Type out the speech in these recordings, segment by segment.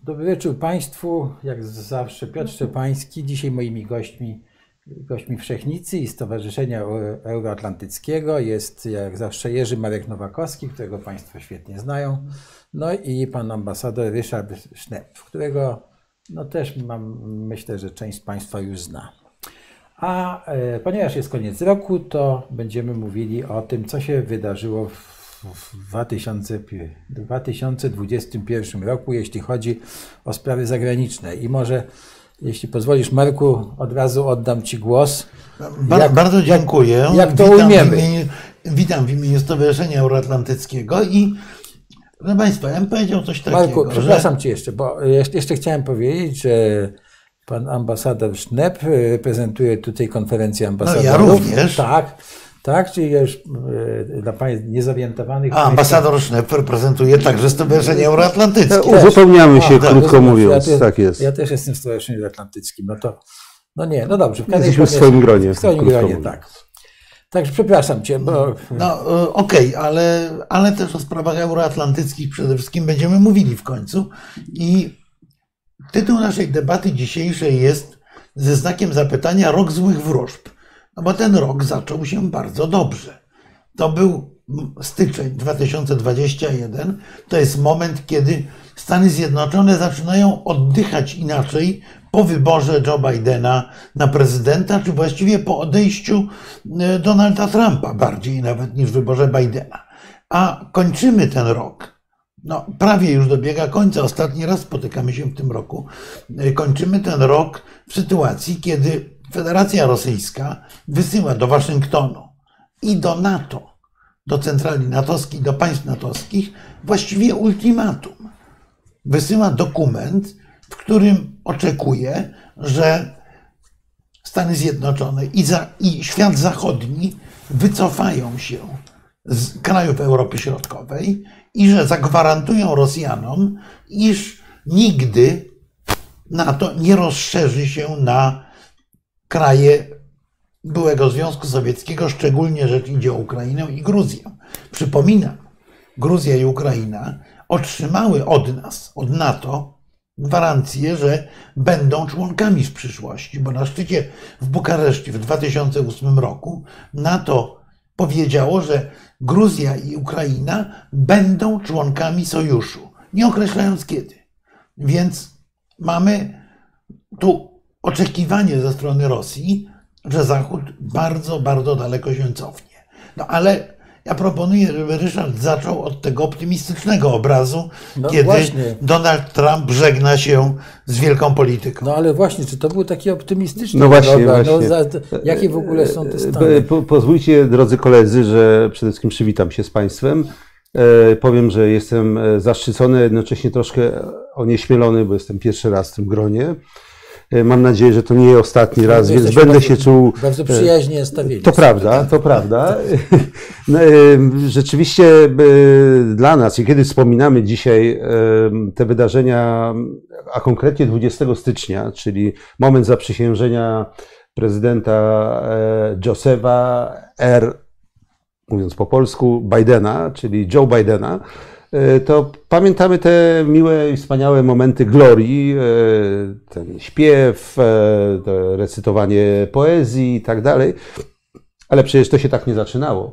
Dobry wieczór Państwu. Jak zawsze Piotr Szczepański. Dzisiaj moimi gośćmi Wszechnicy i Stowarzyszenia Euroatlantyckiego jest jak zawsze Jerzy Marek Nowakowski, którego Państwo świetnie znają. No i pan ambasador Ryszard Sznep, którego też myślę, że część z Państwa już zna. A ponieważ jest koniec roku, to będziemy mówili o tym, co się wydarzyło w 2021 roku, jeśli chodzi o sprawy zagraniczne. I może, jeśli pozwolisz, Marku, od razu oddam Ci głos. Bardzo dziękuję. Jak to ujmiemy? Witam w imieniu Stowarzyszenia Euroatlantyckiego i proszę Państwa, ja bym powiedział coś takiego. Marku, przepraszam Cię jeszcze, bo jeszcze chciałem powiedzieć, że pan ambasador Sznep reprezentuje tutaj konferencję ambasadorów. No ja również. Tak, czyli już dla Państw niezorientowanych. A ambasador Sznep reprezentuje także Stowarzyszenie Euroatlantyckie. Uzupełniamy się, krótko mówiąc. Tak jest. Ja też jestem w Stowarzyszeniu Euroatlantyckim. No dobrze. Jesteśmy w swoim gronie. W swoim gronie, tak. Także przepraszam Cię, bo... Okej, ale też o sprawach euroatlantyckich przede wszystkim będziemy mówili w końcu. I tytuł naszej debaty dzisiejszej jest ze znakiem zapytania Rok złych wróżb. No bo ten rok zaczął się bardzo dobrze. To był styczeń 2021. To jest moment, kiedy Stany Zjednoczone zaczynają oddychać inaczej po wyborze Joe Bidena na prezydenta, czy właściwie po odejściu Donalda Trumpa, bardziej nawet niż w wyborze Bidena. A kończymy ten rok. Prawie już dobiega końca. Ostatni raz spotykamy się w tym roku. Kończymy ten rok w sytuacji, kiedy Federacja Rosyjska wysyła do Waszyngtonu i do NATO, do centrali natowskich, do państw natowskich właściwie ultimatum. Wysyła dokument, w którym oczekuje, że Stany Zjednoczone i świat zachodni wycofają się z krajów Europy Środkowej i że zagwarantują Rosjanom, iż nigdy NATO nie rozszerzy się na kraje byłego Związku Sowieckiego, szczególnie rzecz idzie o Ukrainę i Gruzję. Przypominam, Gruzja i Ukraina otrzymały od nas, od NATO, gwarancję, że będą członkami w przyszłości, bo na szczycie w Bukareszcie w 2008 roku NATO powiedziało, że Gruzja i Ukraina będą członkami sojuszu, nie określając kiedy. Więc mamy tu oczekiwanie ze strony Rosji, że Zachód bardzo, bardzo daleko się cofnie. Ale ja proponuję, żeby Ryszard zaczął od tego optymistycznego obrazu, kiedy właśnie Donald Trump żegna się z wielką polityką. Ale właśnie, czy to był taki optymistyczny obraz? Jakie w ogóle są te stany? Pozwólcie, drodzy koledzy, że przede wszystkim przywitam się z Państwem. Powiem, że jestem zaszczycony, jednocześnie troszkę onieśmielony, bo jestem pierwszy raz w tym gronie. Mam nadzieję, że to nie ostatni raz, więc będę się czuł... Bardzo przyjaźnie stawieni. To prawda. Rzeczywiście dla nas, i kiedy wspominamy dzisiaj te wydarzenia, a konkretnie 20 stycznia, czyli moment zaprzysiężenia prezydenta Josepha mówiąc po polsku, Bidena, czyli Joe Bidena, to pamiętamy te miłe i wspaniałe momenty glorii, ten śpiew, to recytowanie poezji i tak dalej, ale przecież to się tak nie zaczynało.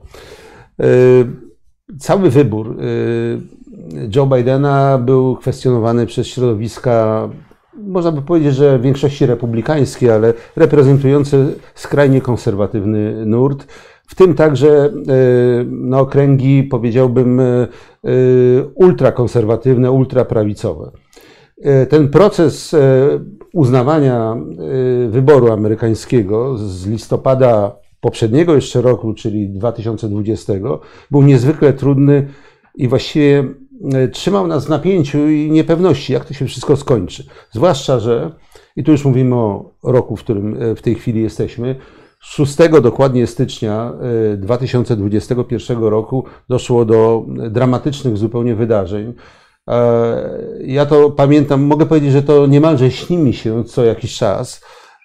Cały wybór Joe Bidena był kwestionowany przez środowiska, można by powiedzieć, że w większości republikańskie, ale reprezentujące skrajnie konserwatywny nurt, w tym także okręgi, powiedziałbym, ultrakonserwatywne, ultraprawicowe. Ten proces uznawania wyboru amerykańskiego z listopada poprzedniego jeszcze roku, czyli 2020, był niezwykle trudny i właściwie trzymał nas w napięciu i niepewności, jak to się wszystko skończy. Zwłaszcza, że, i tu już mówimy o roku, w którym w tej chwili jesteśmy, 6 dokładnie stycznia 2021 roku doszło do dramatycznych zupełnie wydarzeń. Ja to pamiętam, mogę powiedzieć, że to niemalże śni mi się co jakiś czas,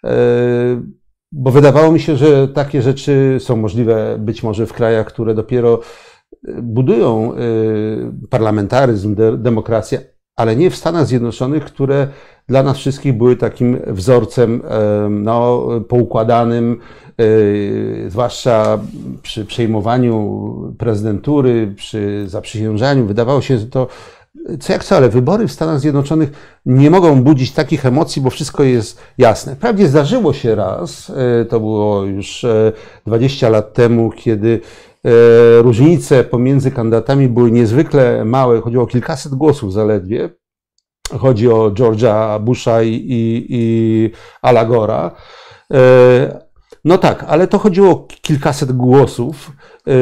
bo wydawało mi się, że takie rzeczy są możliwe być może w krajach, które dopiero budują parlamentaryzm, demokrację, ale nie w Stanach Zjednoczonych, które dla nas wszystkich były takim wzorcem no, poukładanym, zwłaszcza przy przejmowaniu prezydentury, przy zaprzysiężaniu. Wydawało się, że to co jak co, ale wybory w Stanach Zjednoczonych nie mogą budzić takich emocji, bo wszystko jest jasne. Wprawdzie zdarzyło się raz, to było już 20 lat temu, kiedy różnice pomiędzy kandydatami były niezwykle małe, chodziło o kilkaset głosów zaledwie. Chodzi o George'a Busha i Ala Gore'a. No tak, ale to chodziło o kilkaset głosów.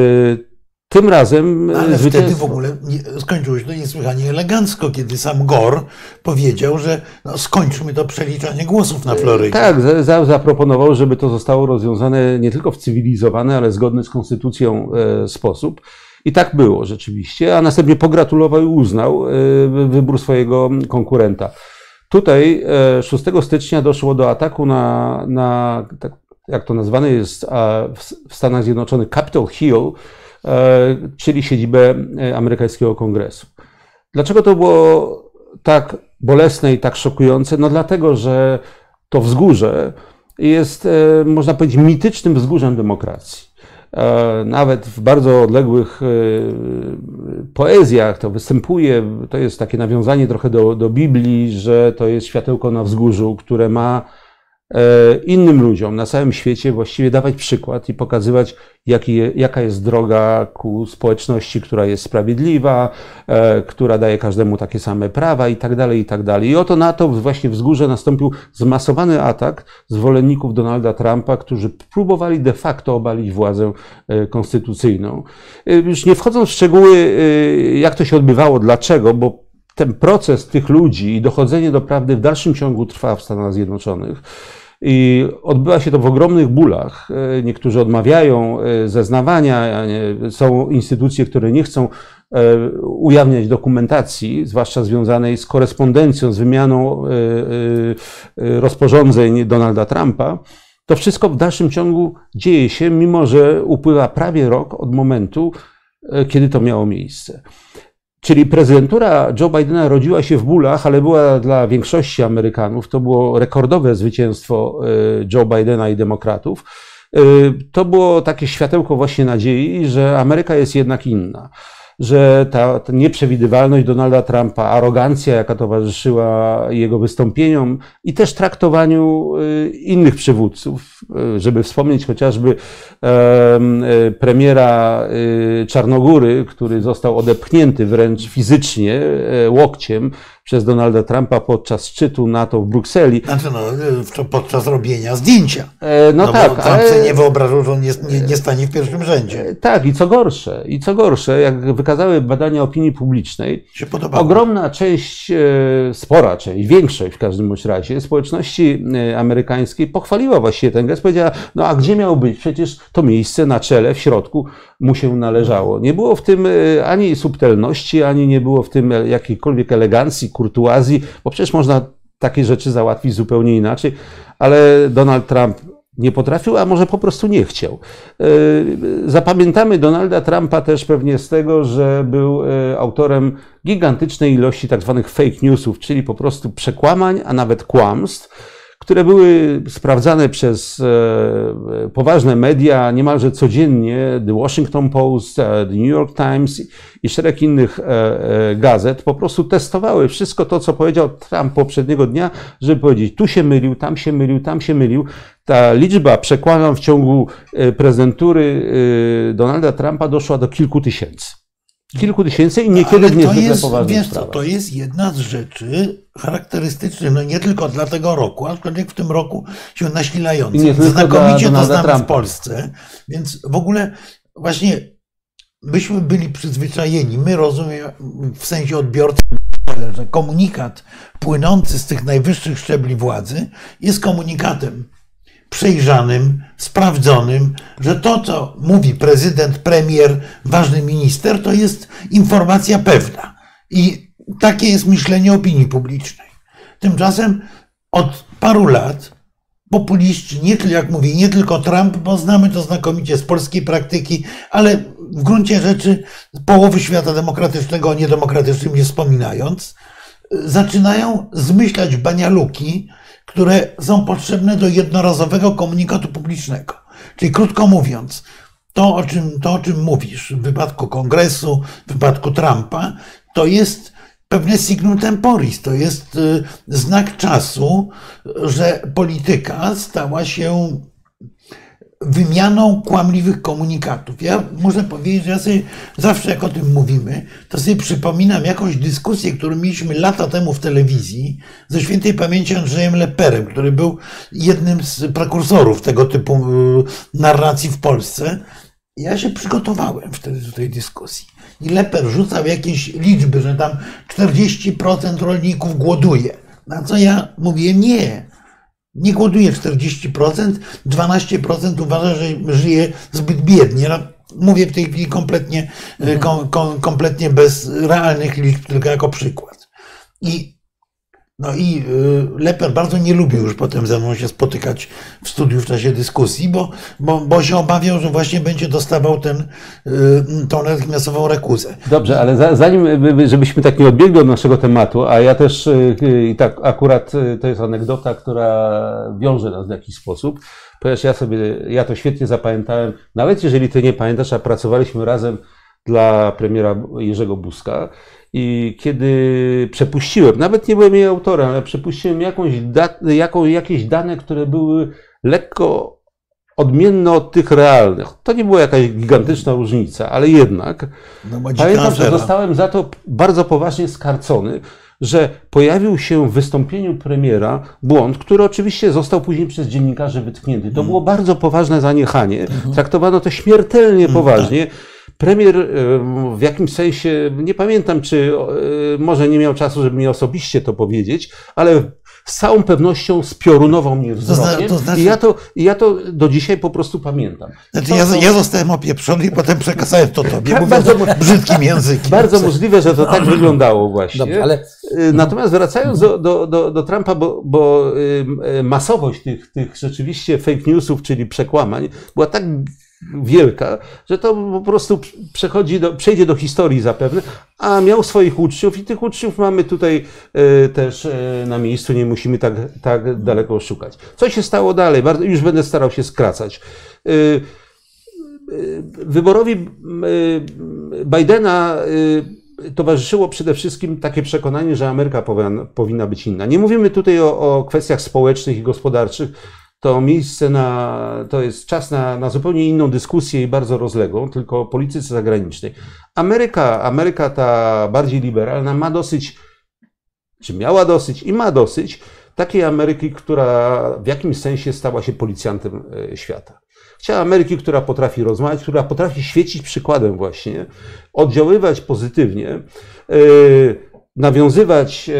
Tym razem ale wtedy w ogóle skończyło się to niesłychanie elegancko, kiedy sam Gore powiedział, że no, skończmy to przeliczanie głosów na Florydzie. Tak, zaproponował, żeby to zostało rozwiązane nie tylko w cywilizowany, ale zgodny z konstytucją sposób. I tak było rzeczywiście, a następnie pogratulował i uznał wybór swojego konkurenta. Tutaj 6 stycznia doszło do ataku na tak, jak to nazwane jest w Stanach Zjednoczonych, Capitol Hill, czyli siedzibę amerykańskiego Kongresu. Dlaczego to było tak bolesne i tak szokujące? No dlatego, że to wzgórze jest, można powiedzieć, mitycznym wzgórzem demokracji. Nawet w bardzo odległych poezjach to występuje, to jest takie nawiązanie trochę do Biblii, że to jest światełko na wzgórzu, które ma innym ludziom na całym świecie właściwie dawać przykład i pokazywać, jaka jest droga ku społeczności, która jest sprawiedliwa, która daje każdemu takie same prawa i tak dalej, i tak dalej. I oto na to właśnie wzgórze nastąpił zmasowany atak zwolenników Donalda Trumpa, którzy próbowali de facto obalić władzę konstytucyjną. Już nie wchodząc w szczegóły, jak to się odbywało, dlaczego, bo ten proces tych ludzi i dochodzenie do prawdy w dalszym ciągu trwa w Stanach Zjednoczonych. I odbywa się to w ogromnych bólach. Niektórzy odmawiają zeznawania, są instytucje, które nie chcą ujawniać dokumentacji, zwłaszcza związanej z korespondencją, z wymianą rozporządzeń Donalda Trumpa. To wszystko w dalszym ciągu dzieje się, mimo że upływa prawie rok od momentu, kiedy to miało miejsce. Czyli prezydentura Joe Bidena rodziła się w bólach, ale była dla większości Amerykanów, to było rekordowe zwycięstwo Joe Bidena i demokratów. To było takie światełko właśnie nadziei, że Ameryka jest jednak inna. Że ta nieprzewidywalność Donalda Trumpa, arogancja, jaka towarzyszyła jego wystąpieniom i też traktowaniu innych przywódców, żeby wspomnieć chociażby premiera Czarnogóry, który został odepchnięty wręcz fizycznie łokciem przez Donalda Trumpa podczas szczytu NATO w Brukseli. Znaczy podczas robienia zdjęcia. No tak, bo Trump sobie nie wyobrażał, że on nie stanie w pierwszym rzędzie. Tak, i co gorsze, jak wykazały badania opinii publicznej, się podobało. Ogromna część, spora część, większość w każdym bądź razie społeczności amerykańskiej pochwaliła właściwie ten gest, powiedziała, no a gdzie miał być? Przecież to miejsce na czele, w środku mu się należało. Nie było w tym ani subtelności, ani nie było w tym jakiejkolwiek elegancji, kurtuazji, bo przecież można takie rzeczy załatwić zupełnie inaczej, ale Donald Trump nie potrafił, a może po prostu nie chciał. Zapamiętamy Donalda Trumpa też pewnie z tego, że był autorem gigantycznej ilości tak zwanych fake newsów, czyli po prostu przekłamań, a nawet kłamstw, które były sprawdzane przez poważne media niemalże codziennie, The Washington Post, The New York Times i szereg innych gazet, po prostu testowały wszystko to, co powiedział Trump poprzedniego dnia, żeby powiedzieć, tu się mylił, tam się mylił, tam się mylił. Ta liczba przekłamań w ciągu prezydentury Donalda Trumpa doszła do kilku tysięcy. Kilku tysięcy i niekiedy w niezwykle poważnych sprawach. To jest jedna z rzeczy charakterystycznych, no nie tylko dla tego roku, aczkolwiek w tym roku się nasilających. Znakomicie to znamy w Polsce, więc w ogóle właśnie myśmy byli przyzwyczajeni, my rozumiem w sensie odbiorcy, że komunikat płynący z tych najwyższych szczebli władzy jest komunikatem przejrzanym, sprawdzonym, że to, co mówi prezydent, premier, ważny minister, to jest informacja pewna. I takie jest myślenie opinii publicznej. Tymczasem od paru lat populiści, jak mówię, nie tylko Trump, bo znamy to znakomicie z polskiej praktyki, ale w gruncie rzeczy połowy świata demokratycznego o niedemokratycznym nie wspominając, zaczynają zmyślać banialuki, które są potrzebne do jednorazowego komunikatu publicznego. Czyli krótko mówiąc, to o czym mówisz w wypadku Kongresu, w wypadku Trumpa, to jest pewne signum temporis, to jest znak czasu, że polityka stała się wymianą kłamliwych komunikatów. Ja muszę powiedzieć, że ja sobie zawsze jak o tym mówimy, to sobie przypominam jakąś dyskusję, którą mieliśmy lata temu w telewizji ze świętej pamięci Andrzejem Leperem, który był jednym z prekursorów tego typu narracji w Polsce. Ja się przygotowałem wtedy do tej dyskusji. I Leper rzucał jakieś liczby, że tam 40% rolników głoduje. Na co ja mówię, nie głoduje 40%, 12% uważa, że żyje zbyt biednie. No, mówię w tej chwili kompletnie bez realnych liczb, tylko jako przykład. I Leper bardzo nie lubił już potem ze mną się spotykać w studiu w czasie dyskusji, bo się obawiał, że właśnie będzie dostawał tą natychmiastową rekuzę. Dobrze, ale zanim, żebyśmy tak nie odbiegli od naszego tematu, a ja też i tak akurat to jest anegdota, która wiąże nas w jakiś sposób, ponieważ ja to świetnie zapamiętałem, nawet jeżeli ty nie pamiętasz, a pracowaliśmy razem dla premiera Jerzego Buzka. I kiedy przepuściłem, nawet nie byłem jej autorem, ale przepuściłem jakieś dane, które były lekko odmienne od tych realnych. To nie była jakaś gigantyczna różnica, ale jednak pamiętam, że zostałem za to bardzo poważnie skarcony, że pojawił się w wystąpieniu premiera błąd, który oczywiście został później przez dziennikarzy wytknięty. To było bardzo poważne zaniechanie. Traktowano to śmiertelnie poważnie. Premier w jakimś sensie, nie pamiętam, czy może nie miał czasu, żeby mi osobiście to powiedzieć, ale z całą pewnością spiorunował mnie wzrokiem i ja to do dzisiaj po prostu pamiętam. Znaczy ja zostałem opieprzony i potem przekazałem to tobie, mówiąc brzydkim językiem. Bardzo możliwe, że to tak wyglądało właśnie. Dobrze, ale... Natomiast wracając do Trumpa, bo masowość tych rzeczywiście fake newsów, czyli przekłamań, była tak wielka, że to po prostu przejdzie do historii zapewne, a miał swoich uczniów i tych uczniów mamy tutaj też na miejscu, nie musimy tak daleko szukać. Co się stało dalej? Już będę starał się skracać. Wyborowi Bidena towarzyszyło przede wszystkim takie przekonanie, że Ameryka powinna być inna. Nie mówimy tutaj o kwestiach społecznych i gospodarczych. To jest czas na zupełnie inną dyskusję i bardzo rozległą, tylko o polityce zagranicznej. Ameryka ta bardziej liberalna ma dosyć, czy miała dosyć i ma dosyć takiej Ameryki, która w jakimś sensie stała się policjantem świata. Chciała Ameryki, która potrafi rozmawiać, która potrafi świecić przykładem właśnie, oddziaływać pozytywnie, nawiązywać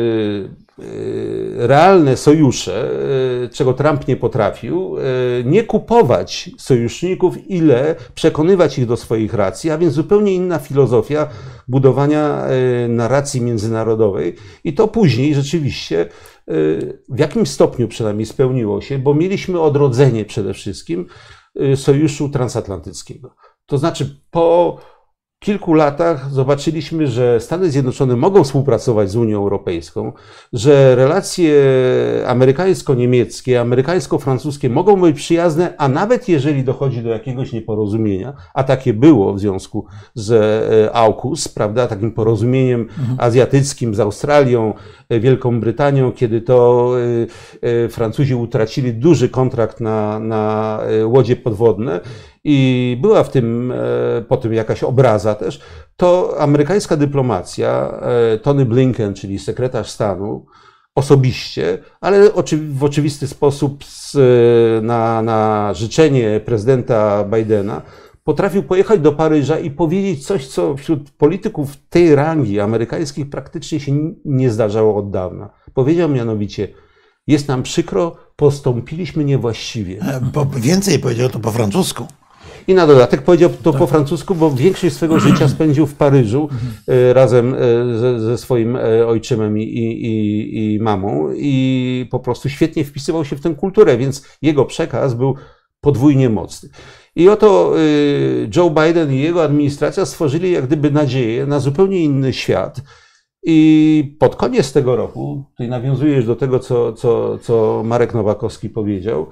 realne sojusze, czego Trump nie potrafił, nie kupować sojuszników, ile przekonywać ich do swoich racji, a więc zupełnie inna filozofia budowania narracji międzynarodowej. I to później rzeczywiście w jakimś stopniu przynajmniej spełniło się, bo mieliśmy odrodzenie przede wszystkim sojuszu transatlantyckiego. To znaczy po kilku latach zobaczyliśmy, że Stany Zjednoczone mogą współpracować z Unią Europejską, że relacje amerykańsko-niemieckie, amerykańsko-francuskie mogą być przyjazne, a nawet jeżeli dochodzi do jakiegoś nieporozumienia, a takie było w związku z AUKUS, prawda, takim porozumieniem azjatyckim z Australią, Wielką Brytanią, kiedy to Francuzi utracili duży kontrakt na łodzie podwodne, i była po tym jakaś obraza też, to amerykańska dyplomacja, Tony Blinken, czyli sekretarz stanu, osobiście, ale w oczywisty sposób na życzenie prezydenta Bidena potrafił pojechać do Paryża i powiedzieć coś, co wśród polityków tej rangi amerykańskich praktycznie się nie zdarzało od dawna. Powiedział mianowicie: jest nam przykro, postąpiliśmy niewłaściwie. Więcej powiedział to po francusku. I na dodatek powiedział to po francusku, bo większość swojego życia spędził w Paryżu razem ze swoim ojczymem i mamą i po prostu świetnie wpisywał się w tę kulturę, więc jego przekaz był podwójnie mocny. I oto Joe Biden i jego administracja stworzyli jak gdyby nadzieję na zupełnie inny świat. I pod koniec tego roku, tutaj nawiązujesz do tego, co Marek Nowakowski powiedział,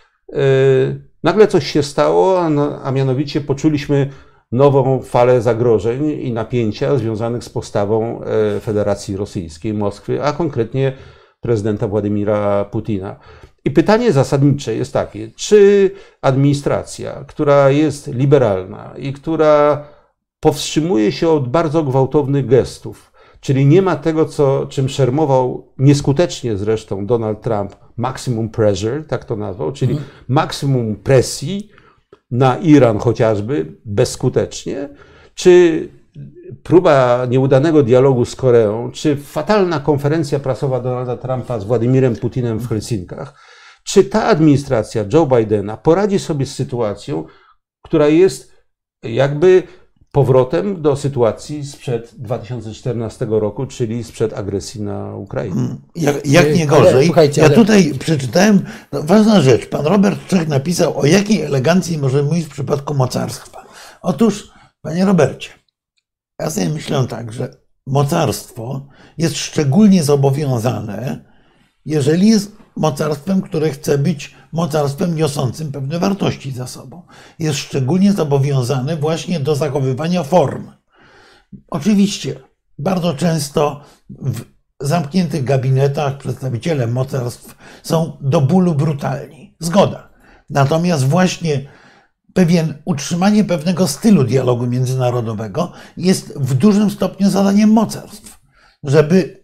nagle coś się stało, a mianowicie poczuliśmy nową falę zagrożeń i napięcia związanych z postawą Federacji Rosyjskiej, Moskwy, a konkretnie prezydenta Władimira Putina. I pytanie zasadnicze jest takie, czy administracja, która jest liberalna i która powstrzymuje się od bardzo gwałtownych gestów, czyli nie ma tego, czym szermował nieskutecznie zresztą Donald Trump, maximum pressure, tak to nazwał, czyli maksimum presji na Iran chociażby, bezskutecznie, czy próba nieudanego dialogu z Koreą, czy fatalna konferencja prasowa Donalda Trumpa z Władimirem Putinem w Helsinkach, czy ta administracja Joe Bidena poradzi sobie z sytuacją, która jest jakby powrotem do sytuacji sprzed 2014 roku, czyli sprzed agresji na Ukrainę. Jak nie gorzej. Ja tutaj przeczytałem, ważna rzecz, pan Robert Czech napisał, o jakiej elegancji możemy mówić w przypadku mocarstwa. Otóż, panie Robercie, ja sobie myślę tak, że mocarstwo jest szczególnie zobowiązane, jeżeli jest mocarstwem, które chce być mocarstwem niosącym pewne wartości za sobą. Jest szczególnie zobowiązane właśnie do zachowywania form. Oczywiście bardzo często w zamkniętych gabinetach przedstawiciele mocarstw są do bólu brutalni. Zgoda. Natomiast właśnie utrzymanie pewnego stylu dialogu międzynarodowego jest w dużym stopniu zadaniem mocarstw, żeby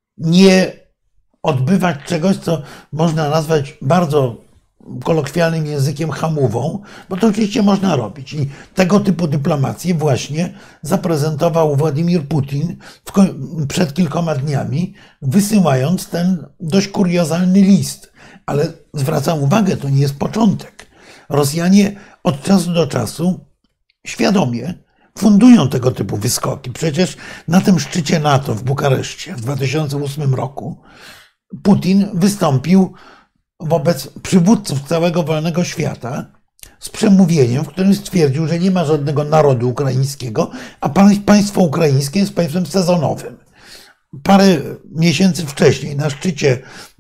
nie odbywać czegoś, co można nazwać bardzo kolokwialnym językiem hamówą, bo to oczywiście można robić. I tego typu dyplomację właśnie zaprezentował Władimir Putin przed kilkoma dniami, wysyłając ten dość kuriozalny list. Ale zwracam uwagę, to nie jest początek. Rosjanie od czasu do czasu świadomie fundują tego typu wyskoki. Przecież na tym szczycie NATO w Bukareszcie w 2008 roku Putin wystąpił wobec przywódców całego wolnego świata z przemówieniem, w którym stwierdził, że nie ma żadnego narodu ukraińskiego, a państwo ukraińskie jest państwem sezonowym. Parę miesięcy wcześniej na szczycie,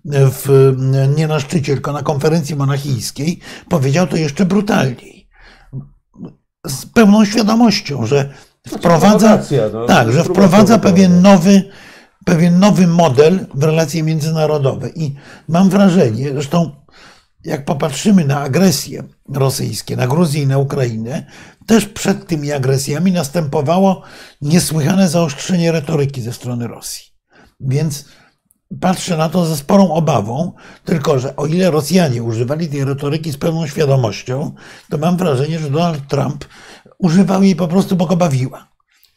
nie na szczycie, tylko na konferencji monachijskiej powiedział to jeszcze brutalniej. Z pełną świadomością, że wprowadza pewien nowy model w relacje międzynarodowe. I mam wrażenie, zresztą jak popatrzymy na agresje rosyjskie, na Gruzję i na Ukrainę, też przed tymi agresjami następowało niesłychane zaostrzenie retoryki ze strony Rosji. Więc patrzę na to ze sporą obawą, tylko że o ile Rosjanie używali tej retoryki z pełną świadomością, to mam wrażenie, że Donald Trump używał jej po prostu, bo go bawiła.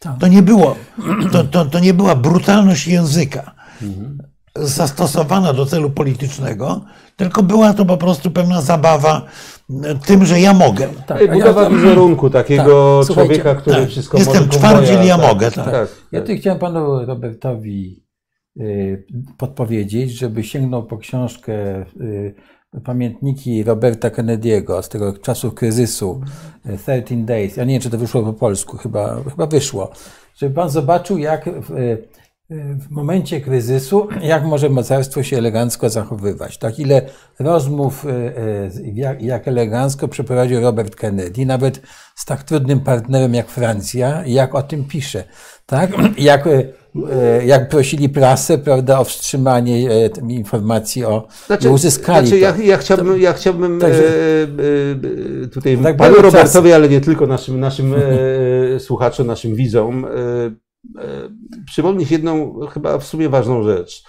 To nie była brutalność języka zastosowana do celu politycznego, tylko była to po prostu pewna zabawa tym, że ja mogę. Budowa wizerunku takiego człowieka, który wszystko może. Jestem twardziel, ja mogę. Ja tu chciałem panu Robertowi podpowiedzieć, żeby sięgnął po książkę Pamiętniki Roberta Kennedy'ego z tego czasu kryzysu 13 Days. Ja nie wiem, czy to wyszło po polsku, chyba wyszło. Żeby pan zobaczył, jak w momencie kryzysu, jak może mocarstwo się elegancko zachowywać. Tak, ile rozmów, jak elegancko przeprowadził Robert Kennedy, nawet z tak trudnym partnerem jak Francja, jak o tym pisze. Tak? Jak prosili prasę, prawda, o wstrzymanie informacji o uzyskali. Ja chciałbym tutaj tak panu Robertowi, ale nie tylko naszym słuchaczom, naszym widzom, przypomnieć jedną chyba w sumie ważną rzecz.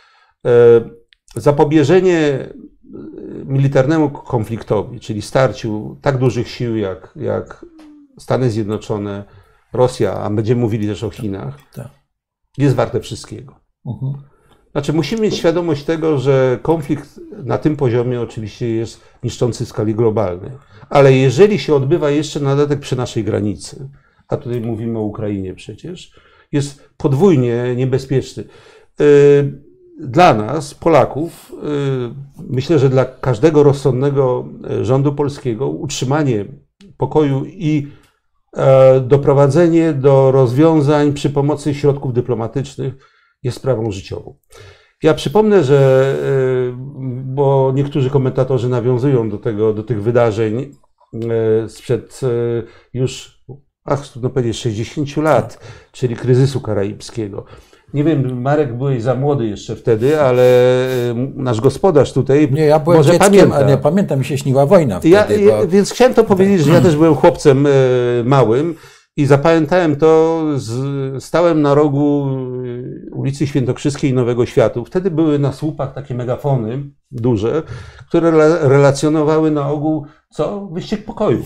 Zapobieżenie militarnemu konfliktowi, czyli starciu tak dużych sił jak Stany Zjednoczone, Rosja, a będziemy mówili też o Chinach, jest warte wszystkiego. Znaczy musimy mieć świadomość tego, że konflikt na tym poziomie oczywiście jest niszczący w skali globalnej, ale jeżeli się odbywa jeszcze na dodatek przy naszej granicy, a tutaj mówimy o Ukrainie przecież, jest podwójnie niebezpieczny. Dla nas, Polaków, myślę, że dla każdego rozsądnego rządu polskiego utrzymanie pokoju i doprowadzenie do rozwiązań przy pomocy środków dyplomatycznych jest sprawą życiową. Ja przypomnę, że, bo niektórzy komentatorzy nawiązują do tych wydarzeń sprzed już, trudno powiedzieć, 60 lat, czyli kryzysu karaibskiego. Nie wiem, Marek, byłeś za młody jeszcze wtedy, ale nasz gospodarz tutaj nie, ja byłem może dzieckiem, pamięta. ale pamiętam, mi się śniła wojna wtedy. Więc chciałem to powiedzieć, że ja też byłem chłopcem małym i zapamiętałem to, stałem na rogu ulicy Świętokrzyskiej i Nowego Światu. Wtedy były na słupach takie megafony duże, które relacjonowały na ogół wyścig pokoju.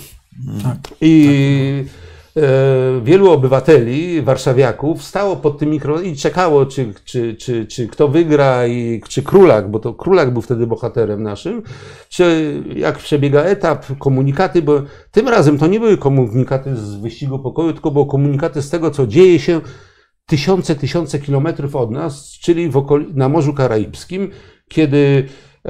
I wielu obywateli, warszawiaków stało pod tym mikrofonem i czekało, czy kto wygra, i czy Królak, bo to Królak był wtedy bohaterem naszym, czy jak przebiega etap, komunikaty, bo tym razem to nie były komunikaty z wyścigu pokoju, tylko były komunikaty z tego, co dzieje się tysiące kilometrów od nas, czyli na Morzu Karaibskim, kiedy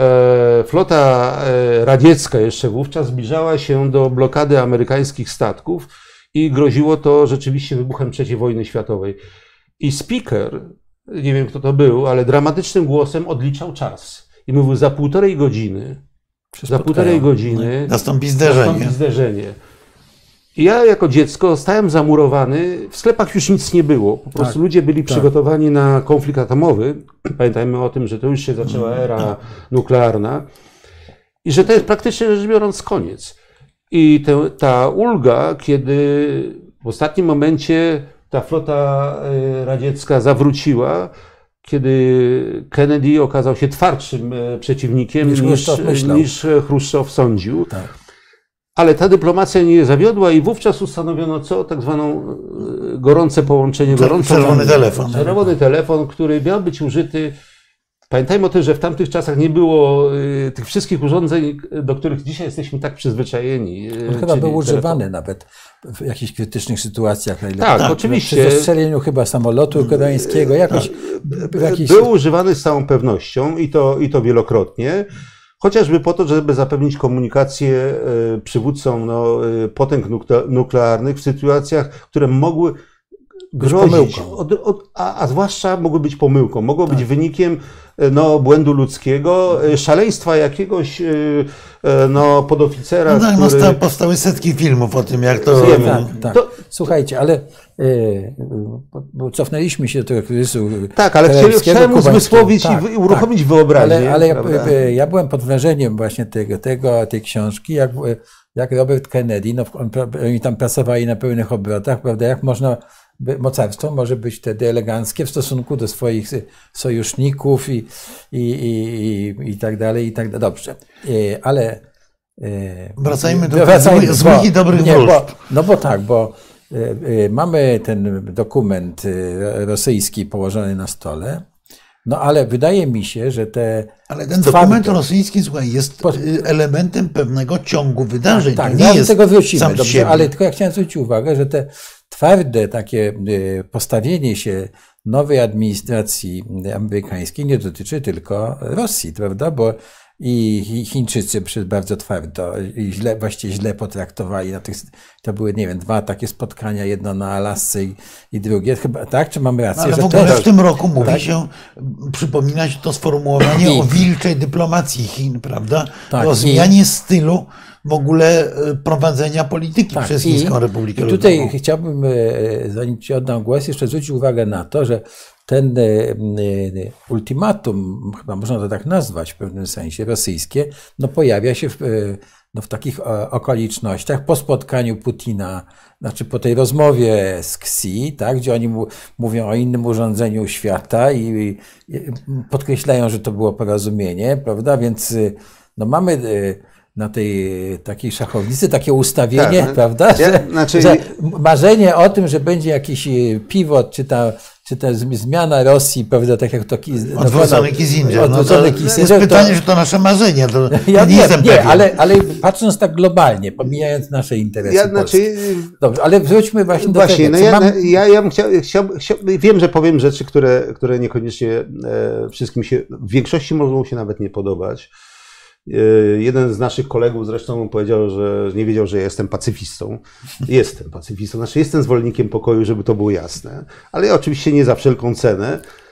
flota radziecka jeszcze wówczas zbliżała się do blokady amerykańskich statków i groziło to rzeczywiście wybuchem III wojny światowej. I speaker, nie wiem kto to był, ale dramatycznym głosem odliczał czas. I mówił, za półtorej godziny nastąpi zderzenie. I ja jako dziecko stałem zamurowany, w sklepach już nic nie było. Po prostu ludzie byli przygotowani na konflikt atomowy. Pamiętajmy o tym, że to już się zaczęła era nuklearna i że to jest praktycznie rzecz biorąc koniec. I ta ulga, kiedy w ostatnim momencie ta flota radziecka zawróciła, kiedy Kennedy okazał się twardszym przeciwnikiem niż Chruszczow sądził. Tak. Ale ta dyplomacja nie zawiodła i wówczas ustanowiono tak zwaną gorące połączenie, czerwony telefon, który miał być użyty. Pamiętajmy o tym, że w tamtych czasach nie było tych wszystkich urządzeń, do których dzisiaj jesteśmy tak przyzwyczajeni. On chyba był używany nawet w jakichś krytycznych sytuacjach. Tak, oczywiście. Przy zestrzeleniu chyba samolotu koreańskiego. Był używany z całą pewnością i to wielokrotnie. Chociażby po to, żeby zapewnić komunikację przywódcom potęg nuklearnych w sytuacjach, które mogły grozić, a zwłaszcza mogły być pomyłką, mogło być wynikiem błędu ludzkiego, szaleństwa jakiegoś podoficera. Powstały setki filmów o tym, jak to... Tak. Słuchajcie, ale bo cofnęliśmy się do tego kryzysu. Tak, ale chciałem uzmysłowić i uruchomić wyobraźnię. Ale ja byłem pod wrażeniem właśnie tej książki, jak Robert Kennedy, oni tam pracowali na pełnych obrotach, prawda, jak mocarstwo może być wtedy eleganckie w stosunku do swoich sojuszników i tak dalej, i tak dalej. Dobrze. Ale wracajmy do złych i dobrych wróżb. Bo mamy ten dokument rosyjski położony na stole, ale wydaje mi się, że Ale ten dokument rosyjski, słuchaj, jest elementem pewnego ciągu wydarzeń. Tak, nie jest do tego wrócimy, sam dobrze, siebie. ale tylko ja chciałem zwrócić uwagę, że te twarde takie postawienie się nowej administracji amerykańskiej nie dotyczy tylko Rosji, prawda? Bo i Chińczycy bardzo twardo i właściwie źle potraktowali. To były, nie wiem, 2 takie spotkania, jedno na Alasce i drugie. Chyba, tak? Czy mam rację? Ale że w ogóle w tym roku mówi się, przypomina się to sformułowanie o wilczej dyplomacji Chin, prawda? O zmianie stylu w ogóle prowadzenia polityki przez Chińską Republikę Ludową. Tutaj chciałbym, zanim Ci oddam głos, jeszcze zwrócić uwagę na to, że ten ultimatum, chyba można to tak nazwać w pewnym sensie, rosyjskie, pojawia się w takich okolicznościach po spotkaniu Putina, znaczy po tej rozmowie z Xi, tak, gdzie oni mówią o innym urządzeniu świata i podkreślają, że to było porozumienie, prawda, więc mamy na tej takiej szachownicy takie ustawienie, prawda, że marzenie o tym, że będzie jakiś pivot, czy ta zmiana Rosji, prawda, tak jak to odwrócony Kissinger. Jest pytanie, że to nasze marzenie. Ja nie jestem ale patrząc tak globalnie, pomijając nasze interesy Dobrze, ale wróćmy właśnie do tego. Ja bym wiem, że powiem rzeczy, które niekoniecznie wszystkim w większości mogą się nawet nie podobać. Jeden z naszych kolegów zresztą powiedział, że nie wiedział, że ja jestem pacyfistą. Jestem pacyfistą, znaczy jestem zwolennikiem pokoju, żeby to było jasne, ale oczywiście nie za wszelką cenę.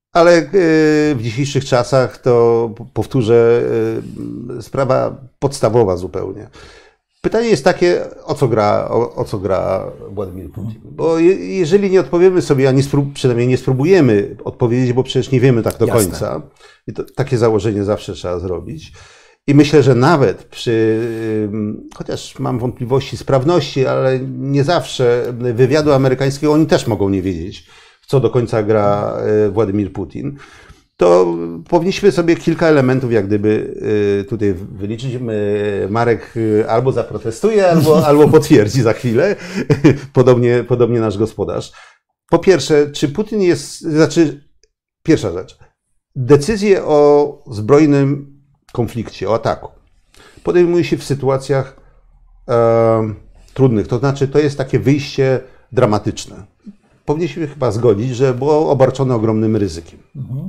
Ale w dzisiejszych czasach to, powtórzę, sprawa podstawowa zupełnie. Pytanie jest takie, o co gra Władimir Putin? Bo jeżeli nie odpowiemy sobie, przynajmniej nie spróbujemy odpowiedzieć, bo przecież nie wiemy tak do końca, i takie założenie zawsze trzeba zrobić. I myślę, że nawet chociaż mam wątpliwości sprawności, ale nie zawsze wywiadu amerykańskiego, oni też mogą nie wiedzieć, co do końca gra Władimir Putin, to powinniśmy sobie kilka elementów jak gdyby tutaj wyliczyć. Marek albo zaprotestuje, albo potwierdzi za chwilę, podobnie nasz gospodarz. Po pierwsze, czy Putin pierwsza rzecz, decyzje o zbrojnym konflikcie, o ataku podejmuje się w sytuacjach trudnych, to znaczy to jest takie wyjście dramatyczne. Powinniśmy chyba zgodzić, że było obarczone ogromnym ryzykiem.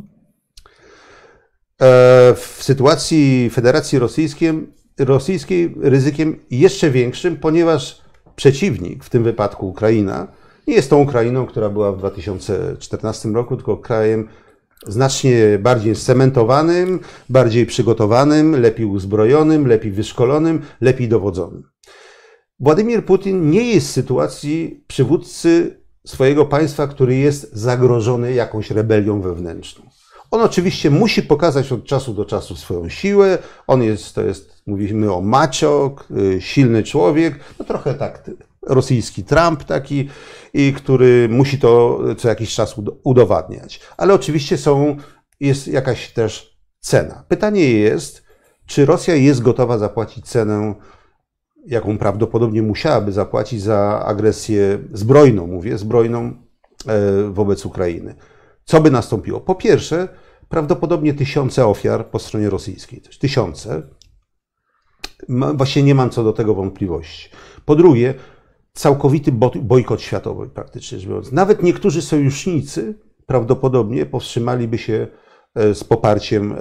W sytuacji Federacji Rosyjskiej ryzykiem jeszcze większym, ponieważ przeciwnik, w tym wypadku Ukraina, nie jest tą Ukrainą, która była w 2014 roku, tylko krajem znacznie bardziej scementowanym, bardziej przygotowanym, lepiej uzbrojonym, lepiej wyszkolonym, lepiej dowodzonym. Władimir Putin nie jest w sytuacji przywódcy swojego państwa, który jest zagrożony jakąś rebelią wewnętrzną. On oczywiście musi pokazać od czasu do czasu swoją siłę. Mówimy o macho, silny człowiek, no trochę tak rosyjski Trump taki, i który musi to co jakiś czas udowadniać. Ale oczywiście jest jakaś też cena. Pytanie jest, czy Rosja jest gotowa zapłacić cenę, jaką prawdopodobnie musiałaby zapłacić za agresję zbrojną, wobec Ukrainy. Co by nastąpiło? Po pierwsze, prawdopodobnie tysiące ofiar po stronie rosyjskiej. Tysiące. Właśnie nie mam co do tego wątpliwości. Po drugie, całkowity bojkot światowy, praktycznie rzecz biorąc. Nawet niektórzy sojusznicy prawdopodobnie powstrzymaliby się z poparciem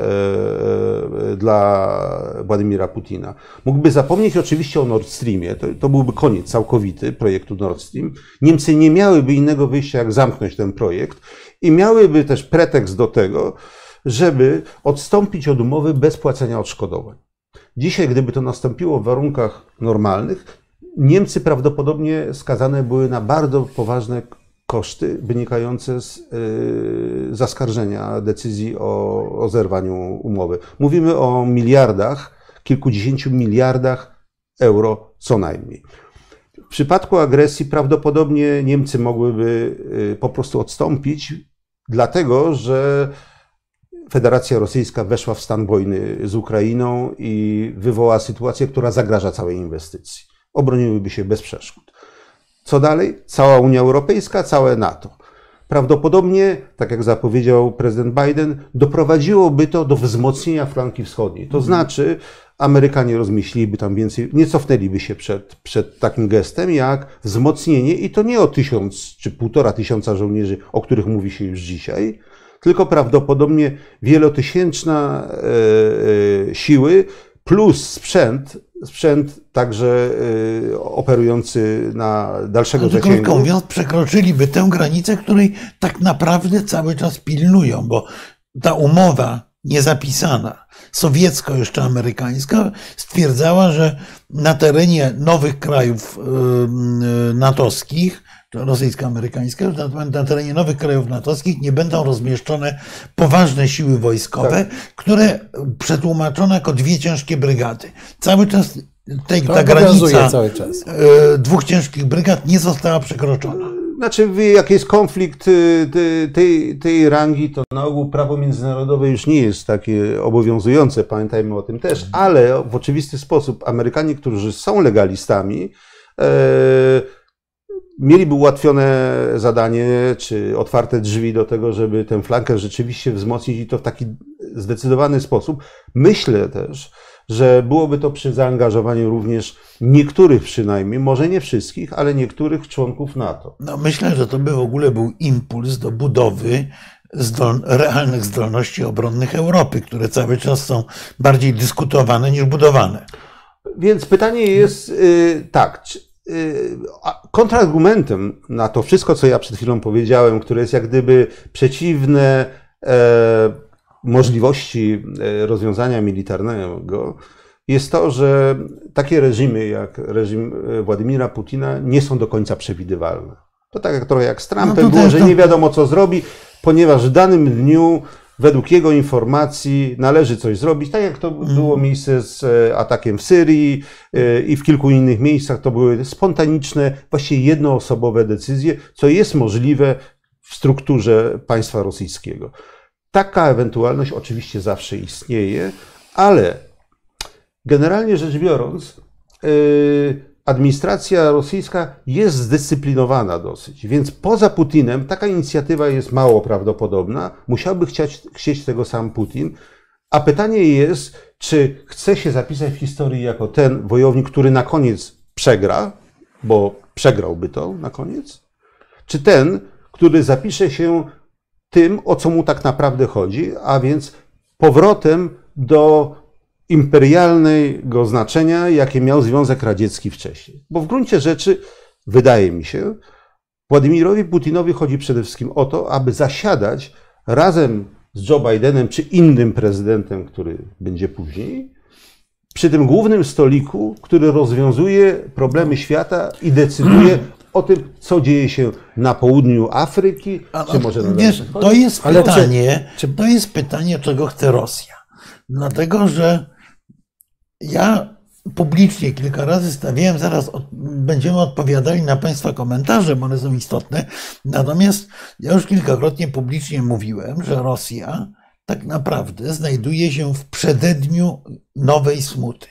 dla Władimira Putina. Mógłby zapomnieć oczywiście o Nord Streamie. To byłby koniec całkowity projektu Nord Stream. Niemcy nie miałyby innego wyjścia, jak zamknąć ten projekt i miałyby też pretekst do tego, żeby odstąpić od umowy bez płacenia odszkodowań. Dzisiaj, gdyby to nastąpiło w warunkach normalnych, Niemcy prawdopodobnie skazane były na bardzo poważne koszty wynikające z zaskarżenia decyzji o zerwaniu umowy. Mówimy o miliardach, kilkudziesięciu miliardach euro co najmniej. W przypadku agresji prawdopodobnie Niemcy mogłyby po prostu odstąpić, dlatego że Federacja Rosyjska weszła w stan wojny z Ukrainą i wywołała sytuację, która zagraża całej inwestycji. Obroniłyby się bez przeszkód. Co dalej? Cała Unia Europejska, całe NATO. Prawdopodobnie, tak jak zapowiedział prezydent Biden, doprowadziłoby to do wzmocnienia flanki wschodniej. To znaczy, Amerykanie rozmyśliliby tam więcej, nie cofnęliby się przed takim gestem, jak wzmocnienie, i to nie o 1000 czy 1500 żołnierzy, o których mówi się już dzisiaj, tylko prawdopodobnie wielotysięczne siły plus sprzęt także operujący na dalszego zasięgu. Krótko mówiąc, przekroczyliby tę granicę, której tak naprawdę cały czas pilnują, bo ta umowa niezapisana, sowiecko jeszcze amerykańska, stwierdzała, że na terenie nowych krajów natowskich, rosyjsko-amerykańska, na terenie nowych krajów natowskich nie będą rozmieszczone poważne siły wojskowe, które przetłumaczono jako 2 ciężkie brygady. Cały czas ta granica dwóch ciężkich brygad nie została przekroczona. Znaczy, jak jest konflikt tej rangi, to na ogół prawo międzynarodowe już nie jest takie obowiązujące, pamiętajmy o tym też, ale w oczywisty sposób Amerykanie, którzy są legalistami, mieliby ułatwione zadanie, czy otwarte drzwi do tego, żeby tę flankę rzeczywiście wzmocnić, i to w taki zdecydowany sposób. Myślę też, że byłoby to przy zaangażowaniu również niektórych przynajmniej, może nie wszystkich, ale niektórych członków NATO. No, myślę, że to by w ogóle był impuls do budowy realnych zdolności obronnych Europy, które cały czas są bardziej dyskutowane niż budowane. Więc pytanie jest tak, kontrargumentem na to wszystko, co ja przed chwilą powiedziałem, które jest jak gdyby przeciwne możliwości rozwiązania militarnego jest to, że takie reżimy jak reżim Władimira Putina nie są do końca przewidywalne. To tak trochę jak z Trumpem było, że nie wiadomo co zrobi, ponieważ w danym dniu według jego informacji należy coś zrobić, tak jak to było miejsce z atakiem w Syrii i w kilku innych miejscach. To były spontaniczne, właściwie jednoosobowe decyzje, co jest możliwe w strukturze państwa rosyjskiego. Taka ewentualność oczywiście zawsze istnieje, ale generalnie rzecz biorąc, administracja rosyjska jest zdyscyplinowana dosyć, więc poza Putinem taka inicjatywa jest mało prawdopodobna. Musiałby chcieć tego sam Putin. A pytanie jest, czy chce się zapisać w historii jako ten wojownik, który na koniec przegra, bo przegrałby to na koniec, czy ten, który zapisze się tym, o co mu tak naprawdę chodzi, a więc powrotem do imperialnego znaczenia, jakie miał Związek Radziecki wcześniej. Bo w gruncie rzeczy, wydaje mi się, Władimirowi Putinowi chodzi przede wszystkim o to, aby zasiadać razem z Joe Bidenem czy innym prezydentem, który będzie później, przy tym głównym stoliku, który rozwiązuje problemy świata i decyduje o tym, co dzieje się na południu Afryki, czy może na wiesz, to jest pytanie, to jest pytanie, czego chce Rosja. Dlatego, że ja publicznie kilka razy stawiałem, zaraz będziemy odpowiadali na Państwa komentarze, bo one są istotne. Natomiast ja już kilkakrotnie publicznie mówiłem, że Rosja tak naprawdę znajduje się w przededniu nowej smuty.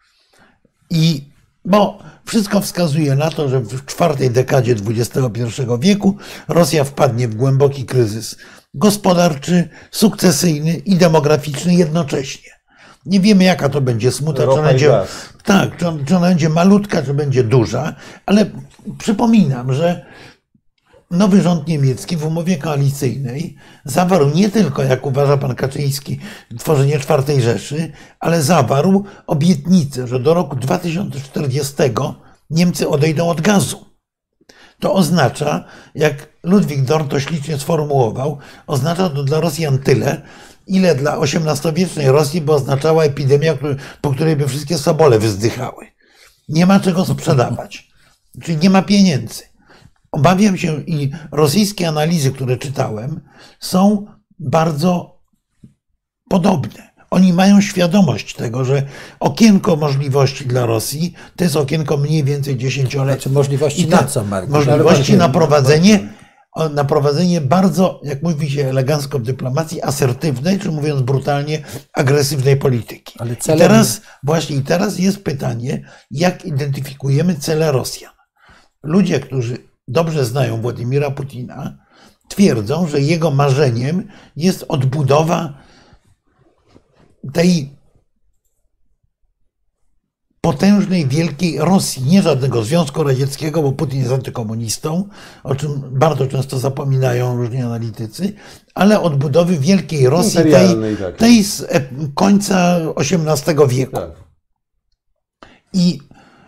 Bo wszystko wskazuje na to, że w czwartej dekadzie XXI wieku Rosja wpadnie w głęboki kryzys gospodarczy, sukcesyjny i demograficzny jednocześnie. Nie wiemy, jaka to będzie smuta, czy ona będzie malutka, czy będzie duża, ale przypominam, że nowy rząd niemiecki w umowie koalicyjnej zawarł nie tylko, jak uważa pan Kaczyński, tworzenie czwartej Rzeszy, ale zawarł obietnicę, że do roku 2040 Niemcy odejdą od gazu. To oznacza, jak Ludwik Dorn to ślicznie sformułował, oznacza to dla Rosjan tyle, ile dla XVIII-wiecznej Rosji by oznaczała epidemia, po której by wszystkie sobole wyzdychały. Nie ma czego sprzedawać, czyli nie ma pieniędzy. Obawiam się i rosyjskie analizy, które czytałem, są bardzo podobne. Oni mają świadomość tego, że okienko możliwości dla Rosji to jest okienko mniej więcej 10-letnie. Znaczy możliwości na co, Marek? Możliwości na prowadzenie bardzo, jak mówi się elegancko w dyplomacji, asertywnej, czy mówiąc brutalnie, agresywnej polityki. Ale I teraz jest pytanie, jak identyfikujemy cele Rosjan. Ludzie, którzy dobrze znają Władimira Putina, twierdzą, że jego marzeniem jest odbudowa tej potężnej, wielkiej Rosji, nie żadnego Związku Radzieckiego, bo Putin jest antykomunistą, o czym bardzo często zapominają różni analitycy, ale odbudowy wielkiej Rosji, tej z końca XVIII wieku. Tak. I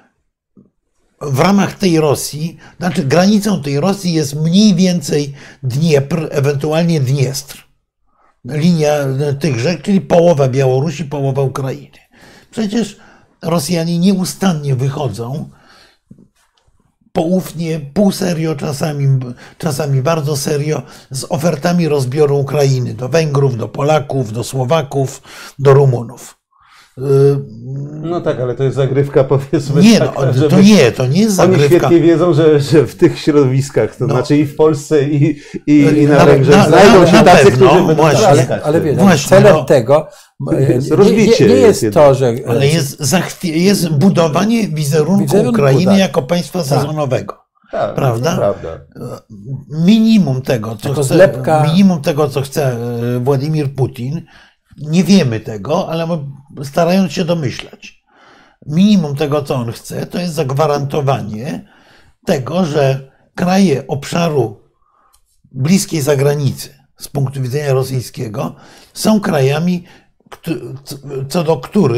w ramach tej Rosji, znaczy granicą tej Rosji jest mniej więcej Dniepr, ewentualnie Dniestr. Linia tych rzek, czyli połowa Białorusi, połowa Ukrainy. Przecież Rosjanie nieustannie wychodzą, poufnie, pół serio, czasami bardzo serio, z ofertami rozbioru Ukrainy do Węgrów, do Polaków, do Słowaków, do Rumunów. No tak, ale to jest zagrywka, powiedzmy. Nie, to nie jest zagrywka. Oni świetnie wiedzą, że w tych środowiskach, to znaczy i w Polsce, i na Węgrzech znajdą się tacy, którzy będą ale celem tego rozbicie nie jest to, że... Ale jest budowanie wizerunku Ukrainy jako państwa sezonowego. Tak, prawda? Prawda. Minimum tego, co chce Władimir Putin, nie wiemy tego, ale starając się domyślać. Minimum tego, co on chce, to jest zagwarantowanie tego, że kraje obszaru bliskiej zagranicy z punktu widzenia rosyjskiego są krajami, co do których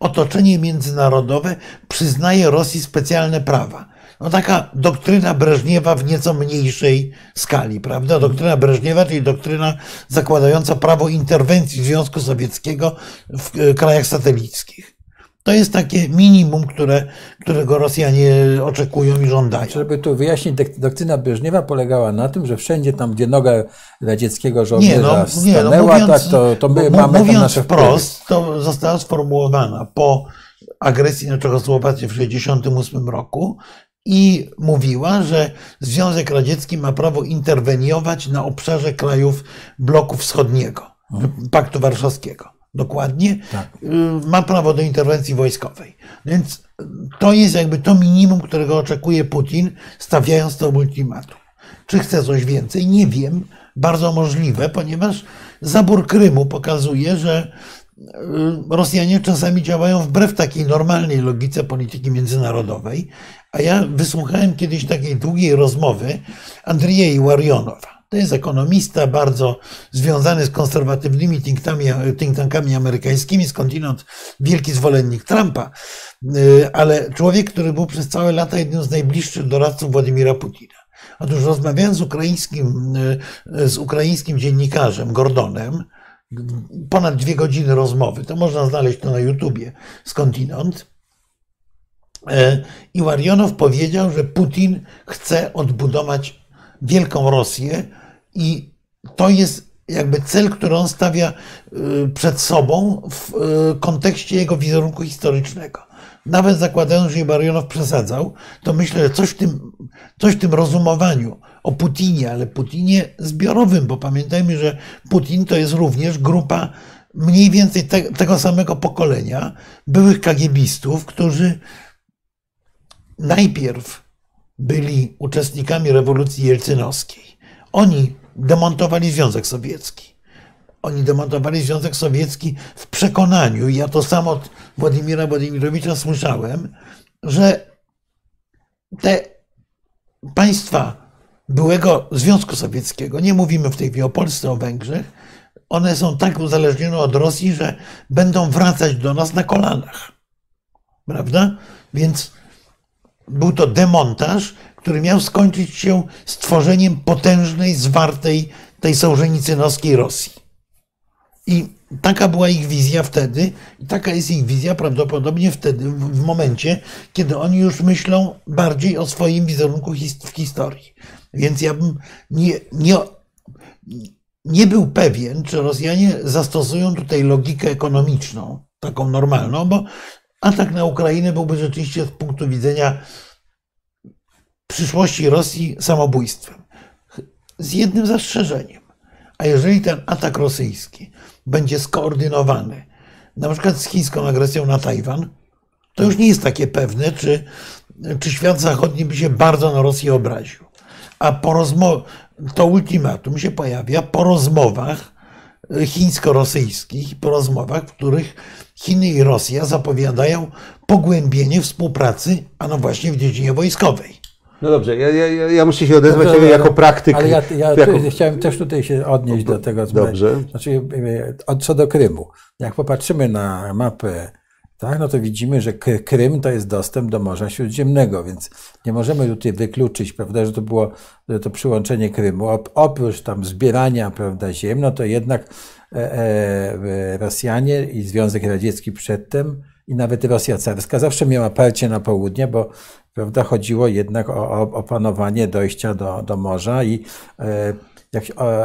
otoczenie międzynarodowe przyznaje Rosji specjalne prawa. No taka doktryna Breżniewa w nieco mniejszej skali, prawda? Doktryna Breżniewa, czyli doktryna zakładająca prawo interwencji Związku Sowieckiego w krajach satelickich. To jest takie minimum, którego Rosjanie oczekują i żądają. Żeby tu wyjaśnić, doktryna Breżniewa polegała na tym, że wszędzie tam, gdzie noga radzieckiego żołnierza stanęła, to my mamy tam nasze wprost, to została sformułowana po agresji na Czechosłowację w 1968 roku i mówiła, że Związek Radziecki ma prawo interweniować na obszarze krajów bloku wschodniego, Paktu Warszawskiego. Dokładnie, tak. Ma prawo do interwencji wojskowej. Więc to jest jakby to minimum, którego oczekuje Putin, stawiając to ultimatum. Czy chce coś więcej? Nie wiem. Bardzo możliwe, ponieważ zabór Krymu pokazuje, że Rosjanie czasami działają wbrew takiej normalnej logice polityki międzynarodowej. A ja wysłuchałem kiedyś takiej długiej rozmowy Andrieja Iłarionowa. To jest ekonomista bardzo związany z konserwatywnymi think tankami amerykańskimi, skądinąd wielki zwolennik Trumpa, ale człowiek, który był przez całe lata jednym z najbliższych doradców Władimira Putina. Otóż rozmawiałem z ukraińskim dziennikarzem Gordonem, ponad 2 godziny rozmowy, to można znaleźć to na YouTubie skądinąd. Iłarionow powiedział, że Putin chce odbudować wielką Rosję i to jest jakby cel, który on stawia przed sobą w kontekście jego wizerunku historycznego. Nawet zakładając, że Iłarionow przesadzał, to myślę, że coś w tym rozumowaniu o Putinie, ale Putinie zbiorowym, bo pamiętajmy, że Putin to jest również grupa mniej więcej tego samego pokolenia byłych kagiebistów, którzy najpierw byli uczestnikami rewolucji jelcynowskiej. Oni demontowali Związek Sowiecki. Oni demontowali Związek Sowiecki w przekonaniu, i ja to sam od Władimira Władimirowicza słyszałem, że te państwa byłego Związku Sowieckiego, nie mówimy w tej chwili o Polsce, o Węgrzech, one są tak uzależnione od Rosji, że będą wracać do nas na kolanach. Prawda? Więc był to demontaż, który miał skończyć się stworzeniem potężnej, zwartej, tej sołżenicynowskiej Rosji. I taka była ich wizja wtedy, i taka jest ich wizja prawdopodobnie wtedy, w momencie, kiedy oni już myślą bardziej o swoim wizerunku w historii. Więc ja bym nie był pewien, czy Rosjanie zastosują tutaj logikę ekonomiczną, taką normalną, bo atak na Ukrainę byłby rzeczywiście z punktu widzenia przyszłości Rosji samobójstwem. Z jednym zastrzeżeniem. A jeżeli ten atak rosyjski będzie skoordynowany, na przykład z chińską agresją na Tajwan, to już nie jest takie pewne, czy świat zachodni by się bardzo na Rosję obraził. A to ultimatum się pojawia po rozmowach chińsko-rosyjskich, po rozmowach, w których Chiny i Rosja zapowiadają pogłębienie współpracy, a no właśnie w dziedzinie wojskowej. No dobrze, ja muszę się odezwać jako praktyk. Ale chciałem też tutaj się odnieść do tego. Dobrze. Znaczy, co do Krymu. Jak popatrzymy na mapę, tak, no to widzimy, że Krym to jest dostęp do Morza Śródziemnego, więc nie możemy tutaj wykluczyć, prawda, że to było to przyłączenie Krymu. Oprócz tam zbierania, prawda, ziem, no to jednak Rosjanie i Związek Radziecki przedtem i nawet Rosja carska zawsze miała parcie na południe, bo prawda, chodziło jednak o opanowanie dojścia do morza i jak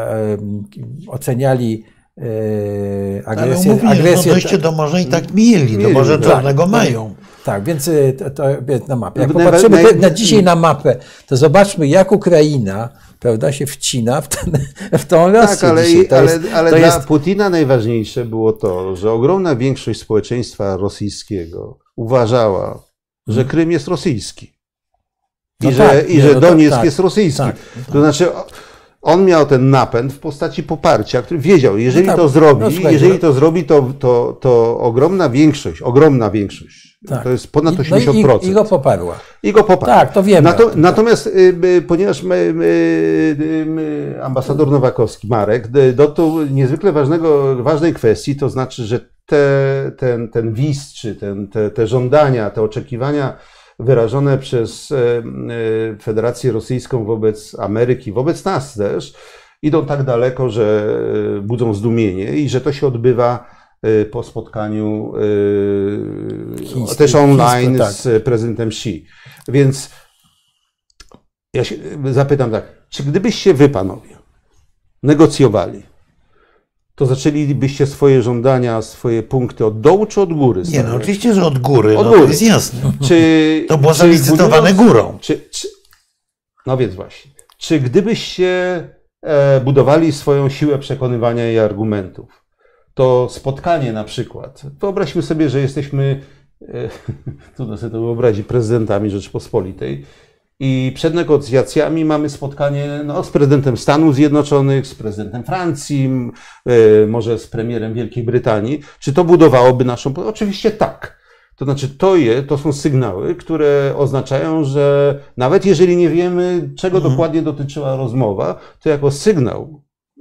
oceniali agresję... Ale mówili, że dojście do morza i tak mieli, do Morza Czarnego mają. Tak, więc to na mapę. Jak popatrzymy dzisiaj na mapę, to zobaczmy, jak Ukraina, prawda, się wcina w tą Rosję. Tak, ale dla Putina najważniejsze było to, że ogromna większość społeczeństwa rosyjskiego uważała, że Krym jest rosyjski. I że Donieck jest rosyjski. Tak. To znaczy, on miał ten napęd w postaci poparcia, który wiedział, jeżeli to zrobi, to ogromna większość, tak. To jest ponad 80%. I go poparła. Tak, to wiemy. Natomiast ponieważ ambasador Nowakowski, Marek, dotknął niezwykle ważnej kwestii, to znaczy, że ten wizd, czy te żądania, te oczekiwania wyrażone przez Federację Rosyjską wobec Ameryki, wobec nas też, idą tak daleko, że budzą zdumienie i że to się odbywa po spotkaniu też online z prezydentem Xi. Więc ja się zapytam tak, czy gdybyście wy, panowie, negocjowali, to zaczęlibyście swoje żądania, swoje punkty od dołu czy od góry? Nie, no oczywiście, że od góry, od góry. góry. To jest jasne. To było czy zalicytowane górą. No więc właśnie. Czy gdybyście budowali swoją siłę przekonywania i argumentów, to spotkanie na przykład, wyobraźmy sobie, że jesteśmy, trudno sobie to wyobrazić, prezydentami Rzeczypospolitej i przed negocjacjami mamy spotkanie z prezydentem Stanów Zjednoczonych, z prezydentem Francji, może z premierem Wielkiej Brytanii. Czy to budowałoby naszą... Oczywiście tak. To znaczy to są sygnały, które oznaczają, że nawet jeżeli nie wiemy, czego dokładnie dotyczyła rozmowa, to jako sygnał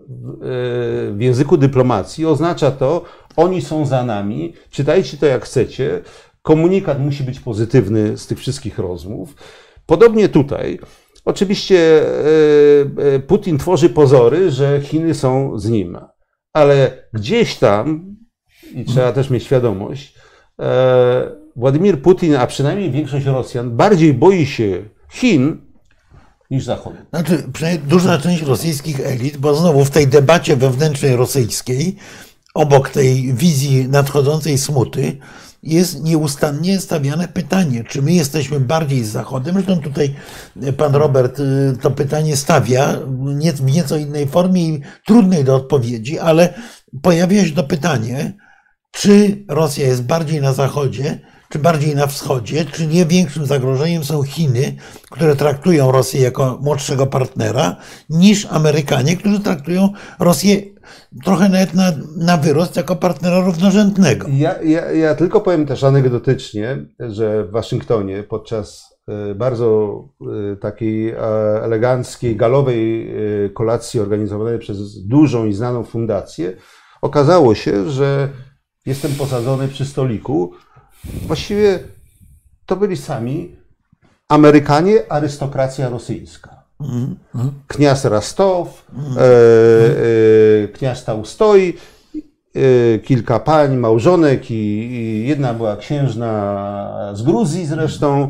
w języku dyplomacji oznacza to, oni są za nami, czytajcie to jak chcecie, komunikat musi być pozytywny z tych wszystkich rozmów. Podobnie tutaj. Oczywiście Putin tworzy pozory, że Chiny są z nim, ale gdzieś tam, i trzeba też mieć świadomość, Władimir Putin, a przynajmniej większość Rosjan, bardziej boi się Chin niż Zachodu. Znaczy, przynajmniej duża część rosyjskich elit, bo znowu w tej debacie wewnętrznej rosyjskiej, obok tej wizji nadchodzącej smuty, jest nieustannie stawiane pytanie, czy my jesteśmy bardziej z Zachodem. Zresztą tutaj pan Robert to pytanie stawia w nieco innej formie i trudnej do odpowiedzi, ale pojawia się to pytanie, czy Rosja jest bardziej na Zachodzie, czy bardziej na Wschodzie, czy nie większym zagrożeniem są Chiny, które traktują Rosję jako młodszego partnera, niż Amerykanie, którzy traktują Rosję trochę nawet na wyrost jako partnera równorzędnego. Ja tylko powiem też anegdotycznie, że w Waszyngtonie podczas bardzo takiej eleganckiej, galowej kolacji organizowanej przez dużą i znaną fundację, okazało się, że jestem posadzony przy stoliku. Właściwie to byli sami Amerykanie, arystokracja rosyjska. Kniaz Rastow, kniaz Tałstoj, kilka pań, małżonek i jedna była księżna z Gruzji zresztą.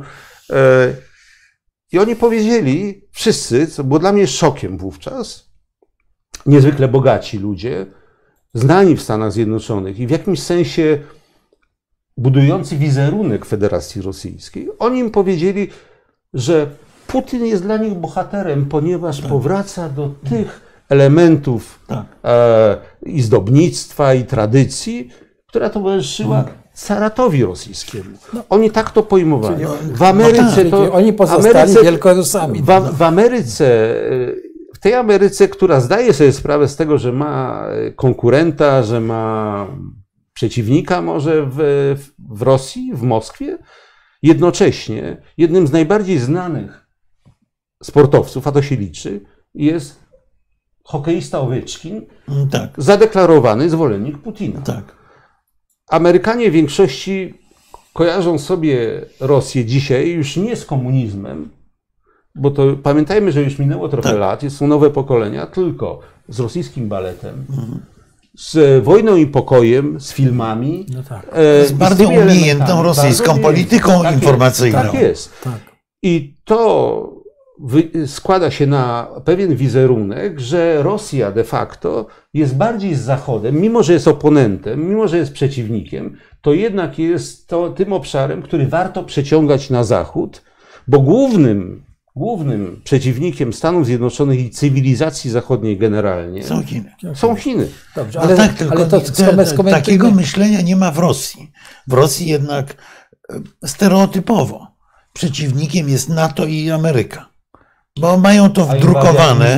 I oni powiedzieli, wszyscy, co było dla mnie szokiem wówczas, niezwykle bogaci ludzie, znani w Stanach Zjednoczonych i w jakimś sensie budujący wizerunek Federacji Rosyjskiej, oni im powiedzieli, że Putin jest dla nich bohaterem, ponieważ powraca do tych elementów i zdobnictwa, i tradycji, która towarzyszyła caratowi rosyjskiemu. Oni tak to pojmowali. W Ameryce to... Oni pozostali Wielkorusami. W Ameryce, w tej Ameryce, która zdaje sobie sprawę z tego, że ma konkurenta, że ma przeciwnika może w Rosji, w Moskwie, jednocześnie jednym z najbardziej znanych sportowców, a to się liczy, jest hokeista Oweczkin, zadeklarowany zwolennik Putina. Amerykanie w większości kojarzą sobie Rosję dzisiaj już nie z komunizmem, bo to pamiętajmy, że już minęło trochę lat, są nowe pokolenia, tylko z rosyjskim baletem, z wojną i pokojem, z filmami. Z bardzo umiejętną rosyjską polityką informacyjną. Tak jest. I to składa się na pewien wizerunek, że Rosja de facto jest bardziej z Zachodem, mimo że jest oponentem, mimo że jest przeciwnikiem, to jednak jest to tym obszarem, który warto przeciągać na Zachód, bo głównym przeciwnikiem Stanów Zjednoczonych i cywilizacji zachodniej generalnie są Chiny. Dobrze, ale takiego myślenia nie ma w Rosji. W Rosji jednak stereotypowo przeciwnikiem jest NATO i Ameryka. Bo mają to wdrukowane.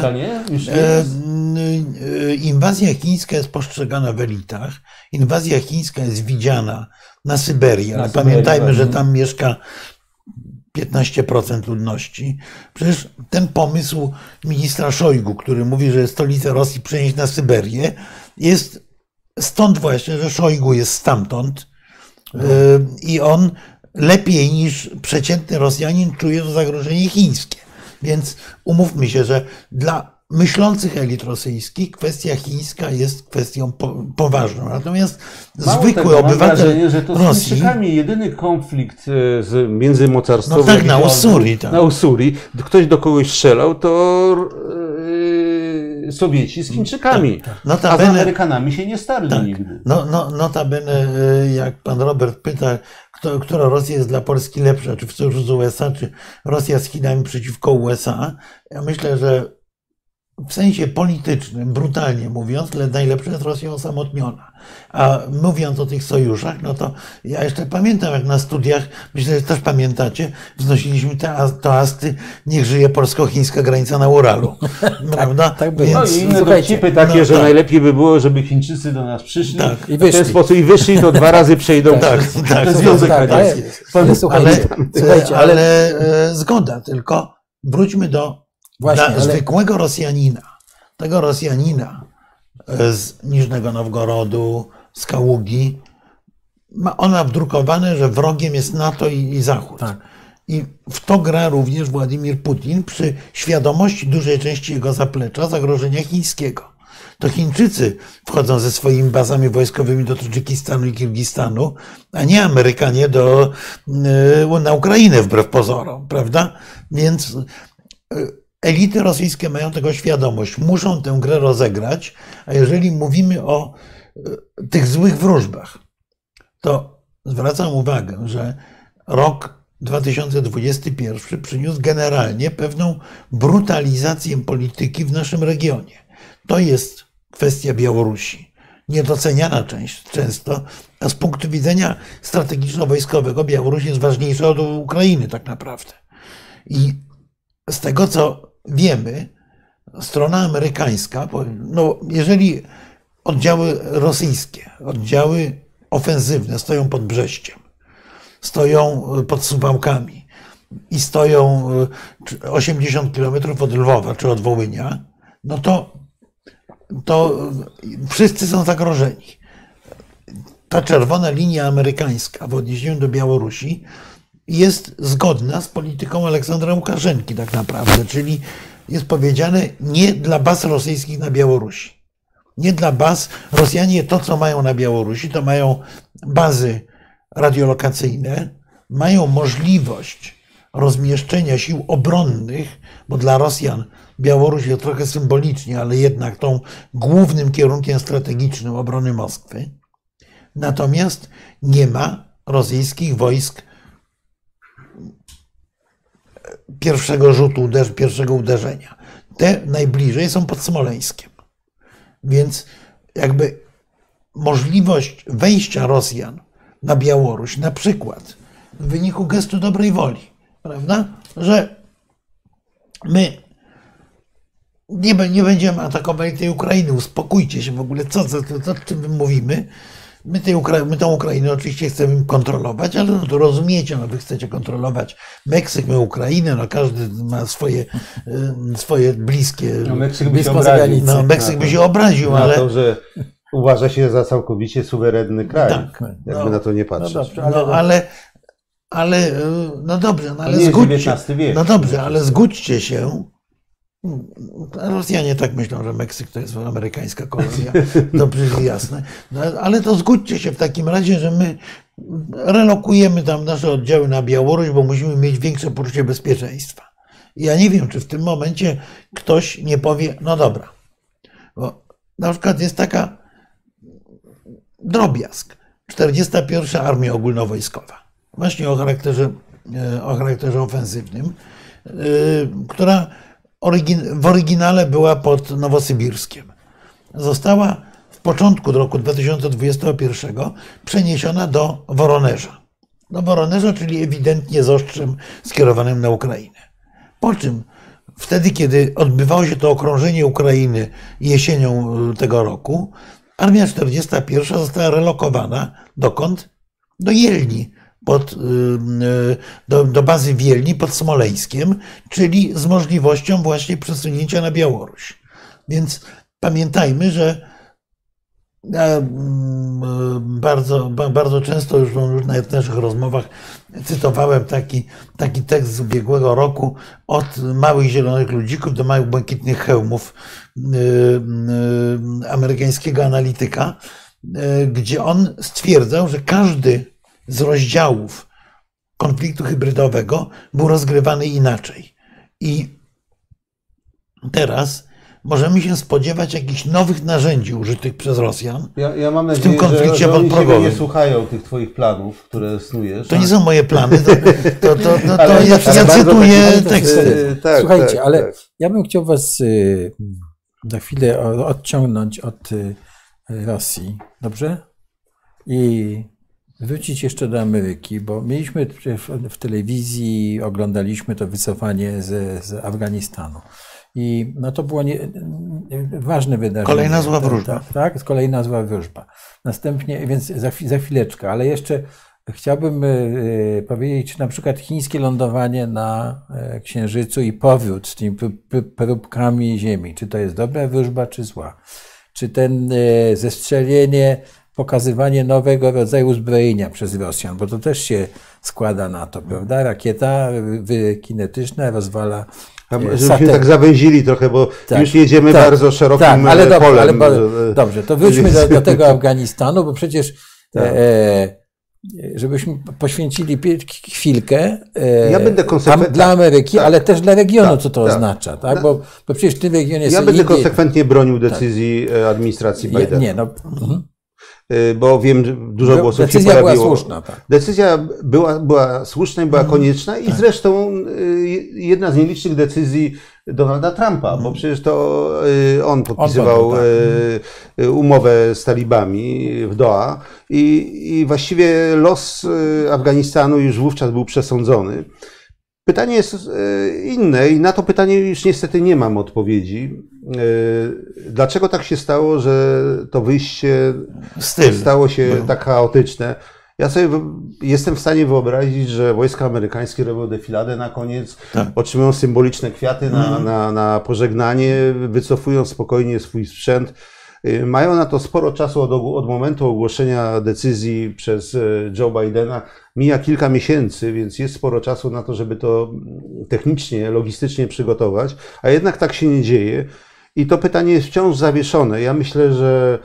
Inwazja chińska jest postrzegana w elitach. Inwazja chińska jest widziana na Syberii, ale pamiętajmy, że tam mieszka 15% ludności. Przecież ten pomysł ministra Szojgu, który mówi, że stolicę Rosji przenieść na Syberię, jest stąd właśnie, że Szojgu jest stamtąd i on lepiej niż przeciętny Rosjanin czuje to zagrożenie chińskie. Więc umówmy się, że dla myślących elit rosyjskich kwestia chińska jest kwestią poważną. Natomiast zwykły obywatel mam wrażenie, że to z Rosji... Chińczykami jedyny konflikt międzymocarstwowy. No tak, na Ussuri. Tak. Na Ussuri. Ktoś do kogoś strzelał, to Sowieci z Chińczykami. Tak. A z Amerykanami się nie starli nigdy. Notabene, jak pan Robert pyta, która Rosja jest dla Polski lepsza, czy w sojuszu z USA, czy Rosja z Chinami przeciwko USA, ja myślę, że w sensie politycznym, brutalnie mówiąc, najlepsza jest Rosja osamotniona. A mówiąc o tych sojuszach, no to ja jeszcze pamiętam, jak na studiach, myślę, że też pamiętacie, wznosiliśmy te toasty, niech żyje polsko-chińska granica na Uralu. Prawda? Tak było. No i inne dowcipy takie, że najlepiej by było, żeby Chińczycy do nas przyszli i w ten sposób i wyszli, to 2 razy przejdą przez Związek Radziecki. Ale zgoda, tylko wróćmy do zwykłego Rosjanina, tego Rosjanina z Niżnego Nowgorodu, z Kaługi, ma ona wdrukowane, że wrogiem jest NATO i Zachód. Tak. I w to gra również Władimir Putin przy świadomości dużej części jego zaplecza zagrożenia chińskiego. To Chińczycy wchodzą ze swoimi bazami wojskowymi do Tadżykistanu i Kirgistanu, a nie Amerykanie na Ukrainę wbrew pozorom, prawda? Więc elity rosyjskie mają tego świadomość, muszą tę grę rozegrać, a jeżeli mówimy o tych złych wróżbach, to zwracam uwagę, że rok 2021 przyniósł generalnie pewną brutalizację polityki w naszym regionie. To jest kwestia Białorusi, niedoceniana często, a z punktu widzenia strategiczno-wojskowego Białoruś jest ważniejsza od Ukrainy tak naprawdę. I z tego, co wiemy, strona amerykańska, no jeżeli oddziały rosyjskie, oddziały ofensywne stoją pod Brześciem, stoją pod Suwałkami i stoją 80 kilometrów od Lwowa czy od Wołynia, no to wszyscy są zagrożeni. Ta czerwona linia amerykańska w odniesieniu do Białorusi jest zgodna z polityką Aleksandra Łukaszenki tak naprawdę, czyli jest powiedziane nie dla baz rosyjskich na Białorusi. Nie dla baz. Rosjanie to, co mają na Białorusi, to mają bazy radiolokacyjne, mają możliwość rozmieszczenia sił obronnych, bo dla Rosjan Białoruś jest trochę symbolicznie, ale jednak tą głównym kierunkiem strategicznym obrony Moskwy. Natomiast nie ma rosyjskich wojsk pierwszego rzutu, pierwszego uderzenia. Te najbliżej są pod Smoleńskiem. Więc jakby możliwość wejścia Rosjan na Białoruś, na przykład w wyniku gestu dobrej woli, prawda, że my nie będziemy atakowali tej Ukrainy, uspokójcie się w ogóle, co o czym my mówimy. My tą Ukrainę oczywiście chcemy kontrolować, ale no to rozumiecie, no wy chcecie kontrolować Meksyk, my Ukrainę, no każdy ma swoje bliskie... No Meksyk by się obraził. No, Meksyk by się obraził, ale... Na to, że uważa się za całkowicie suwerenny kraj, tak, jakby na to nie patrzeć. No dobrze, no dobrze, no ale zgódźcie, no dobrze, ale zgódźcie się. Rosjanie tak myślą, że Meksyk to jest amerykańska kolonia, to przecież jasne. No, ale to zgódźcie się w takim razie, że my relokujemy tam nasze oddziały na Białoruś, bo musimy mieć większe poczucie bezpieczeństwa. Ja nie wiem, czy w tym momencie ktoś nie powie, no dobra, bo na przykład jest taka drobiazg, 41. Armia Ogólnowojskowa, właśnie o charakterze ofensywnym, która w oryginale była pod Nowosybirskiem. Została w początku roku 2021 przeniesiona do Woronerza. Do Woronerza, czyli ewidentnie z ostrzem skierowanym na Ukrainę. Po czym wtedy, kiedy odbywało się to okrążenie Ukrainy jesienią tego roku, Armia 41 została relokowana dokąd? Do Jelni. Do bazy w Jelni pod Smoleńskiem, czyli z możliwością właśnie przesunięcia na Białoruś. Więc pamiętajmy, że Ja bardzo często już w różnych naszych rozmowach cytowałem taki tekst z ubiegłego roku od małych zielonych ludzików do małych błękitnych hełmów amerykańskiego analityka, gdzie on stwierdzał, że każdy z rozdziałów konfliktu hybrydowego był rozgrywany inaczej. I teraz możemy się spodziewać jakichś nowych narzędzi użytych przez Rosjan Ja mam nadzieję, w tym konflikcie że oni ciebie podprogowym. nie słuchają tych twoich planów, które snujesz. To nie są moje plany, Ale ja bardzo cytuję taki- teksty. Tak, Słuchajcie, tak, ale tak. ja bym chciał was za chwilę odciągnąć od Rosji, dobrze? I wrócić jeszcze do Ameryki, bo mieliśmy w telewizji, oglądaliśmy to wycofanie z Afganistanu. I no to było ważne wydarzenie. Kolejna zła wróżba. Tak, kolejna zła wróżba. Następnie, więc za chwileczkę, ale jeszcze chciałbym powiedzieć, czy na przykład chińskie lądowanie na Księżycu i powrót z tymi próbkami Ziemi, czy to jest dobra wróżba, czy zła? Czy ten zestrzelienie, pokazywanie nowego rodzaju uzbrojenia przez Rosjan, bo to też się składa na to, prawda? Rakieta kinetyczna rozwala Żebyśmy tak zawęzili trochę, bo tak, już jedziemy tak, bardzo szerokim tak, ale dobrze, polem. Dobrze, to wróćmy do tego Afganistanu, bo przecież żebyśmy poświęcili chwilkę Ja będę dla Ameryki, tak, ale też dla regionu, tak, co to tak. oznacza, tak? Bo przecież w tym regionie Ja są będę Indie. konsekwentnie bronił decyzji administracji Bidena. Nie, no. Bo wiem, że dużo głosów się Decyzja pojawiło. była słuszna, tak. Decyzja była słuszna i była konieczna i zresztą jedna z nielicznych decyzji Donalda Trumpa, bo przecież to on podpisywał umowę z talibami w Doha i właściwie los Afganistanu już wówczas był przesądzony. Pytanie jest inne i na to pytanie już niestety nie mam odpowiedzi. Dlaczego tak się stało, że to wyjście stało się tak chaotyczne? Ja sobie jestem w stanie wyobrazić, że wojska amerykańskie robią defiladę na koniec, otrzymują symboliczne kwiaty na pożegnanie, wycofują spokojnie swój sprzęt. Mają na to sporo czasu od momentu ogłoszenia decyzji przez Joe Bidena. Mija kilka miesięcy, więc jest sporo czasu na to, żeby to technicznie, logistycznie przygotować, a jednak tak się nie dzieje. I to pytanie jest wciąż zawieszone. Ja myślę, że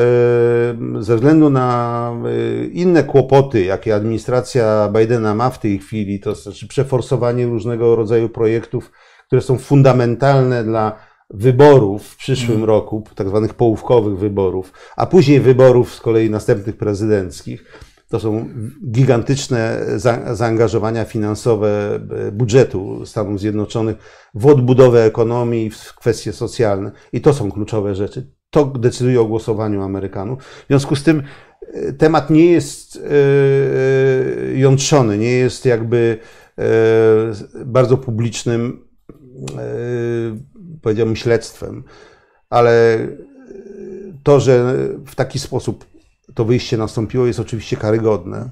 ze względu na inne kłopoty, jakie administracja Bidena ma w tej chwili, to znaczy przeforsowanie różnego rodzaju projektów, które są fundamentalne dla wyborów w przyszłym roku, tak zwanych połówkowych wyborów, a później wyborów z kolei następnych prezydenckich. To są gigantyczne zaangażowania finansowe budżetu Stanów Zjednoczonych w odbudowę ekonomii, w kwestie socjalne. I to są kluczowe rzeczy. To decyduje o głosowaniu Amerykanów. W związku z tym temat nie jest jątrzony, nie jest jakby bardzo publicznym, powiedziałbym, śledztwem. Ale to, że w taki sposób to wyjście nastąpiło, jest oczywiście karygodne.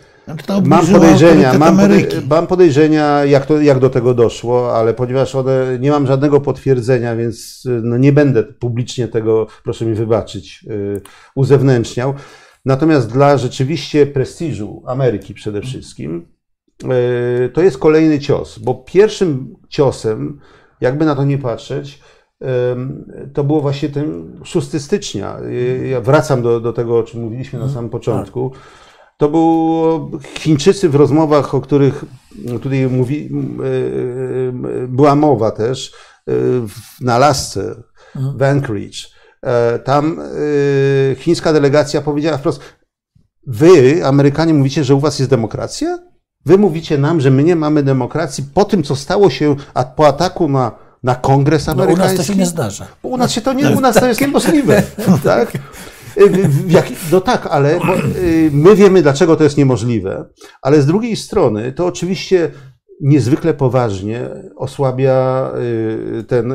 Mam podejrzenia, jak do tego doszło, ale ponieważ nie mam żadnego potwierdzenia, więc no nie będę publicznie tego, proszę mi wybaczyć, uzewnętrzniał. Natomiast dla rzeczywiście prestiżu Ameryki przede wszystkim, to jest kolejny cios, bo pierwszym ciosem, jakby na to nie patrzeć, to było właśnie ten 6 stycznia. Ja wracam do tego, o czym mówiliśmy na samym początku. To było Chińczycy w rozmowach, o których tutaj była mowa też, na Alasce, w Anchorage. Tam chińska delegacja powiedziała wprost: wy, Amerykanie, mówicie, że u was jest demokracja? Wy mówicie nam, że my nie mamy demokracji po tym, co stało się po ataku na Kongres amerykański? U nas to się nie zdarza. U nas to jest niemożliwe. Tak? No tak, ale my wiemy, dlaczego to jest niemożliwe, ale z drugiej strony to oczywiście niezwykle poważnie osłabia ten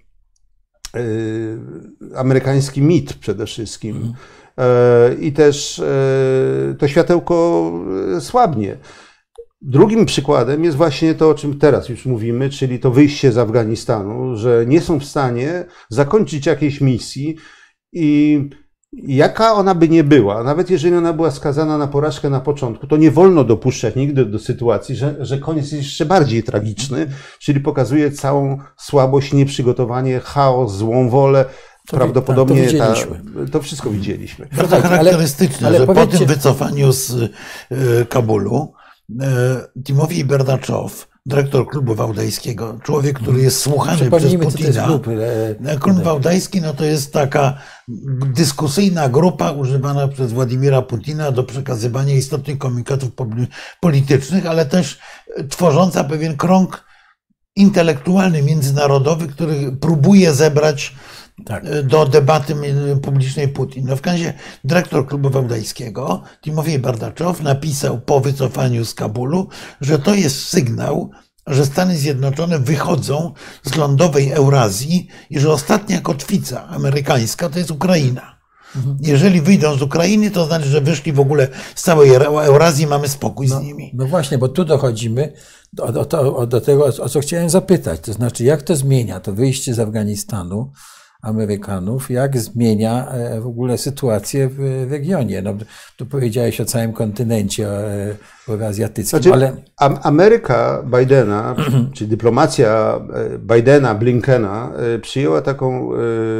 amerykański mit przede wszystkim. I też to światełko słabnie. Drugim przykładem jest właśnie to, o czym teraz już mówimy, czyli to wyjście z Afganistanu, że nie są w stanie zakończyć jakiejś misji i jaka ona by nie była, nawet jeżeli ona była skazana na porażkę na początku, to nie wolno dopuszczać nigdy do sytuacji, że koniec jest jeszcze bardziej tragiczny, czyli pokazuje całą słabość, nieprzygotowanie, chaos, złą wolę. Prawdopodobnie to wszystko widzieliśmy. Bardzo charakterystyczne, że po tym wycofaniu z Kabulu Timofij Berdaczow, dyrektor klubu wałdajskiego, człowiek, który jest słuchany przez Putina. Klub wałdajski to jest taka dyskusyjna grupa używana przez Władimira Putina do przekazywania istotnych komunikatów politycznych, ale też tworząca pewien krąg intelektualny, międzynarodowy, który próbuje zebrać do debaty publicznej Putin. W każdym razie dyrektor klubu wałdajskiego, Timofij Berdaczow, napisał po wycofaniu z Kabulu, że to jest sygnał, że Stany Zjednoczone wychodzą z lądowej Eurazji i że ostatnia kotwica amerykańska to jest Ukraina. Jeżeli wyjdą z Ukrainy, to znaczy, że wyszli w ogóle z całej Eurazji, mamy spokój z nimi. No właśnie, bo tu dochodzimy do tego, o co chciałem zapytać. To znaczy, jak to zmienia to wyjście z Afganistanu Amerykanów, jak zmienia w ogóle sytuację w regionie. Tu powiedziałeś o całym kontynencie euroazjatyckim, znaczy, ale... Ameryka Bidena, czy dyplomacja Bidena, Blinkena przyjęła taką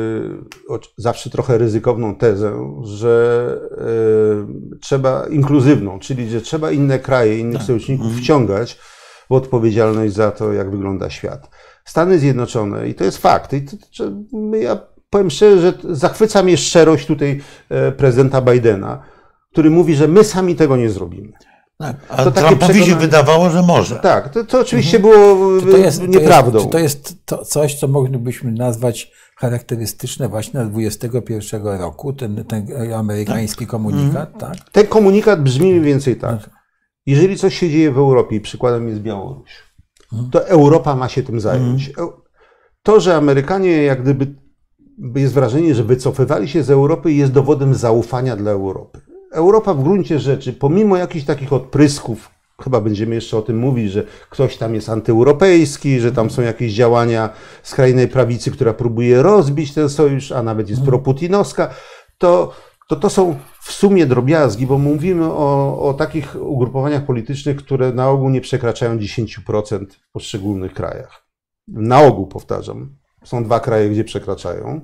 zawsze trochę ryzykowną tezę, że trzeba inkluzywną, czyli że trzeba inne kraje, innych sojuszników wciągać w odpowiedzialność za to, jak wygląda świat. Stany Zjednoczone, i to jest fakt, ja powiem szczerze, że zachwyca mnie szczerość tutaj prezydenta Bidena, który mówi, że my sami tego nie zrobimy. Tak, a Trumpowi się wydawało, że może. Tak, to oczywiście było nieprawdą. Czy to jest coś, co moglibyśmy nazwać charakterystyczne właśnie na 2021 roku, ten amerykański komunikat? Tak? Ten komunikat brzmi mniej więcej tak. Jeżeli coś się dzieje w Europie, i przykładem jest Białoruś, to Europa ma się tym zająć. To, że Amerykanie jak gdyby jest wrażenie, że wycofywali się z Europy, jest dowodem zaufania dla Europy. Europa w gruncie rzeczy, pomimo jakichś takich odprysków, chyba będziemy jeszcze o tym mówić, że ktoś tam jest antyeuropejski, że tam są jakieś działania skrajnej prawicy, która próbuje rozbić ten sojusz, a nawet jest proputinowska, to są w sumie drobiazgi, bo mówimy o takich ugrupowaniach politycznych, które na ogół nie przekraczają 10% w poszczególnych krajach. Na ogół, powtarzam. Są 2 kraje, gdzie przekraczają.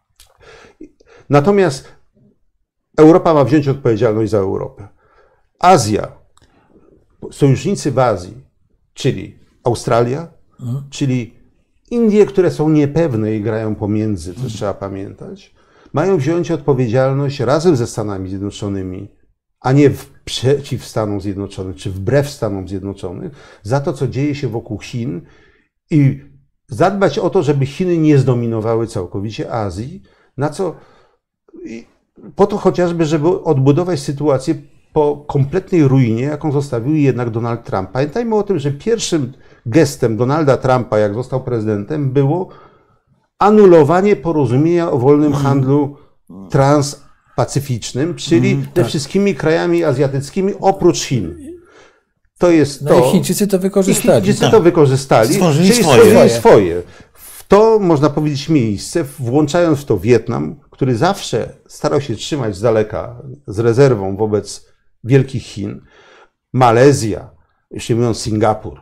Natomiast Europa ma wziąć odpowiedzialność za Europę. Azja, sojusznicy w Azji, czyli Australia, czyli Indie, które są niepewne i grają pomiędzy, to trzeba pamiętać, mają wziąć odpowiedzialność razem ze Stanami Zjednoczonymi, a nie przeciw Stanom Zjednoczonym, czy wbrew Stanom Zjednoczonym, za to, co dzieje się wokół Chin i zadbać o to, żeby Chiny nie zdominowały całkowicie Azji, po to chociażby, żeby odbudować sytuację po kompletnej ruinie, jaką zostawił jednak Donald Trump. Pamiętajmy o tym, że pierwszym gestem Donalda Trumpa, jak został prezydentem, było anulowanie porozumienia o wolnym handlu transpacyficznym, czyli ze wszystkimi krajami azjatyckimi oprócz Chin. To jest to. I Chińczycy to wykorzystali. Chińczycy to wykorzystali, stworzyli swoje. W to, można powiedzieć, miejsce, włączając w to Wietnam, który zawsze starał się trzymać z daleka, z rezerwą wobec wielkich Chin, Malezja, jeszcze mówiąc Singapur,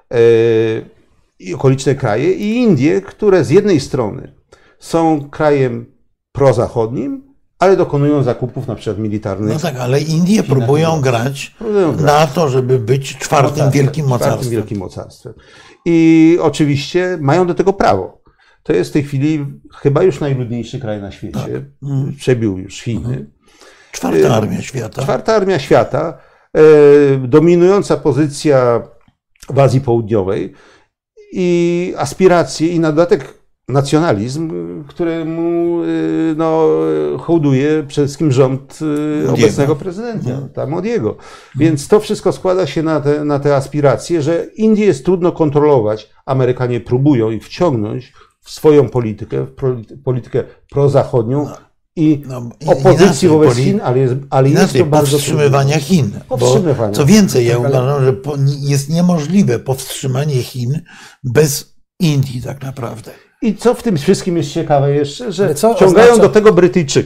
i okoliczne kraje, i Indie, które z jednej strony są krajem prozachodnim, ale dokonują zakupów na przykład militarnych. No tak, ale Indie próbują grać na to, żeby być czwartym wielkim mocarstwem. I oczywiście mają do tego prawo. To jest w tej chwili chyba już najludniejszy kraj na świecie. Tak. Przebił już Chiny. Czwarta armia świata. Czwarta armia świata. Dominująca pozycja w Azji Południowej i aspiracje i na dodatek nacjonalizm, któremu hołduje przede wszystkim rząd obecnego prezydenta, Modiego. Więc to wszystko składa się na te aspiracje, że Indie jest trudno kontrolować. Amerykanie próbują ich wciągnąć w swoją politykę prozachodnią i opozycji wobec Chin, ale jest to bardzo powstrzymywania Chin. Bo, co więcej, ja uważam, że jest niemożliwe powstrzymanie Chin bez Indii tak naprawdę. I co w tym wszystkim jest ciekawe jeszcze, że wciągają do tego Brytyjczyków.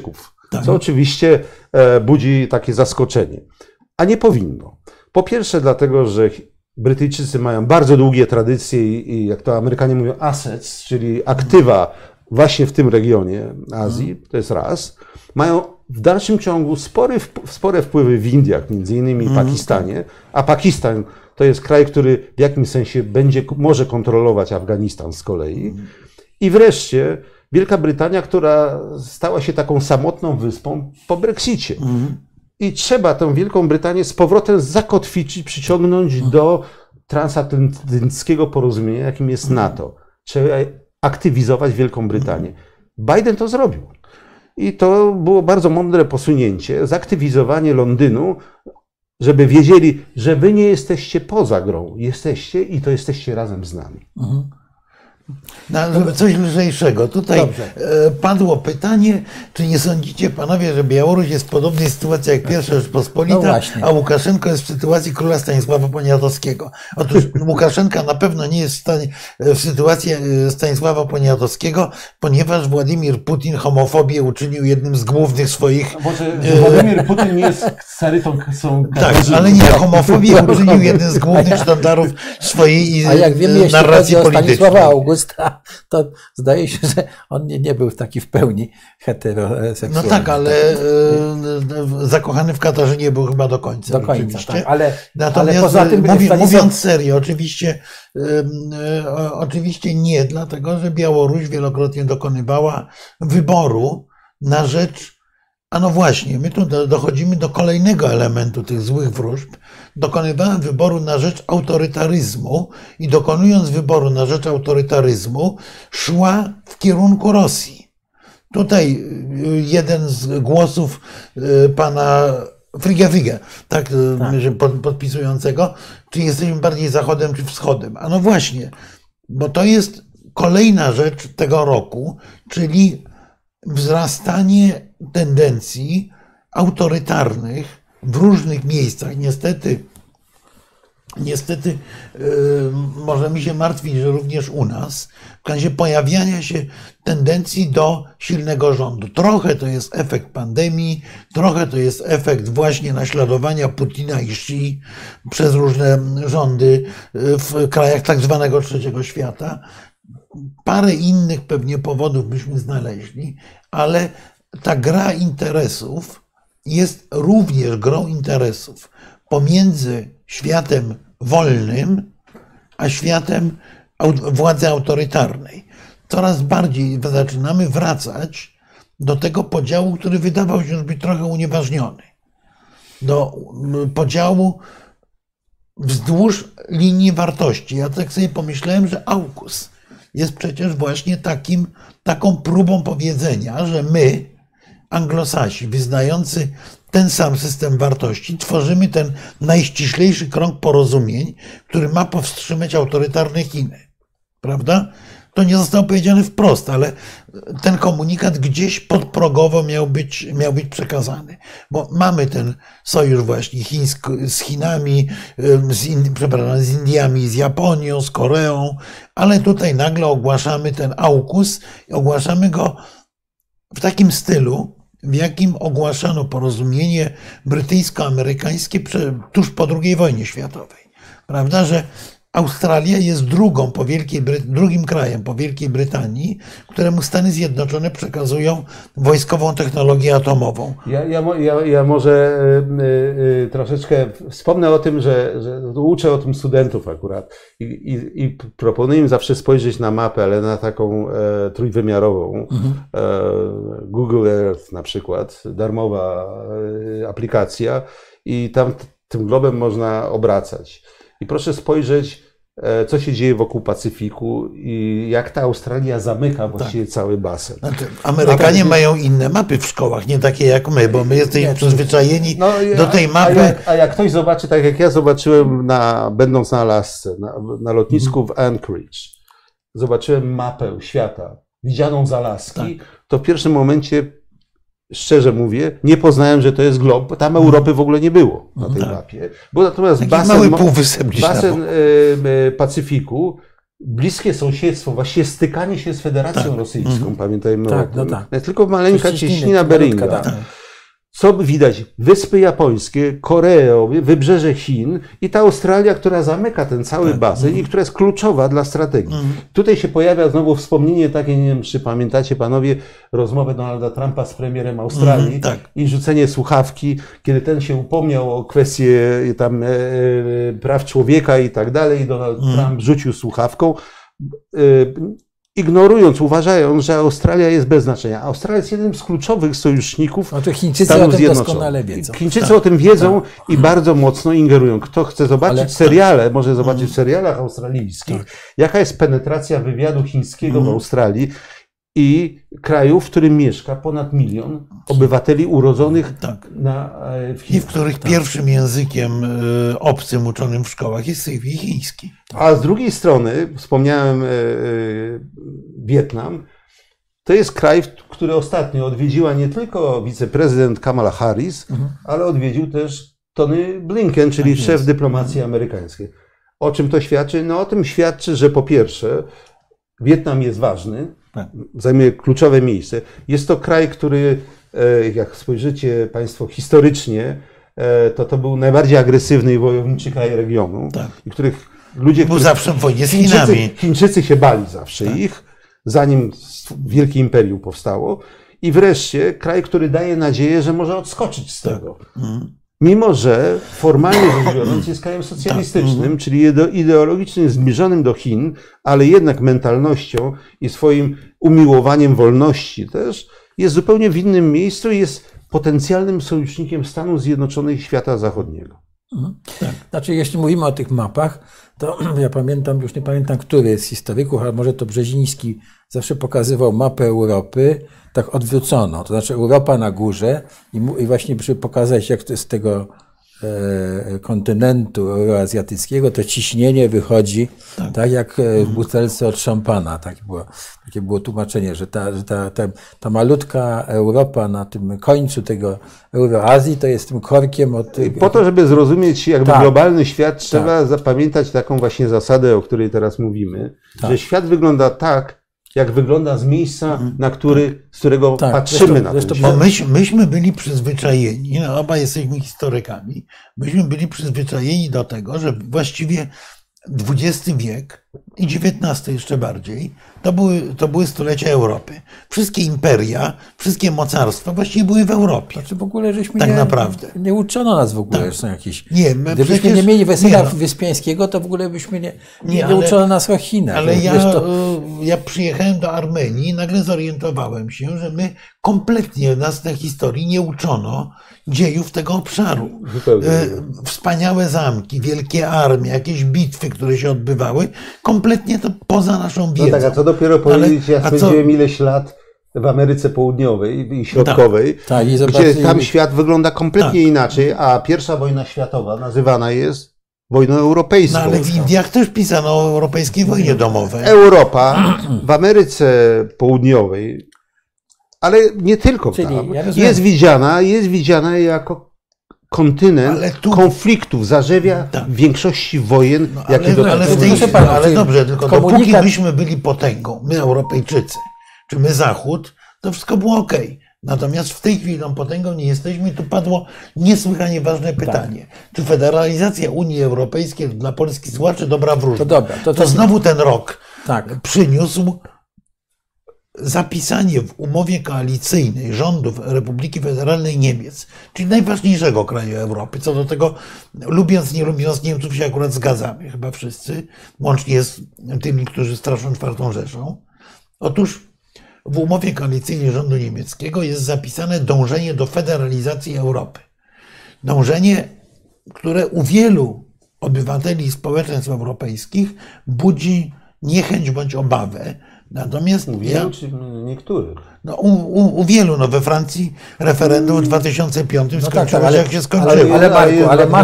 Tak. Co oczywiście budzi takie zaskoczenie. A nie powinno. Po pierwsze dlatego, że Brytyjczycy mają bardzo długie tradycje i jak to Amerykanie mówią assets, czyli aktywa właśnie w tym regionie Azji, to jest raz. Mają w dalszym ciągu spore wpływy w Indiach, między innymi Pakistanie, a Pakistan to jest kraj, który w jakimś sensie może kontrolować Afganistan z kolei. I wreszcie Wielka Brytania, która stała się taką samotną wyspą po Brexicie. I trzeba tę Wielką Brytanię z powrotem zakotwiczyć, przyciągnąć do transatlantyckiego porozumienia, jakim jest NATO. Trzeba aktywizować Wielką Brytanię. Biden to zrobił. I to było bardzo mądre posunięcie, zaktywizowanie Londynu, żeby wiedzieli, że wy nie jesteście poza grą. Jesteście i to jesteście razem z nami. No, coś lżejszego. Tutaj padło pytanie, czy nie sądzicie panowie, że Białoruś jest w podobnej sytuacji jak pierwsza Rzeczpospolita, a Łukaszenko jest w sytuacji króla Stanisława Poniatowskiego. Otóż Łukaszenka na pewno nie jest w sytuacji Stanisława Poniatowskiego, ponieważ Władimir Putin homofobię uczynił jednym z głównych swoich... Władimir Putin nie jest są tak, ale nie, homofobię uczynił jednym z głównych sztandarów swojej a jak wiemy, narracji politycznej. To zdaje się, że on nie był taki w pełni heteroseksualny. No tak, ale zakochany w Katarzynie był chyba do końca. Do końca, tak. Natomiast ale poza tym mówiąc serio, oczywiście nie, dlatego że Białoruś wielokrotnie dokonywała wyboru na rzecz. A no właśnie, my tu dochodzimy do kolejnego elementu tych złych wróżb. Dokonywała wyboru na rzecz autorytaryzmu i dokonując wyboru na rzecz autorytaryzmu szła w kierunku Rosji. Tutaj jeden z głosów pana Frigga, tak. Podpisującego, czy jesteśmy bardziej zachodem czy wschodem. A no właśnie, bo to jest kolejna rzecz tego roku, czyli wzrastanie tendencji autorytarnych w różnych miejscach. Niestety możemy się martwić, że również u nas, w razie pojawiania się tendencji do silnego rządu. Trochę to jest efekt pandemii, trochę to jest efekt właśnie naśladowania Putina i Xi przez różne rządy w krajach tak zwanego trzeciego świata. Parę innych pewnie powodów byśmy znaleźli, ale ta gra interesów jest również grą interesów pomiędzy światem wolnym a światem władzy autorytarnej. Coraz bardziej zaczynamy wracać do tego podziału, który wydawał się już być trochę unieważniony. Do podziału wzdłuż linii wartości. Ja tak sobie pomyślałem, że AUKUS jest przecież właśnie taką próbą powiedzenia, że my, Anglosasi, wyznający ten sam system wartości, tworzymy ten najściślejszy krąg porozumień, który ma powstrzymać autorytarne Chiny. Prawda? To nie zostało powiedziane wprost, ale ten komunikat gdzieś podprogowo miał być przekazany. Bo mamy ten sojusz właśnie z Chinami, z Indiami, z Japonią, z Koreą, ale tutaj nagle ogłaszamy ten AUKUS i ogłaszamy go w takim stylu, w jakim ogłaszano porozumienie brytyjsko-amerykańskie tuż po II wojnie światowej. Prawda, że Australia jest drugim krajem po Wielkiej Brytanii, któremu Stany Zjednoczone przekazują wojskową technologię atomową. Ja może troszeczkę wspomnę o tym, że uczę o tym studentów akurat i proponuję im zawsze spojrzeć na mapę, ale na taką trójwymiarową. Google Earth na przykład, darmowa aplikacja i tam tym globem można obracać. I proszę spojrzeć, co się dzieje wokół Pacyfiku i jak ta Australia zamyka właściwie cały basen. Znaczy, Amerykanie mają inne mapy w szkołach, nie takie jak my, bo my jesteśmy przyzwyczajeni do tej mapy. A jak ktoś zobaczy, tak jak ja zobaczyłem, będąc na Alasce, na lotnisku w Anchorage, zobaczyłem mapę świata, widzianą z Alaski, to w pierwszym momencie, szczerze mówię, nie poznałem, że to jest glob, bo tam Europy w ogóle nie było na tej mapie. Był natomiast basen Pacyfiku bliskie sąsiedztwo, właściwie stykanie się z Federacją Rosyjską, pamiętajmy o tym. Tylko maleńka cieśnina Beringa. Co widać? Wyspy Japońskie, Korea, wybrzeże Chin i ta Australia, która zamyka ten cały basen i która jest kluczowa dla strategii. Tutaj się pojawia znowu wspomnienie takie, nie wiem, czy pamiętacie panowie, rozmowę Donalda Trumpa z premierem Australii i rzucenie słuchawki, kiedy ten się upomniał o kwestie tam praw człowieka i tak dalej, Donald Trump rzucił słuchawką, ignorując, uważając, że Australia jest bez znaczenia. Australia jest jednym z kluczowych sojuszników Stanów Zjednoczonych. Chińczycy o tym wiedzą i bardzo mocno ingerują. Kto chce zobaczyć seriale, może zobaczyć w serialach australijskich, jaka jest penetracja wywiadu chińskiego w Australii i kraju, w którym mieszka ponad 1 milion obywateli urodzonych w Chinach. I w których pierwszym językiem obcym uczonym w szkołach jest w tej chwili chiński. A z drugiej strony, wspomniałem Wietnam, to jest kraj, który ostatnio odwiedziła nie tylko wiceprezydent Kamala Harris, ale odwiedził też Tony Blinken, czyli szef dyplomacji amerykańskiej. O czym to świadczy? No o tym świadczy, że po pierwsze Wietnam jest ważny, zajmuje kluczowe miejsce. Jest to kraj, który, jak spojrzycie państwo historycznie, to był najbardziej agresywny i wojowniczy kraj regionu, i których ludzie, był zawsze w wojnie z Chinami. Chińczycy się bali zawsze ich, zanim Wielkie Imperium powstało. I wreszcie kraj, który daje nadzieję, że może odskoczyć z tego. Mimo że formalnie rzecz biorąc jest krajem socjalistycznym, czyli ideologicznie zbliżonym do Chin, ale jednak mentalnością i swoim umiłowaniem wolności też jest zupełnie w innym miejscu i jest potencjalnym sojusznikiem Stanów Zjednoczonych i świata zachodniego. Znaczy, jeśli mówimy o tych mapach, to ja pamiętam, już nie pamiętam, który z historyków, ale może to Brzeziński zawsze pokazywał mapę Europy tak odwróconą. To znaczy Europa na górze i właśnie, żeby pokazać, jak to z tego kontynentu euroazjatyckiego to ciśnienie wychodzi tak jak w butelce od szampana. Takie było tłumaczenie, że ta malutka Europa na tym końcu tego Euroazji to jest tym korkiem od... Po to, żeby zrozumieć jakby globalny świat, trzeba zapamiętać taką właśnie zasadę, o której teraz mówimy, że świat wygląda tak, jak wygląda z miejsca, z którego patrzymy na ten świat. Myśmy byli przyzwyczajeni, obaj jesteśmy historykami, myśmy byli przyzwyczajeni do tego, że właściwie XX wiek i XIX jeszcze bardziej, to były stulecia Europy. Wszystkie imperia, wszystkie mocarstwa właściwie były w Europie. Znaczy w ogóle żeśmy nie uczono nas w ogóle, że są jakieś... Gdybyśmy nie mieli wesela Wyspiańskiego, to w ogóle byśmy nie uczono nas o Chinach. Ale ja przyjechałem do Armenii i nagle zorientowałem się, że my kompletnie nas na historii nie uczono dziejów tego obszaru. Wspaniałe zamki, wielkie armie, jakieś bitwy, które się odbywały, kompletnie to poza naszą wiedzą. No tak, a co dopiero powiedzieć, ja spędziłem ileś lat w Ameryce Południowej i Środkowej, gdzie tam świat wygląda kompletnie inaczej, a I wojna światowa nazywana jest wojną europejską. No ale w Indiach też pisano o europejskiej wojnie domowej. Europa w Ameryce Południowej, ale nie tylko tam, jest widziana jako kontynent konfliktów, zarzewia większości wojen, jakie ale dobrze, tylko dopóki myśmy byli potęgą, my Europejczycy, czy my Zachód, to wszystko było okej. Natomiast w tej chwili tą potęgą nie jesteśmy i tu padło niesłychanie ważne pytanie. Czy federalizacja Unii Europejskiej dla Polski zła, czy dobra wróżba? To znowu ten rok przyniósł zapisanie w umowie koalicyjnej rządów Republiki Federalnej Niemiec, czyli najważniejszego kraju Europy. Co do tego, lubiąc, nie lubiąc Niemców, się akurat zgadzamy, chyba wszyscy, łącznie z tymi, którzy straszą IV Rzeszą. Otóż w umowie koalicyjnej rządu niemieckiego jest zapisane dążenie do federalizacji Europy. Dążenie, które u wielu obywateli i społeczeństw europejskich budzi niechęć bądź obawę. Natomiast czy niektórych? No, u wielu, we Francji referendum w 2005 skończyło się, jak się skończyło. Ale masz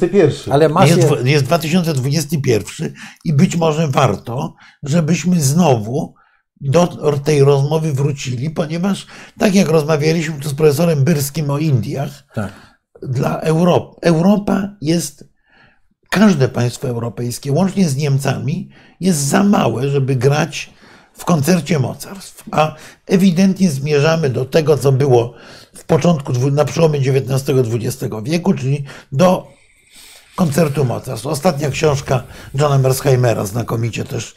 2021. Jest 2021 i być może warto, żebyśmy znowu do tej rozmowy wrócili, ponieważ tak jak rozmawialiśmy tu z profesorem Byrskim o Indiach, dla Europy, Europa jest każde państwo europejskie, łącznie z Niemcami, jest za małe, żeby grać w koncercie mocarstw. A ewidentnie zmierzamy do tego, co było w początku, na przełomie XIX-XX wieku, czyli do koncertu mocarstw. Ostatnia książka Johna Mersheimera znakomicie też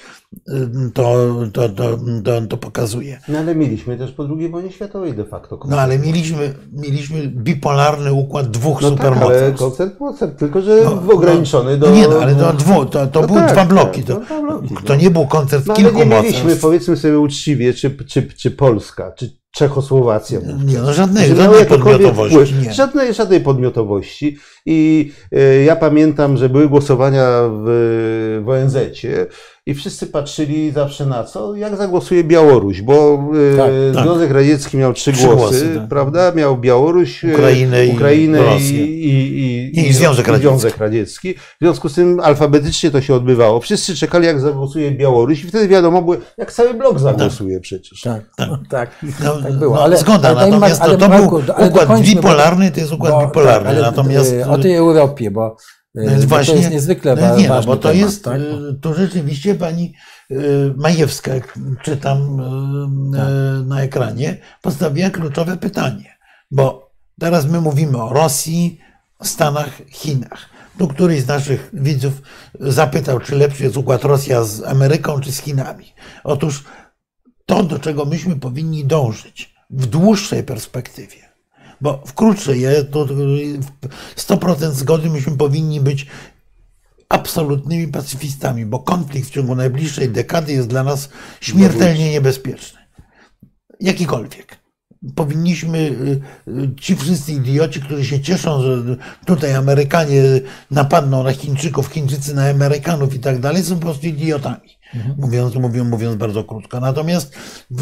to pokazuje. No ale mieliśmy też po II wojnie światowej de facto koncert. No ale mieliśmy bipolarny układ dwóch No tak, ale supermocarstw. koncert Mozart, tylko że ograniczony do... Nie no, ale to No były tak, dwa bloki. tak, dwa bloki, To nie był koncert No ale kilku nie mieliśmy, mocarstw. powiedzmy sobie uczciwie, czy Polska, czy Czechosłowacja. Nie, no Że żadnej miały jakikolwiek podmiotowości. wpływ. Nie. Żadnej podmiotowości. I ja pamiętam, że były głosowania w ONZ-cie i wszyscy patrzyli zawsze na co? Jak zagłosuje Białoruś, bo Tak. Związek Radziecki miał trzy Trzy głosy, głosy, tak. prawda? Miał Białoruś, Ukrainę i Rosję. i Związek Radziecki. W związku z tym alfabetycznie to się odbywało. Wszyscy czekali, jak zagłosuje Białoruś i wtedy wiadomo było, jak cały blok zagłosuje przecież. Tak No, było. No, Ale, zgoda, ale natomiast ale to Marku, był ale układ dokończmy, bipolarny, to jest układ bo- bipolarny. tak, ale, Natomiast o tej Europie, bo właśnie, to jest niezwykle nie, ważny bo to temat, jest, tak? tu rzeczywiście pani Majewska, jak czytam na ekranie, postawiła kluczowe pytanie, bo teraz my mówimy o Rosji, Stanach, Chinach. Tu któryś z naszych widzów zapytał, czy lepszy jest układ Rosja z Ameryką, czy z Chinami. Otóż to, do czego myśmy powinni dążyć w dłuższej perspektywie, bo w krótszej, 100% zgody, myśmy powinni być absolutnymi pacyfistami, bo konflikt w ciągu najbliższej dekady jest dla nas śmiertelnie niebezpieczny. Jakikolwiek. Powinniśmy, ci wszyscy idioci, którzy się cieszą, że tutaj Amerykanie napadną na Chińczyków, Chińczycy na Amerykanów i tak dalej, są po prostu idiotami. Mówiąc bardzo krótko. Natomiast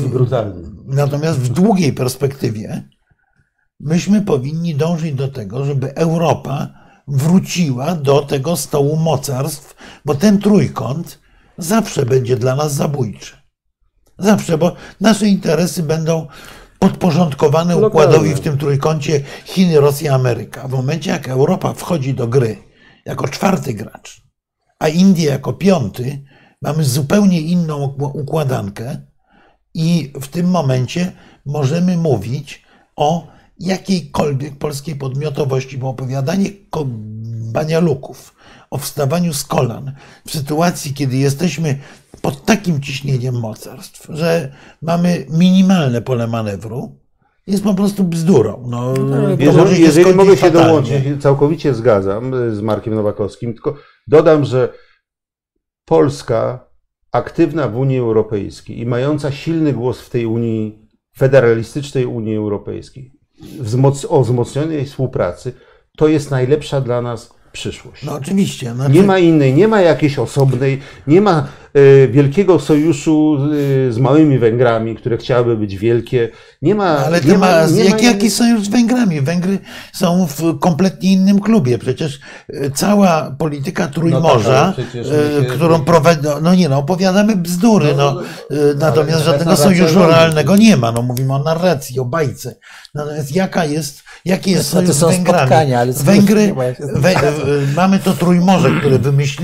w długiej perspektywie myśmy powinni dążyć do tego, żeby Europa wróciła do tego stołu mocarstw, bo ten trójkąt zawsze będzie dla nas zabójczy. Zawsze, bo nasze interesy będą podporządkowane układowi w tym trójkącie Chiny, Rosja, Ameryka. W momencie, jak Europa wchodzi do gry jako czwarty gracz, a Indie jako piąty, mamy zupełnie inną układankę i w tym momencie możemy mówić o jakiejkolwiek polskiej podmiotowości, bo opowiadanie banialuków o wstawaniu z kolan w sytuacji, kiedy jesteśmy pod takim ciśnieniem mocarstw, że mamy minimalne pole manewru, jest po prostu bzdurą. No, jeżeli mogę się dołączyć, całkowicie zgadzam z Markiem Nowakowskim, tylko dodam, że Polska aktywna w Unii Europejskiej i mająca silny głos w tej Unii, federalistycznej Unii Europejskiej, o wzmocnionej współpracy, to jest najlepsza dla nas przyszłość. No oczywiście. Nie ma innej, nie ma jakiejś osobnej, nie ma wielkiego sojuszu z małymi Węgrami, które chciałyby być wielkie. Nie ma. Ale jaki sojusz z Węgrami? Węgry są w kompletnie innym klubie. Przecież cała polityka Trójmorza, którą prowadzi. Opowiadamy bzdury. Natomiast żadnego sojuszu realnego nie ma. Mówimy o narracji, o bajce. Natomiast jaki jest sojusz z Węgrami? Węgry, mamy to Trójmorze, które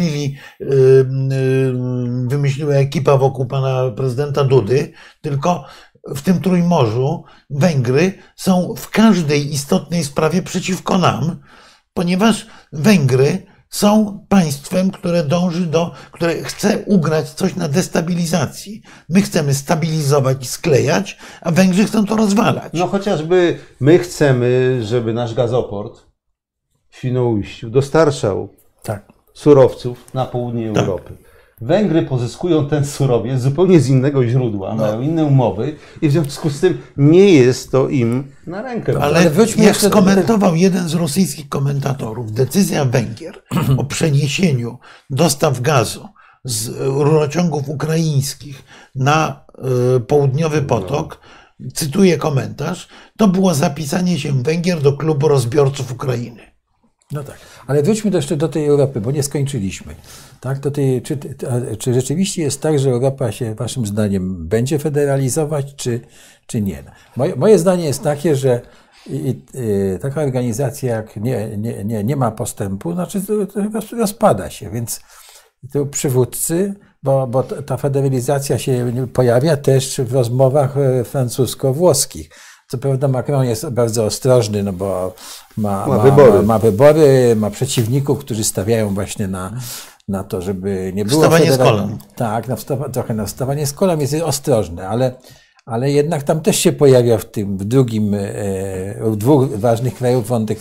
wymyśliła ekipa wokół pana prezydenta Dudy, tylko w tym Trójmorzu Węgry są w każdej istotnej sprawie przeciwko nam, ponieważ Węgry są państwem, które chce ugrać coś na destabilizacji. My chcemy stabilizować i sklejać, a Węgrzy chcą to rozwalać. No chociażby my chcemy, żeby nasz gazoport w Świnoujściu dostarczał surowców na południe Europy. Węgry pozyskują ten surowiec zupełnie z innego źródła, mają inne umowy i w związku z tym nie jest to im na rękę. Ale jak skomentował jeden z rosyjskich komentatorów, decyzja Węgier o przeniesieniu dostaw gazu z rurociągów ukraińskich na południowy potok, cytuję komentarz, to było zapisanie się Węgier do klubu rozbiorców Ukrainy. No tak, ale wróćmy jeszcze do tej Europy, bo nie skończyliśmy. Tak? Czy rzeczywiście jest tak, że Europa się waszym zdaniem będzie federalizować, czy nie? Moje zdanie jest takie, że taka organizacja jak nie ma postępu, znaczy rozpada się, więc to przywódcy, bo ta federalizacja się pojawia też w rozmowach francusko-włoskich. Co prawda Macron jest bardzo ostrożny, no bo ma wybory, ma przeciwników, którzy stawiają właśnie na to, żeby nie było wstawanie z kolan. Tak, trochę na wstawanie z kolan, jest ostrożny, ale jednak tam też się pojawia w dwóch ważnych krajów wątek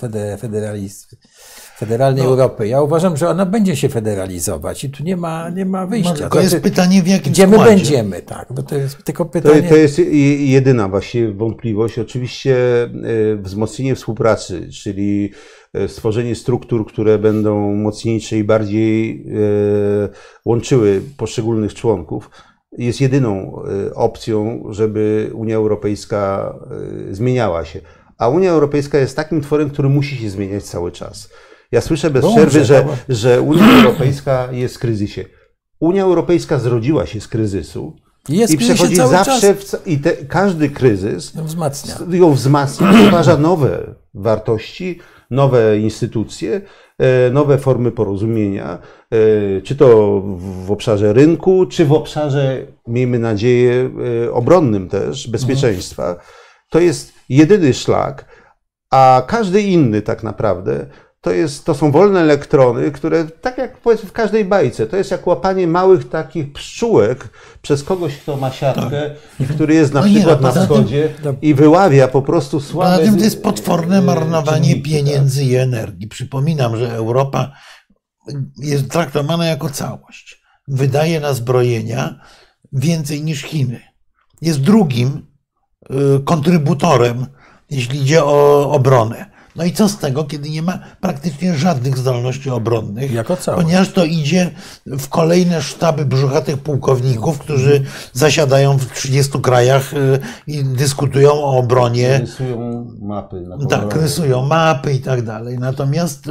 federalnej Europy. Ja uważam, że ona będzie się federalizować i tu nie ma wyjścia. Tylko jest pytanie, w jakim gdzie składzie. my będziemy, tak, bo to jest tylko pytanie. To jest jedyna właściwie wątpliwość. Oczywiście wzmocnienie współpracy, czyli stworzenie struktur, które będą mocniejsze i bardziej łączyły poszczególnych członków, jest jedyną opcją, żeby Unia Europejska zmieniała się. A Unia Europejska jest takim tworem, który musi się zmieniać cały czas. Ja słyszę bez przerwy, że Unia Europejska jest w kryzysie. Unia Europejska zrodziła się z kryzysu i przechodzi zawsze, każdy kryzys ją wzmacnia, stwarza nowe wartości, nowe instytucje, nowe formy porozumienia, czy to w obszarze rynku, czy w obszarze, miejmy nadzieję, obronnym też, bezpieczeństwa. To jest jedyny szlak, a każdy inny tak naprawdę to są wolne elektrony, które, tak jak powiedzmy w każdej bajce, to jest jak łapanie małych takich pszczółek przez kogoś, kto ma siatkę i który jest na przykład na wschodzie i wyławia po prostu słabe... Poza tym to jest potworne marnowanie pieniędzy i energii. Przypominam, że Europa jest traktowana jako całość. Wydaje na zbrojenia więcej niż Chiny. Jest drugim kontrybutorem, jeśli idzie o obronę. No i co z tego, kiedy nie ma praktycznie żadnych zdolności obronnych, ponieważ to idzie w kolejne sztaby brzuchatych pułkowników, którzy zasiadają w 30 krajach i dyskutują o obronie. Rysują mapy. Tak, rysują mapy i tak dalej. Natomiast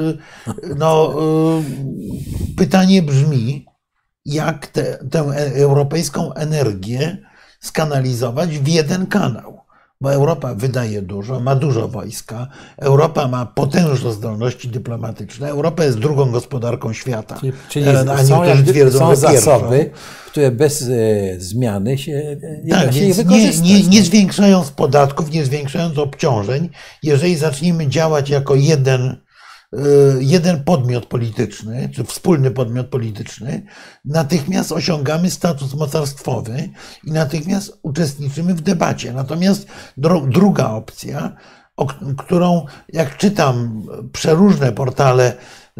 pytanie brzmi, jak tę europejską energię skanalizować w jeden kanał. Bo Europa wydaje dużo, ma dużo wojska, Europa ma potężne zdolności dyplomatyczne, Europa jest drugą gospodarką świata. Czyli są zasoby, które bez zmiany się nie da się wykorzystać. Nie zwiększając podatków, nie zwiększając obciążeń, jeżeli zaczniemy działać jako jeden podmiot polityczny, czy wspólny podmiot polityczny, natychmiast osiągamy status mocarstwowy i natychmiast uczestniczymy w debacie. Natomiast druga opcja, którą jak czytam przeróżne portale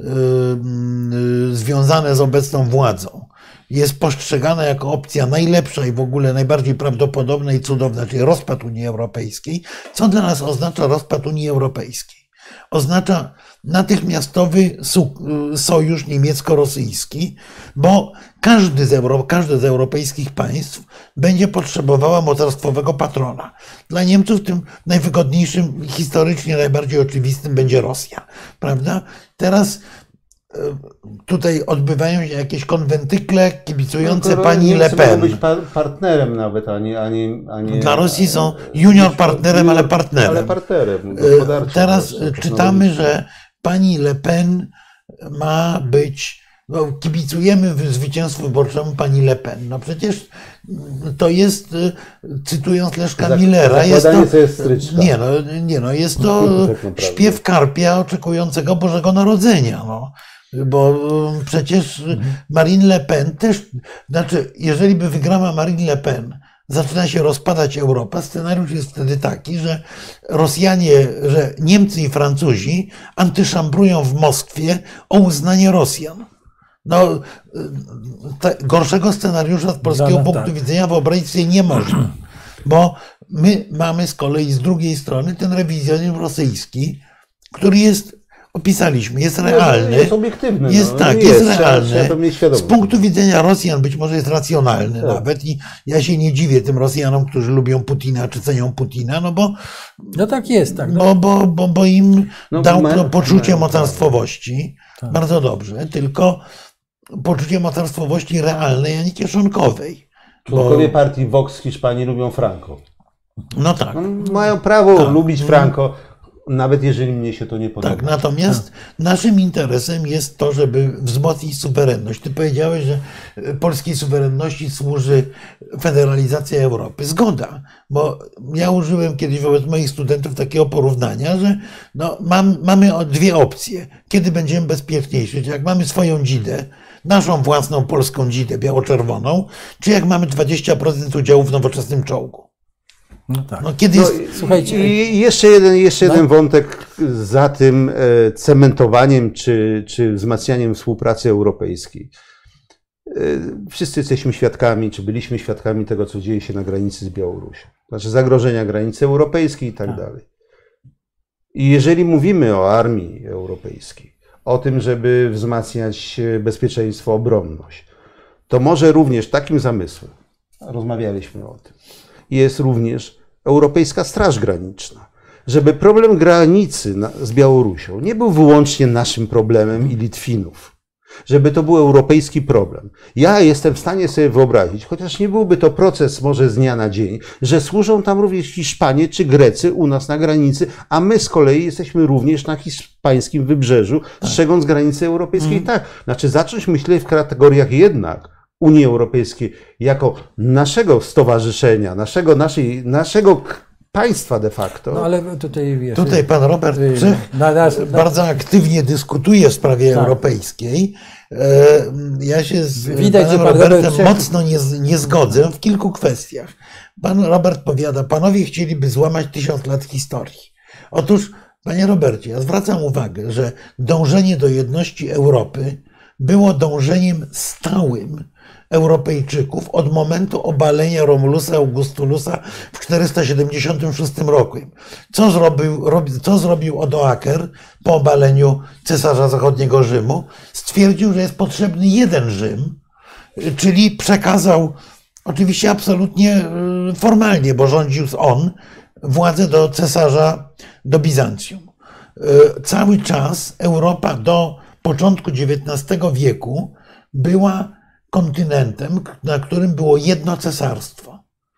związane z obecną władzą, jest postrzegana jako opcja najlepsza i w ogóle najbardziej prawdopodobna i cudowna, czyli rozpad Unii Europejskiej. Co dla nas oznacza rozpad Unii Europejskiej? Oznacza natychmiastowy sojusz niemiecko-rosyjski, bo każde z europejskich państw będzie potrzebowała mocarstwowego patrona. Dla Niemców tym najwygodniejszym, historycznie najbardziej oczywistym będzie Rosja, prawda? Teraz tutaj odbywają się jakieś konwentykle kibicujące pani Le Pen. Mogą być partnerem nawet, a nie... Dla Rosji są junior partnerem, ale partnerem. Ale partnerem teraz czytamy, że pani Le Pen ma być... No, kibicujemy zwycięstwu wyborczemu pani Le Pen. No przecież to jest, cytując Leszka Millera, jest to śpiew karpia oczekującego Bożego Narodzenia. No. Bo przecież Marine Le Pen też, znaczy, jeżeli by wygrała Marine Le Pen, zaczyna się rozpadać Europa. Scenariusz jest wtedy taki, że Rosjanie, że Niemcy i Francuzi antyszambrują w Moskwie o uznanie Rosjan. No, gorszego scenariusza z polskiego punktu widzenia wyobrazić sobie nie można. Bo my mamy z kolei z drugiej strony ten rewizjonizm rosyjski, który jest opisaliśmy, jest realny. Jest obiektywny. Jest no, tak, jest realny. Trzeba to mieć świadomość. Z punktu widzenia Rosjan być może jest racjonalny nawet i ja się nie dziwię tym Rosjanom, którzy lubią Putina czy cenią Putina, no bo No tak jest, tak. No. bo im dał mają- poczucie mają mocarstwowości. Tak. Bardzo dobrze, tylko poczucie mocarstwowości realnej, a nie kieszonkowej. Członkowie partii Vox w Hiszpanii lubią Franco. No tak. No, mają prawo Tak. lubić Franco, nawet jeżeli mnie się to nie podoba. Tak, natomiast naszym interesem jest to, żeby wzmocnić suwerenność. Ty powiedziałeś, że polskiej suwerenności służy federalizacja Europy. Zgoda, bo ja użyłem kiedyś wobec moich studentów takiego porównania, że no, mamy dwie opcje. Kiedy będziemy bezpieczniejsi? Czy jak mamy swoją dzidę, naszą własną polską dzidę biało-czerwoną, czy jak mamy 20% udziału w nowoczesnym czołgu? No tak. No, kiedy jest... Słuchajcie, I jeszcze jeden wątek za tym cementowaniem czy wzmacnianiem współpracy europejskiej. Wszyscy jesteśmy świadkami, czy byliśmy świadkami tego, co dzieje się na granicy z Białorusią. Znaczy zagrożenia granicy europejskiej i tak dalej. I jeżeli mówimy o armii europejskiej, o tym, żeby wzmacniać bezpieczeństwo, obronność, to może również takim zamysłem, rozmawialiśmy o tym, jest również Europejska Straż Graniczna. Żeby problem granicy z Białorusią nie był wyłącznie naszym problemem i Litwinów. Żeby to był europejski problem. Ja jestem w stanie sobie wyobrazić, chociaż nie byłby to proces może z dnia na dzień, że służą tam również Hiszpanie czy Grecy u nas na granicy, a my z kolei jesteśmy również na hiszpańskim wybrzeżu, strzegąc granicy europejskiej. Tak, znaczy zacząć myśleć w kategoriach jednak Unii Europejskiej jako naszego stowarzyszenia, naszego państwa de facto. no ale tutaj wiesz... Tutaj pan Robert Czech bardzo aktywnie dyskutuje w sprawie europejskiej. Ja się z Widać, panem że pan Robertem Robert Czech... mocno nie zgodzę w kilku kwestiach. Pan Robert powiada, panowie chcieliby złamać 1000 lat historii. Otóż, panie Robercie, ja zwracam uwagę, że dążenie do jedności Europy było dążeniem stałym Europejczyków od momentu obalenia Romulusa Augustulusa w 476 roku. Co zrobił Odoaker po obaleniu cesarza zachodniego Rzymu? Stwierdził, że jest potrzebny jeden Rzym, czyli przekazał, oczywiście absolutnie formalnie, bo rządził on, władzę do cesarza, do Bizancjum. Cały czas Europa do początku XIX wieku była kontynentem, na którym było jedno cesarstwo.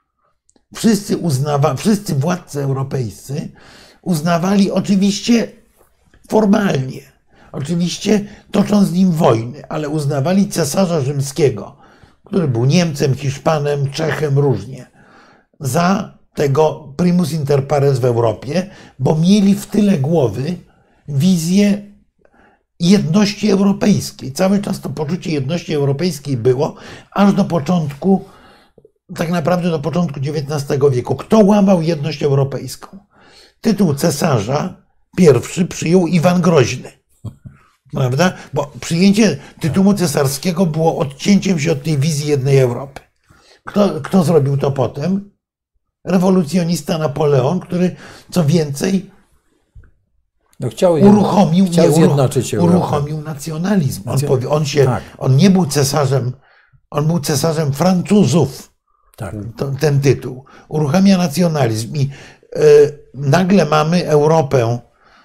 Wszyscy władcy europejscy uznawali oczywiście formalnie, oczywiście tocząc z nim wojny, ale uznawali cesarza rzymskiego, który był Niemcem, Hiszpanem, Czechem, różnie, za tego primus inter pares w Europie, bo mieli w tyle głowy wizję jedności europejskiej. Cały czas to poczucie jedności europejskiej było, aż do początku, tak naprawdę do początku XIX wieku. Kto łamał jedność europejską? Tytuł cesarza pierwszy przyjął Iwan Groźny. Prawda? Bo przyjęcie tytułu cesarskiego było odcięciem się od tej wizji jednej Europy. Kto zrobił to potem? Rewolucjonista Napoleon, który co więcej No, chciał zjednoczyć Europę. uruchomił nacjonalizm. On nie był cesarzem, on był cesarzem Francuzów. Tak. Ten tytuł. Uruchamia nacjonalizm i nagle mamy Europę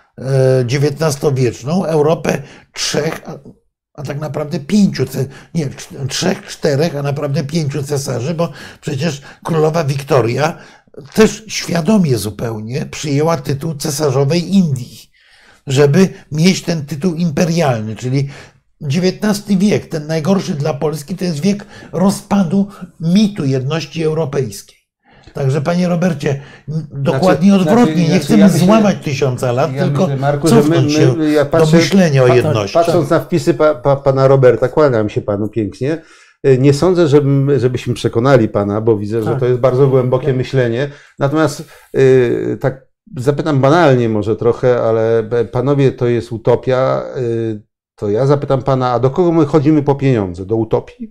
XIX-wieczną, Europę trzech, a tak naprawdę trzech, czterech, a naprawdę 5 cesarzy, bo przecież królowa Wiktoria też świadomie zupełnie przyjęła tytuł cesarzowej Indii, żeby mieć ten tytuł imperialny, czyli XIX wiek, ten najgorszy dla Polski, to jest wiek rozpadu mitu jedności europejskiej. Także, panie Robercie, dokładnie odwrotnie, nie chcemy złamać 1000 lat, tylko myślę, Marku, cofnąć się do myślenia o jedności. Patrząc na wpisy pana Roberta, kłaniam się panu pięknie, nie sądzę, żebyśmy przekonali pana, bo widzę, że to jest bardzo głębokie myślenie. Natomiast tak zapytam banalnie może trochę, ale panowie, to jest utopia, to ja zapytam pana, a do kogo my chodzimy po pieniądze? Do utopii?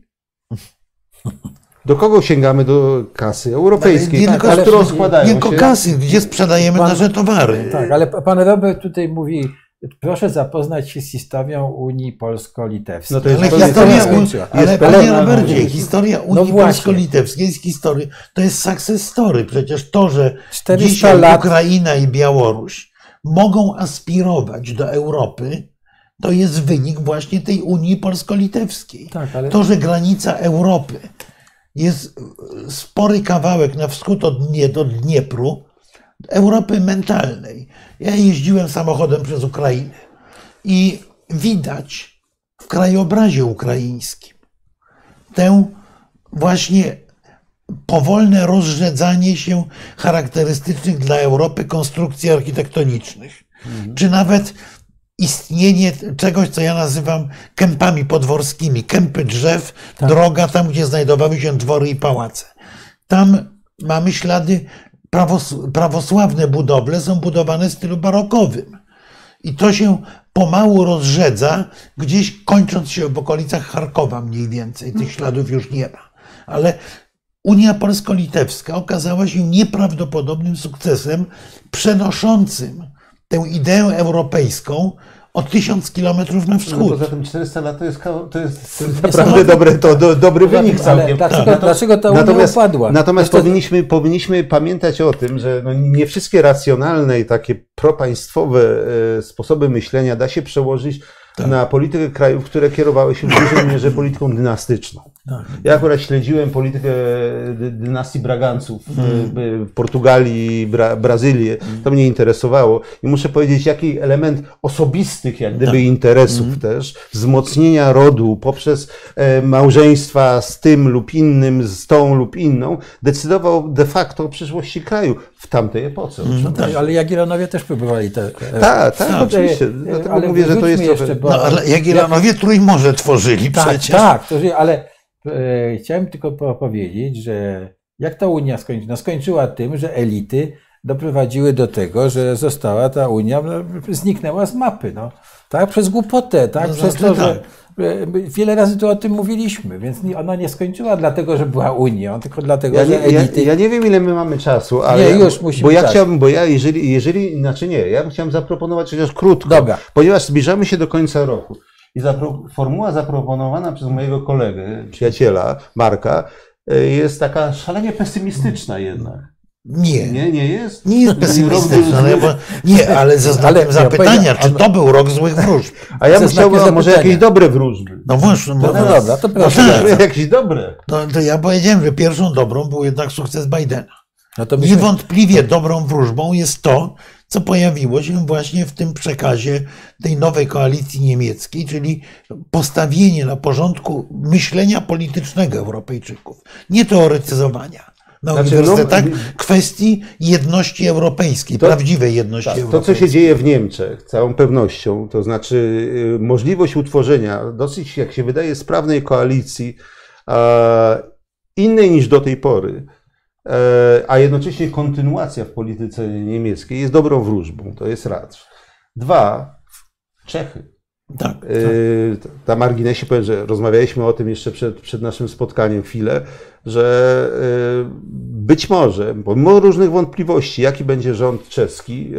Do kogo sięgamy? Do kasy europejskiej, którą składają nie tylko się... kasy, gdzie sprzedajemy nasze towary. Tak, ale pan Robert tutaj mówi proszę zapoznać się z historią Unii Polsko-Litewskiej. No to jest Ale zupełnie historia, co innego. ale panie Robercie, historia Unii właśnie. Polsko-Litewskiej jest historią, to jest success story. Przecież to, że 400 dzisiaj lat. Ukraina i Białoruś mogą aspirować do Europy, to jest wynik właśnie tej Unii Polsko-Litewskiej. Tak, ale To, że granica Europy jest spory kawałek na wschód od Dniepru, Europy mentalnej. Ja jeździłem samochodem przez Ukrainę i widać w krajobrazie ukraińskim tę właśnie powolne rozrzedzanie się charakterystycznych dla Europy konstrukcji architektonicznych, czy nawet istnienie czegoś, co ja nazywam kępami podworskimi, kępy drzew, droga tam, gdzie znajdowały się dwory i pałace. Tam mamy ślady, prawosławne budowle są budowane w stylu barokowym. I to się pomału rozrzedza, gdzieś kończąc się w okolicach Charkowa mniej więcej. Tych śladów już nie ma. Ale Unia Polsko-Litewska okazała się nieprawdopodobnym sukcesem przenoszącym tę ideę europejską o 1000 kilometrów na No, wschód. poza tym 400 lat to jest naprawdę dobry wynik całkiem. Dlaczego ta Unia upadła? Natomiast powinniśmy pamiętać o tym, że no nie wszystkie racjonalne i takie propaństwowe sposoby myślenia da się przełożyć na politykę krajów, które kierowały się w dużej mierze polityką dynastyczną. Ja akurat śledziłem politykę dynastii Braganców w Portugalii, Brazylię. To mnie interesowało i muszę powiedzieć, jaki element osobistych jak gdyby interesów też, wzmocnienia rodu poprzez małżeństwa z tym lub innym, z tą lub inną, decydował de facto o przyszłości kraju w tamtej epoce. Ale Jagiellonowie też próbowali te... Tak, oczywiście. Dlatego ale mówię, że to jest jeszcze, trochę... bo- No, ale Jagiellonowie Trójmorze tworzyli przecież. Tak, ale chciałem tylko powiedzieć, że jak ta Unia skończyła? No, skończyła tym, że elity doprowadziły do tego, że została ta Unia, zniknęła z mapy. No. Tak, przez głupotę, tak? No, Przez znaczy to, że tak. wiele razy tu o tym mówiliśmy, więc ona nie skończyła dlatego, że była Unią, tylko dlatego, że elity... Ja nie wiem, ile my mamy czasu, ale Nie, już musimy bo ja tak. chciałbym, jeżeli, znaczy nie, ja bym chciał zaproponować chociaż krótko, Dobra. ponieważ zbliżamy się do końca roku i formuła zaproponowana przez mojego kolegę, przyjaciela, Marka, jest taka szalenie pesymistyczna jednak. Nie jest? Nie jest pesymistyczna. Nie, ale ze znakiem zapytania, czy to był rok złych wróżb? A ja bym Ze chciał, znakiem a może zapytania. jakieś dobre wróżby. No właśnie. No dobra, to proszę. tak. Jakieś dobre. To ja powiedziałem, że pierwszą dobrą był jednak sukces Bidena. No to byśmy... Niewątpliwie dobrą wróżbą jest to, co pojawiło się właśnie w tym przekazie tej nowej koalicji niemieckiej, czyli postawienie na porządku myślenia politycznego Europejczyków, nie teoretyzowania na uniwersytetach kwestii jedności europejskiej, prawdziwej jedności europejskiej. To, co się dzieje w Niemczech, całą pewnością, to znaczy możliwość utworzenia dosyć, jak się wydaje, sprawnej koalicji, innej niż do tej pory, a jednocześnie kontynuacja w polityce niemieckiej jest dobrą wróżbą, to jest raz. Dwa, Czechy. Tak. Na marginesie powiem, że rozmawialiśmy o tym jeszcze przed naszym spotkaniem chwilę, że być może, pomimo różnych wątpliwości, jaki będzie rząd czeski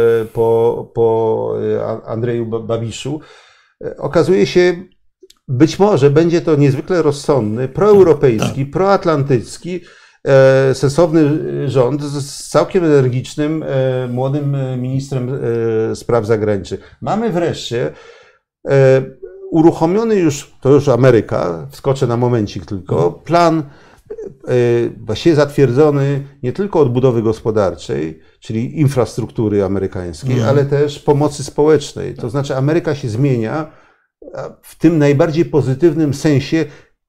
po Andrzeju Babiszu, okazuje się, być może będzie to niezwykle rozsądny, proeuropejski, proatlantycki, sensowny rząd z całkiem energicznym, młodym ministrem spraw zagranicznych. Mamy wreszcie uruchomiony już, to już Ameryka, wskoczę na momencik tylko, plan właściwie zatwierdzony nie tylko odbudowy gospodarczej, czyli infrastruktury amerykańskiej, ale też pomocy społecznej. To znaczy Ameryka się zmienia w tym najbardziej pozytywnym sensie,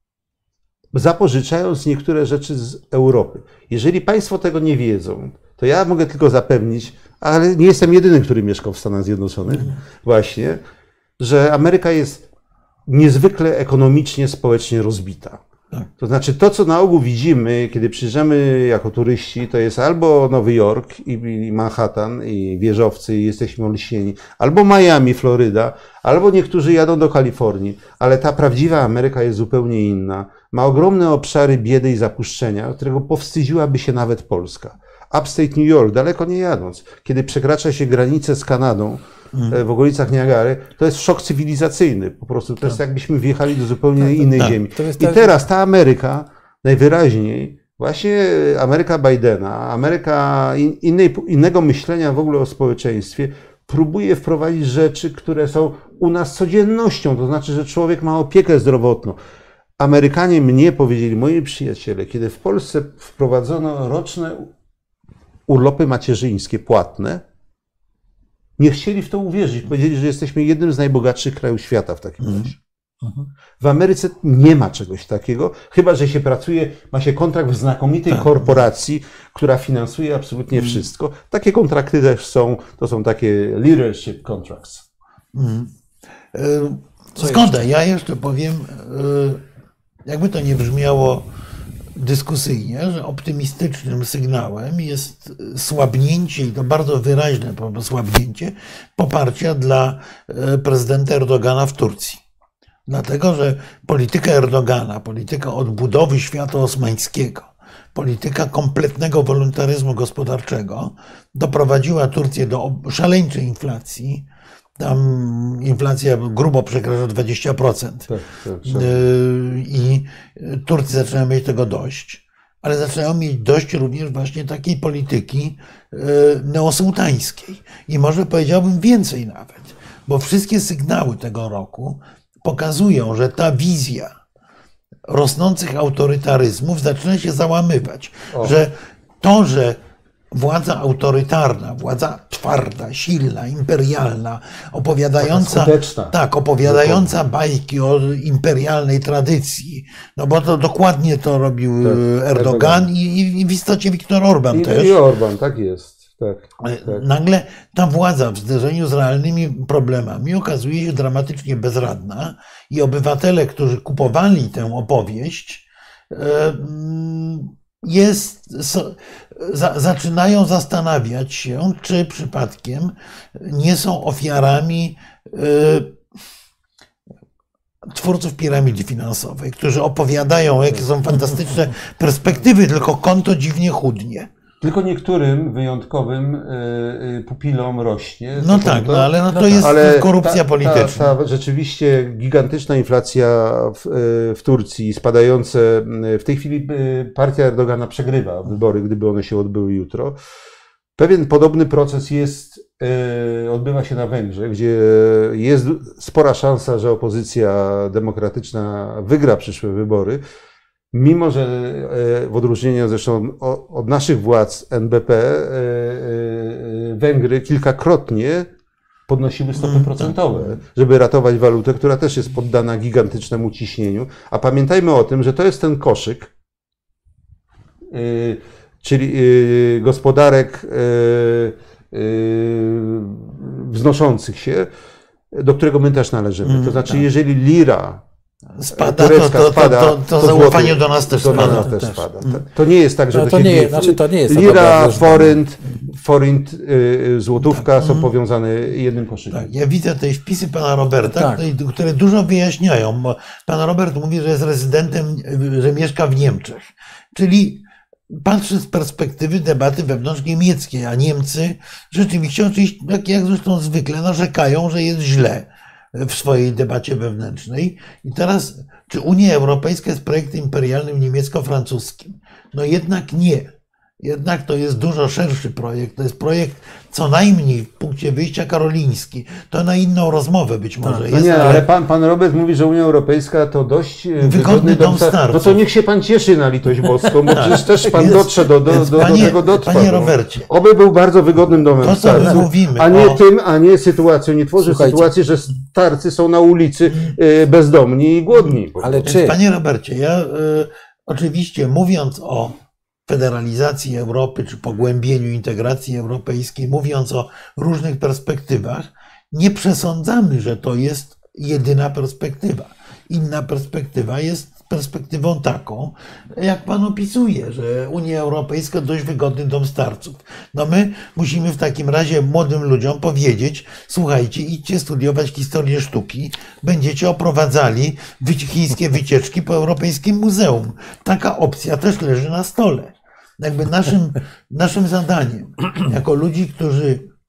zapożyczając niektóre rzeczy z Europy. Jeżeli Państwo tego nie wiedzą, to ja mogę tylko zapewnić, ale nie jestem jedynym, który mieszkał w Stanach Zjednoczonych, właśnie, że Ameryka jest niezwykle ekonomicznie, społecznie rozbita. To znaczy to, co na ogół widzimy, kiedy przyjeżdżamy jako turyści, to jest albo Nowy Jork i Manhattan i wieżowcy i jesteśmy olśnieni, albo Miami, Floryda, albo niektórzy jadą do Kalifornii, ale ta prawdziwa Ameryka jest zupełnie inna. Ma ogromne obszary biedy i zapuszczenia, którego powstydziłaby się nawet Polska. Upstate New York, daleko nie jadąc, kiedy przekracza się granicę z Kanadą, w okolicach Niagary, to jest szok cywilizacyjny po prostu. To jest jakbyśmy wjechali do zupełnie innej ziemi. I teraz ta Ameryka najwyraźniej, właśnie Ameryka Bidena, Ameryka innego myślenia w ogóle o społeczeństwie, próbuje wprowadzić rzeczy, które są u nas codziennością. To znaczy, że człowiek ma opiekę zdrowotną. Amerykanie mnie powiedzieli, moi przyjaciele, kiedy w Polsce wprowadzono roczne urlopy macierzyńskie płatne, nie chcieli w to uwierzyć. Powiedzieli, że jesteśmy jednym z najbogatszych krajów świata w takim razie. W Ameryce nie ma czegoś takiego, chyba że się pracuje, ma się kontrakt w znakomitej korporacji, która finansuje absolutnie wszystko. Takie kontrakty też są, to są takie leadership contracts. Zgoda, ja jeszcze powiem, jakby to nie brzmiało dyskusyjnie, że optymistycznym sygnałem jest słabnięcie, i to bardzo wyraźne słabnięcie, poparcia dla prezydenta Erdogana w Turcji. Dlatego, że polityka Erdogana, polityka odbudowy świata osmańskiego, polityka kompletnego wolontaryzmu gospodarczego doprowadziła Turcję do szaleńczej inflacji. Tam inflacja grubo przekracza 20%. I Turcy zaczynają mieć tego dość, ale zaczynają mieć dość również właśnie takiej polityki neosułtańskiej. I może powiedziałbym więcej nawet, bo wszystkie sygnały tego roku pokazują, że ta wizja rosnących autorytaryzmów zaczyna się załamywać. Że to, że władza autorytarna, władza twarda, silna, imperialna, opowiadająca bajki o imperialnej tradycji, no bo to dokładnie to robił Erdogan i w istocie Viktor Orban też. I Orban, tak jest. Tak. Nagle ta władza w zderzeniu z realnymi problemami okazuje się dramatycznie bezradna i obywatele, którzy kupowali tę opowieść, zaczynają zastanawiać się, czy przypadkiem nie są ofiarami twórców piramidy finansowej, którzy opowiadają, jakie są fantastyczne perspektywy, tylko konto dziwnie chudnie. Tylko niektórym wyjątkowym pupilom rośnie. No tak, ale to jest korupcja polityczna. Ta rzeczywiście gigantyczna inflacja w Turcji, spadające, w tej chwili partia Erdogana przegrywa wybory, gdyby one się odbyły jutro. Pewien podobny proces odbywa się na Węgrzech, gdzie jest spora szansa, że opozycja demokratyczna wygra przyszłe wybory. Mimo że w odróżnieniu zresztą od naszych władz NBP, Węgry kilkakrotnie podnosiły stopy procentowe, żeby ratować walutę, która też jest poddana gigantycznemu ciśnieniu. A pamiętajmy o tym, że to jest ten koszyk, czyli gospodarek wznoszących się, do którego my też należymy. To znaczy, jeżeli lira spada, to zaufanie do nas też spada. To nie jest tak, że to nie jest lira, forint, złotówka są powiązane jednym koszykiem. Tak, ja widzę tutaj wpisy pana Roberta, które dużo wyjaśniają. Bo pan Robert mówi, że jest rezydentem, że mieszka w Niemczech. Czyli patrzy z perspektywy debaty wewnątrzniemieckiej, a Niemcy rzeczywiście, oczywiście, jak zresztą zwykle, narzekają, że jest źle w swojej debacie wewnętrznej. I teraz, czy Unia Europejska jest projektem imperialnym niemiecko-francuskim? No jednak nie. Jednak to jest dużo szerszy projekt. To jest projekt co najmniej w punkcie wyjścia karoliński. To na inną rozmowę być może jest. Nie, ale pan Robert mówi, że Unia Europejska to dość wygodny dom starców. No to niech się pan cieszy na litość boską, bo przecież też pan dotrze do tego dotrwa. Panie Robercie. Oby był bardzo wygodnym domem starców, a nie sytuacją, nie tworzy sytuacji, że starcy są na ulicy bezdomni i głodni. Ale Panie Robercie, ja oczywiście mówiąc o federalizacji Europy, czy pogłębieniu integracji europejskiej, mówiąc o różnych perspektywach, nie przesądzamy, że to jest jedyna perspektywa. Inna perspektywa jest perspektywą taką, jak pan opisuje, że Unia Europejska to dość wygodny dom starców. No my musimy w takim razie młodym ludziom powiedzieć, słuchajcie, idźcie studiować historię sztuki, będziecie oprowadzali chińskie wycieczki po Europejskim Muzeum. Taka opcja też leży na stole. Jakby naszym zadaniem, jako ludzi, którzy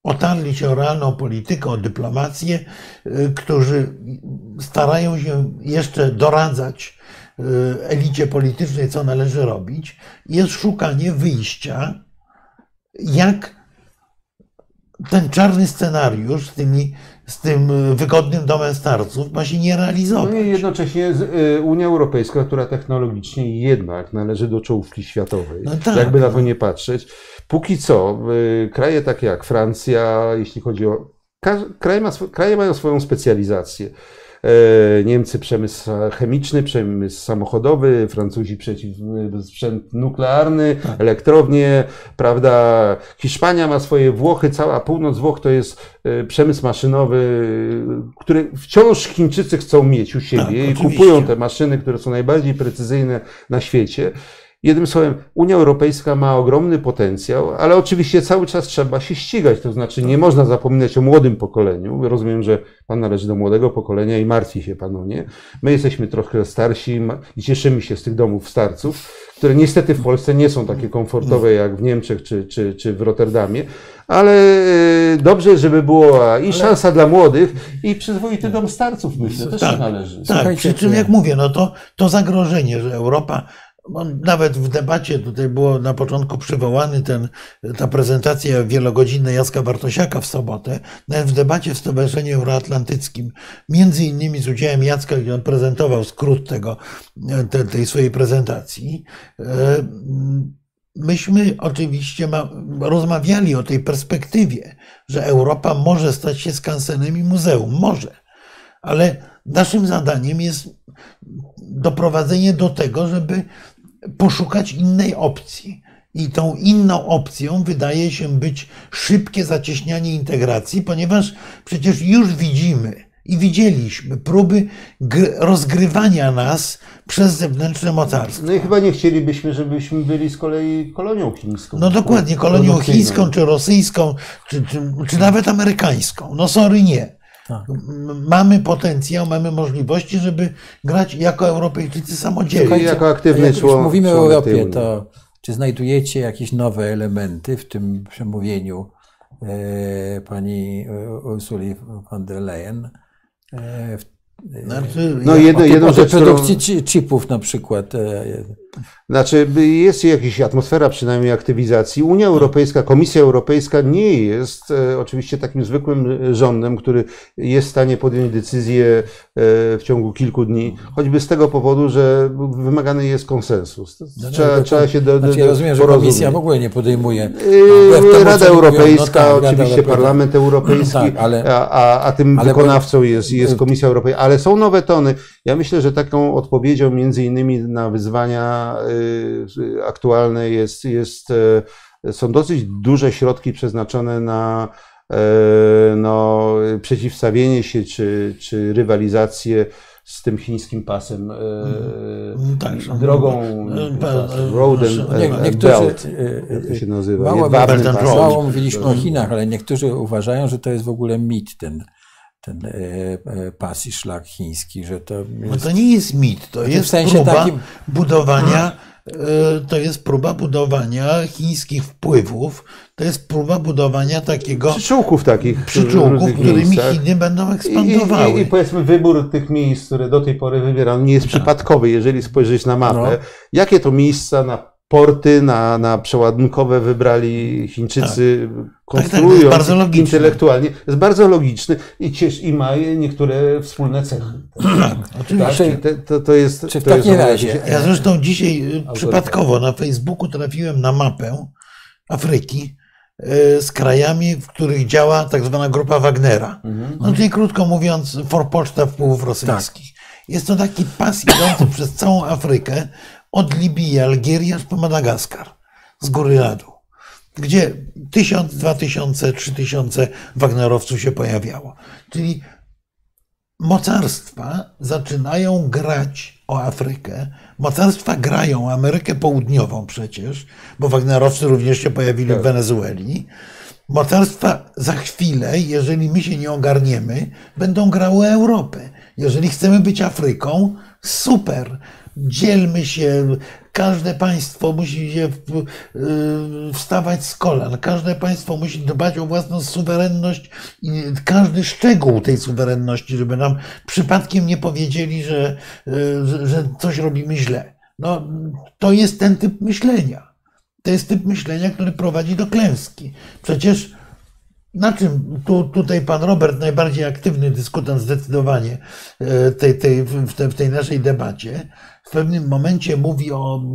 otarli się o realną politykę, o dyplomację, którzy starają się jeszcze doradzać elicie politycznej, co należy robić, jest szukanie wyjścia, jak ten czarny scenariusz z tym wygodnym domem starców ma się nie realizować. No i jednocześnie Unia Europejska, która technologicznie jednak należy do czołówki światowej, No tak. jakby na to nie patrzeć. Póki co kraje takie jak Francja, jeśli chodzi o... Kraje mają swoją specjalizację. Niemcy przemysł chemiczny, przemysł samochodowy, Francuzi sprzęt nuklearny, elektrownie, prawda? Hiszpania ma swoje, Włochy, cała północ Włoch to jest przemysł maszynowy, który wciąż Chińczycy chcą mieć u siebie i kupują te maszyny, które są najbardziej precyzyjne na świecie. Jednym słowem, Unia Europejska ma ogromny potencjał, ale oczywiście cały czas trzeba się ścigać, to znaczy nie można zapominać o młodym pokoleniu. Rozumiem, że pan należy do młodego pokolenia i martwi się pan o nie. My jesteśmy trochę starsi i cieszymy się z tych domów starców, które niestety w Polsce nie są takie komfortowe jak w Niemczech czy w Rotterdamie, ale dobrze, żeby była i szansa dla młodych i przyzwoity dom starców, myślę, też się należy. Tak, przy czym jak mówię, no to zagrożenie, że Europa... Nawet w debacie tutaj było na początku przywołany ta prezentacja wielogodzinna Jacka Bartosiaka w sobotę. Nawet w debacie w Stowarzyszeniu Euroatlantyckim, między innymi z udziałem Jacka, gdzie on prezentował skrót tej swojej prezentacji, myśmy oczywiście rozmawiali o tej perspektywie, że Europa może stać się skansenem i muzeum. Może. Ale naszym zadaniem jest doprowadzenie do tego, żeby poszukać innej opcji. I tą inną opcją wydaje się być szybkie zacieśnianie integracji, ponieważ przecież już widzimy i widzieliśmy próby rozgrywania nas przez zewnętrzne mocarstwo. No i chyba nie chcielibyśmy, żebyśmy byli z kolei kolonią chińską. No dokładnie, kolonią chińską, czy rosyjską, czy nawet amerykańską. No sorry, nie. Tak. Mamy potencjał, mamy możliwości, żeby grać jako Europejczycy samodzielnie. Jako aktywny człowiek. Jak mówimy o Europie, to czy znajdujecie jakieś nowe elementy w tym przemówieniu pani Ursuli von der Leyen? Jedną rzecz, produkcji chipów na przykład. Znaczy jest jakaś atmosfera przynajmniej aktywizacji. Unia Europejska, Komisja Europejska nie jest oczywiście takim zwykłym rządem, który jest w stanie podjąć decyzję w ciągu kilku dni, choćby z tego powodu, że wymagany jest konsensus. Trzeba się ja rozumiem, że Komisja w ogóle nie podejmuje. Rada Europejska, oczywiście Parlament Europejski, a tym wykonawcą jest Komisja Europejska, ale są nowe tony. Ja myślę, że taką odpowiedzią między innymi na wyzwania aktualne są dosyć duże środki przeznaczone na przeciwstawienie się czy rywalizację z tym chińskim pasem, drogą, road and belt, jak to się nazywa. Mało mówiliśmy o Chinach, ale niektórzy uważają, że to jest w ogóle mit, ten pas i szlak chiński, że to jest... No to nie jest mit, to jest próba budowania, to jest próba budowania chińskich wpływów, to jest próba budowania takiego... Przyczółków, którymi Chiny będą ekspandowały. I powiedzmy wybór tych miejsc, które do tej pory wybierano, nie jest przypadkowy, jeżeli spojrzysz na mapę. Jakie to miejsca na porty, na przeładunkowe wybrali Chińczycy, konstruując intelektualnie. Jest bardzo logiczny i ma niektóre wspólne cechy. Tak, oczywiście. To jest... Czy w takim razie... Ja zresztą dzisiaj przypadkowo na Facebooku trafiłem na mapę Afryki z krajami, w których działa tak zwana grupa Wagnera. No czyli krótko mówiąc, forpoczta wpływów rosyjskich. Jest to taki pas idący przez całą Afrykę, od Libii, Algierii aż po Madagaskar, z góry na dół, gdzie 1000, 2000, 3000 Wagnerowców się pojawiało. Czyli mocarstwa zaczynają grać o Afrykę. Mocarstwa grają o Amerykę Południową przecież, bo Wagnerowcy również się pojawili w Wenezueli. Mocarstwa za chwilę, jeżeli my się nie ogarniemy, będą grały o Europę. Jeżeli chcemy być Afryką, super. Dzielmy się, każde państwo musi wstawać z kolan, każde państwo musi dbać o własną suwerenność i każdy szczegół tej suwerenności, żeby nam przypadkiem nie powiedzieli, że coś robimy źle. No, to jest ten typ myślenia. To jest typ myślenia, który prowadzi do klęski. Przecież na czym tutaj pan Robert, najbardziej aktywny dyskutant zdecydowanie w tej naszej debacie, w pewnym momencie mówi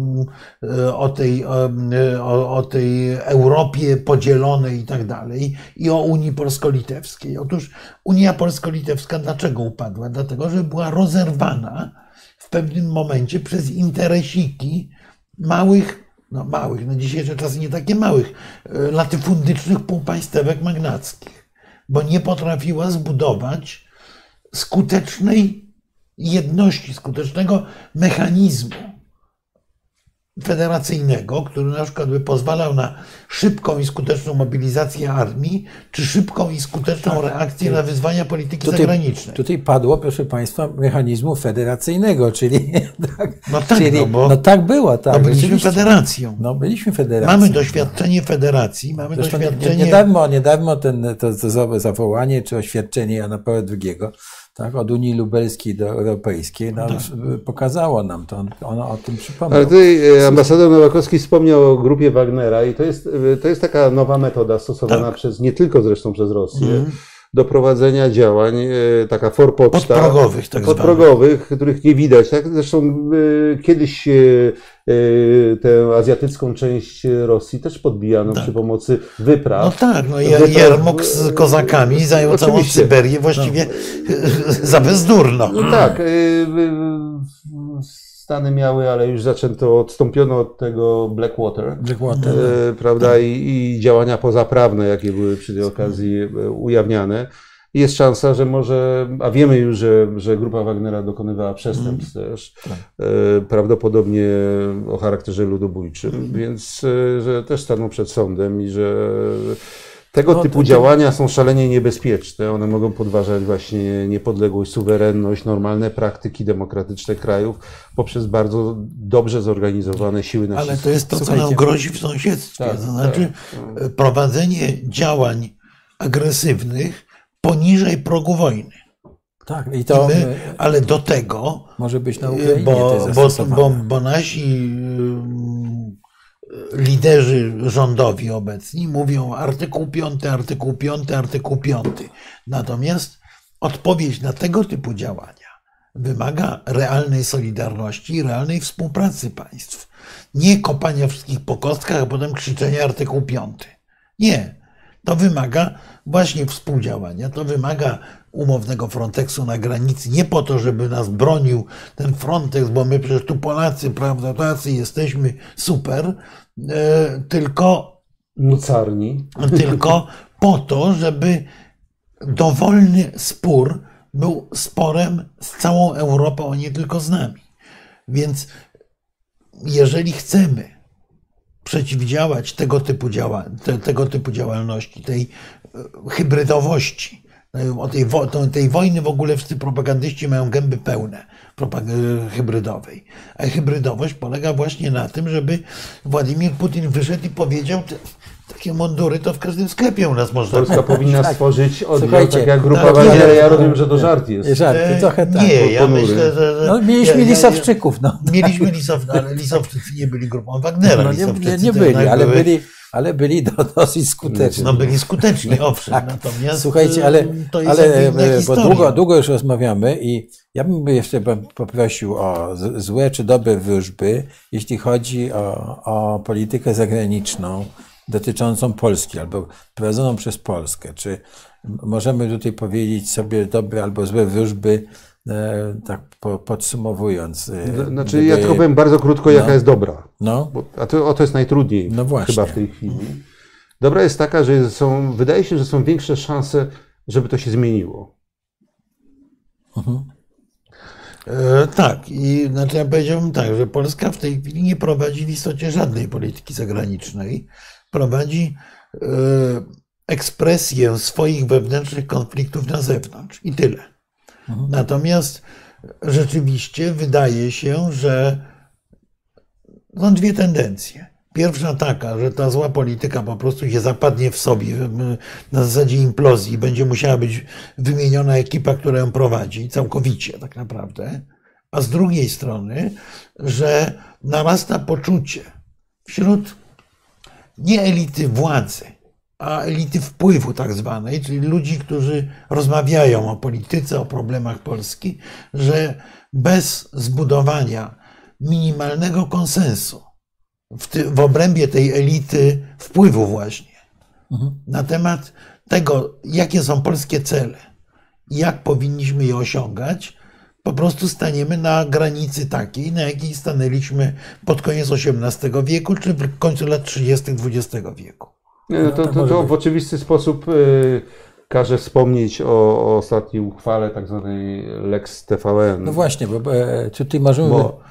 o tej Europie podzielonej i tak dalej i o Unii Polsko-Litewskiej. Otóż Unia Polsko-Litewska dlaczego upadła? Dlatego, że była rozerwana w pewnym momencie przez interesiki małych, no dzisiejsze czasy nie takie małych, latyfundycznych półpaństewek magnackich, bo nie potrafiła zbudować skutecznej jedności, skutecznego mechanizmu federacyjnego, który na przykład by pozwalał na szybką i skuteczną mobilizację armii, czy szybką i skuteczną reakcję na wyzwania polityki zagranicznej. Tutaj padło, proszę Państwa, mechanizmu federacyjnego, czyli tak było. Tak, byliśmy federacją. No, byliśmy federacją. Mamy doświadczenie federacji, mamy zresztą doświadczenie... Niedawno to zawołanie czy oświadczenie Jana Pawła II, tak, od Unii Lubelskiej do Europejskiej, pokazało nam to, ono o tym przypomniał. Ale tutaj ambasador Nowakowski wspomniał o grupie Wagnera i to jest taka nowa metoda stosowana nie tylko zresztą przez Rosję, do prowadzenia działań, taka forpoczta. Podprogowych, których nie widać. Tak? Zresztą kiedyś tę azjatycką część Rosji też podbijano przy pomocy wypraw. No tak, Jermuk z kozakami zajął całą Syberię właściwie za bezdurno. No tak, Stany miały, ale już odstąpiono od tego Blackwater. Prawda, i działania pozaprawne, jakie były przy tej okazji ujawniane. Jest szansa, że może, a wiemy już, że grupa Wagnera dokonywała przestępstw też, prawdopodobnie o charakterze ludobójczym, więc że też staną przed sądem i że tego typu działania są szalenie niebezpieczne. One mogą podważać właśnie niepodległość, suwerenność, normalne praktyki demokratyczne krajów poprzez bardzo dobrze zorganizowane siły nacisku. Ale to jest to, co nam grozi w sąsiedztwie. To znaczy prowadzenie działań agresywnych poniżej progu wojny. Tak, ale do tego, może być na Ukrainie bo nasi liderzy rządowi obecni mówią artykuł 5, artykuł 5, artykuł 5. Natomiast odpowiedź na tego typu działania wymaga realnej solidarności i realnej współpracy państw. Nie kopania wszystkich po kostkach, a potem krzyczenia artykuł 5. Nie. To wymaga właśnie współdziałania, to wymaga umownego Fronteksu na granicy, nie po to, żeby nas bronił ten Frontex, bo my przecież tu Polacy, prawda, tacy jesteśmy super, tylko po to, żeby dowolny spór był sporem z całą Europą, a nie tylko z nami. Jeżeli chcemy przeciwdziałać tego typu działalności, tej hybrydowości, tej wojny w ogóle wszyscy propagandyści mają gęby pełne hybrydowej. A hybrydowość polega właśnie na tym, żeby Władimir Putin wyszedł i powiedział, takie mundury to w każdym sklepie u nas można Polska powinna stworzyć oddział, tak jak grupa Wagnera. Ja rozumiem, że to żart jest. Trochę tak. Nie, ja myślę, że... mieliśmy Lisowczyków. Mieliśmy ale Lisowczycy nie byli grupą Wagnera. Nie byli, ale byli dosyć skuteczni. Byli skuteczni, owszem. Natomiast słuchajcie, ale bo długo już rozmawiamy i ja bym jeszcze poprosił o złe czy dobre wróżby, jeśli chodzi o politykę zagraniczną dotyczącą Polski albo prowadzoną przez Polskę. Czy możemy tutaj powiedzieć sobie dobre albo złe wróżby, tak podsumowując? Znaczy, ja tylko powiem bardzo krótko, jaka jest dobra. Bo to jest najtrudniej chyba w tej chwili. Dobra jest taka, że wydaje się, że są większe szanse, żeby to się zmieniło. Tak, i znaczy ja powiedziałbym tak, że Polska w tej chwili nie prowadzi w istocie żadnej polityki zagranicznej. Prowadzi ekspresję swoich wewnętrznych konfliktów na zewnątrz i tyle. Natomiast rzeczywiście wydaje się, że są dwie tendencje. Pierwsza taka, że ta zła polityka po prostu się zapadnie w sobie na zasadzie implozji. Będzie musiała być wymieniona ekipa, która ją prowadzi, całkowicie tak naprawdę. A z drugiej strony, że narasta poczucie wśród nie elity władzy, a elity wpływu tak zwanej, czyli ludzi, którzy rozmawiają o polityce, o problemach Polski, że bez zbudowania minimalnego konsensu w obrębie tej elity wpływu właśnie na temat tego, jakie są polskie cele i jak powinniśmy je osiągać, po prostu staniemy na granicy takiej, na jakiej stanęliśmy pod koniec XVIII wieku, czy w końcu lat 30. XX wieku. To w oczywisty sposób każe wspomnieć o ostatniej uchwale, tak zwanej Lex TVN. No właśnie, bo czy tutaj możemy...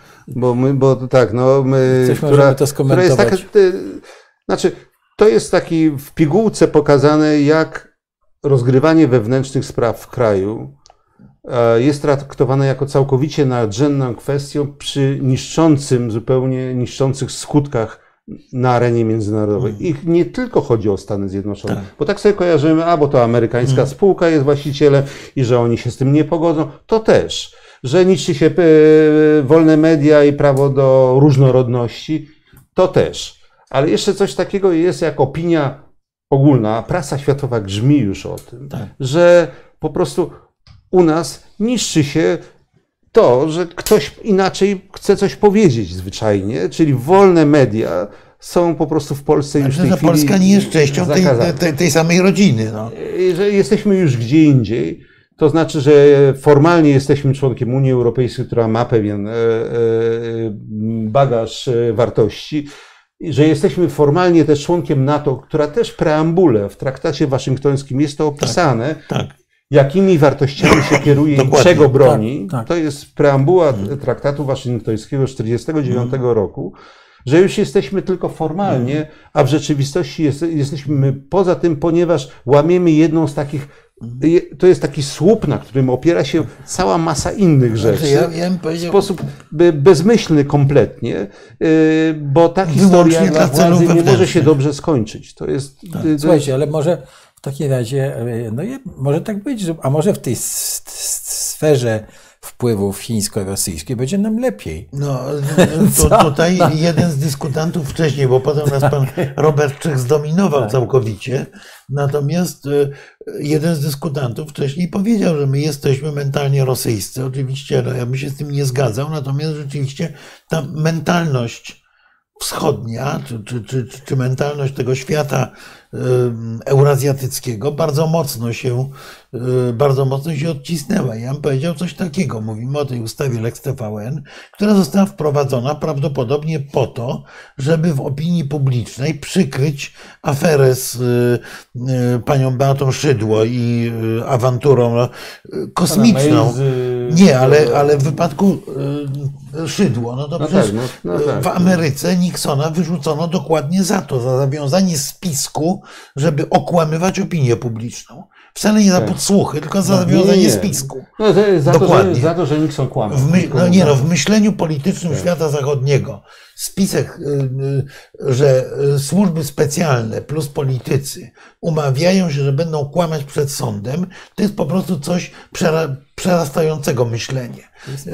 My, możemy to skomentować. Która jest taka, to jest taki w pigułce pokazane, jak rozgrywanie wewnętrznych spraw w kraju jest traktowane jako całkowicie nadrzędną kwestią przy zupełnie niszczących skutkach na arenie międzynarodowej. I nie tylko chodzi o Stany Zjednoczone, bo tak sobie kojarzymy, bo to amerykańska spółka jest właścicielem i że oni się z tym nie pogodzą, to też. Że niszczy się wolne media i prawo do różnorodności, to też. Ale jeszcze coś takiego jest jak opinia ogólna, prasa światowa grzmi już o tym, że po prostu u nas niszczy się to, że ktoś inaczej chce coś powiedzieć zwyczajnie, czyli wolne media są po prostu w Polsce już w tej chwili Polska nie jest częścią tej samej rodziny. No. Że jesteśmy już gdzie indziej. To znaczy, że formalnie jesteśmy członkiem Unii Europejskiej, która ma pewien bagaż wartości, że jesteśmy formalnie też członkiem NATO, która też w preambule w traktacie waszyngtońskim jest to opisane, jakimi wartościami się kieruje i czego broni. To jest preambuła traktatu waszyngtońskiego z 1949 roku, że już jesteśmy tylko formalnie, a w rzeczywistości jesteśmy poza tym, ponieważ łamiemy jedną z takich, to jest taki słup, na którym opiera się cała masa innych rzeczy, w sposób bezmyślny kompletnie, bo ta historia dla władzy nie może się dobrze skończyć. To jest, Słuchajcie, ale może w takim razie, może tak być, a może w tej sferze wpływów chińsko-rosyjskich będzie nam lepiej. Tutaj jeden z dyskutantów wcześniej, bo potem nas pan Robert Czech zdominował całkowicie, natomiast jeden z dyskutantów wcześniej powiedział, że my jesteśmy mentalnie rosyjscy. Oczywiście ja bym się z tym nie zgadzał, natomiast rzeczywiście ta mentalność wschodnia, czy mentalność tego świata eurazjatyckiego bardzo mocno się odcisnęła. Ja bym powiedział coś takiego. Mówimy o tej ustawie Lex TVN, która została wprowadzona prawdopodobnie po to, żeby w opinii publicznej przykryć aferę z panią Beatą Szydło i awanturą kosmiczną. Nie, ale w wypadku Szydło, w Ameryce Nixona wyrzucono dokładnie za to, za zawiązanie spisku, żeby okłamywać opinię publiczną. Wcale nie za podsłuchy, tylko za zawiązanie spisku. Za to, że Nixon kłamał. W myśleniu politycznym świata zachodniego spisek, że służby specjalne plus politycy umawiają się, że będą kłamać przed sądem, to jest po prostu coś przerastającego myślenie.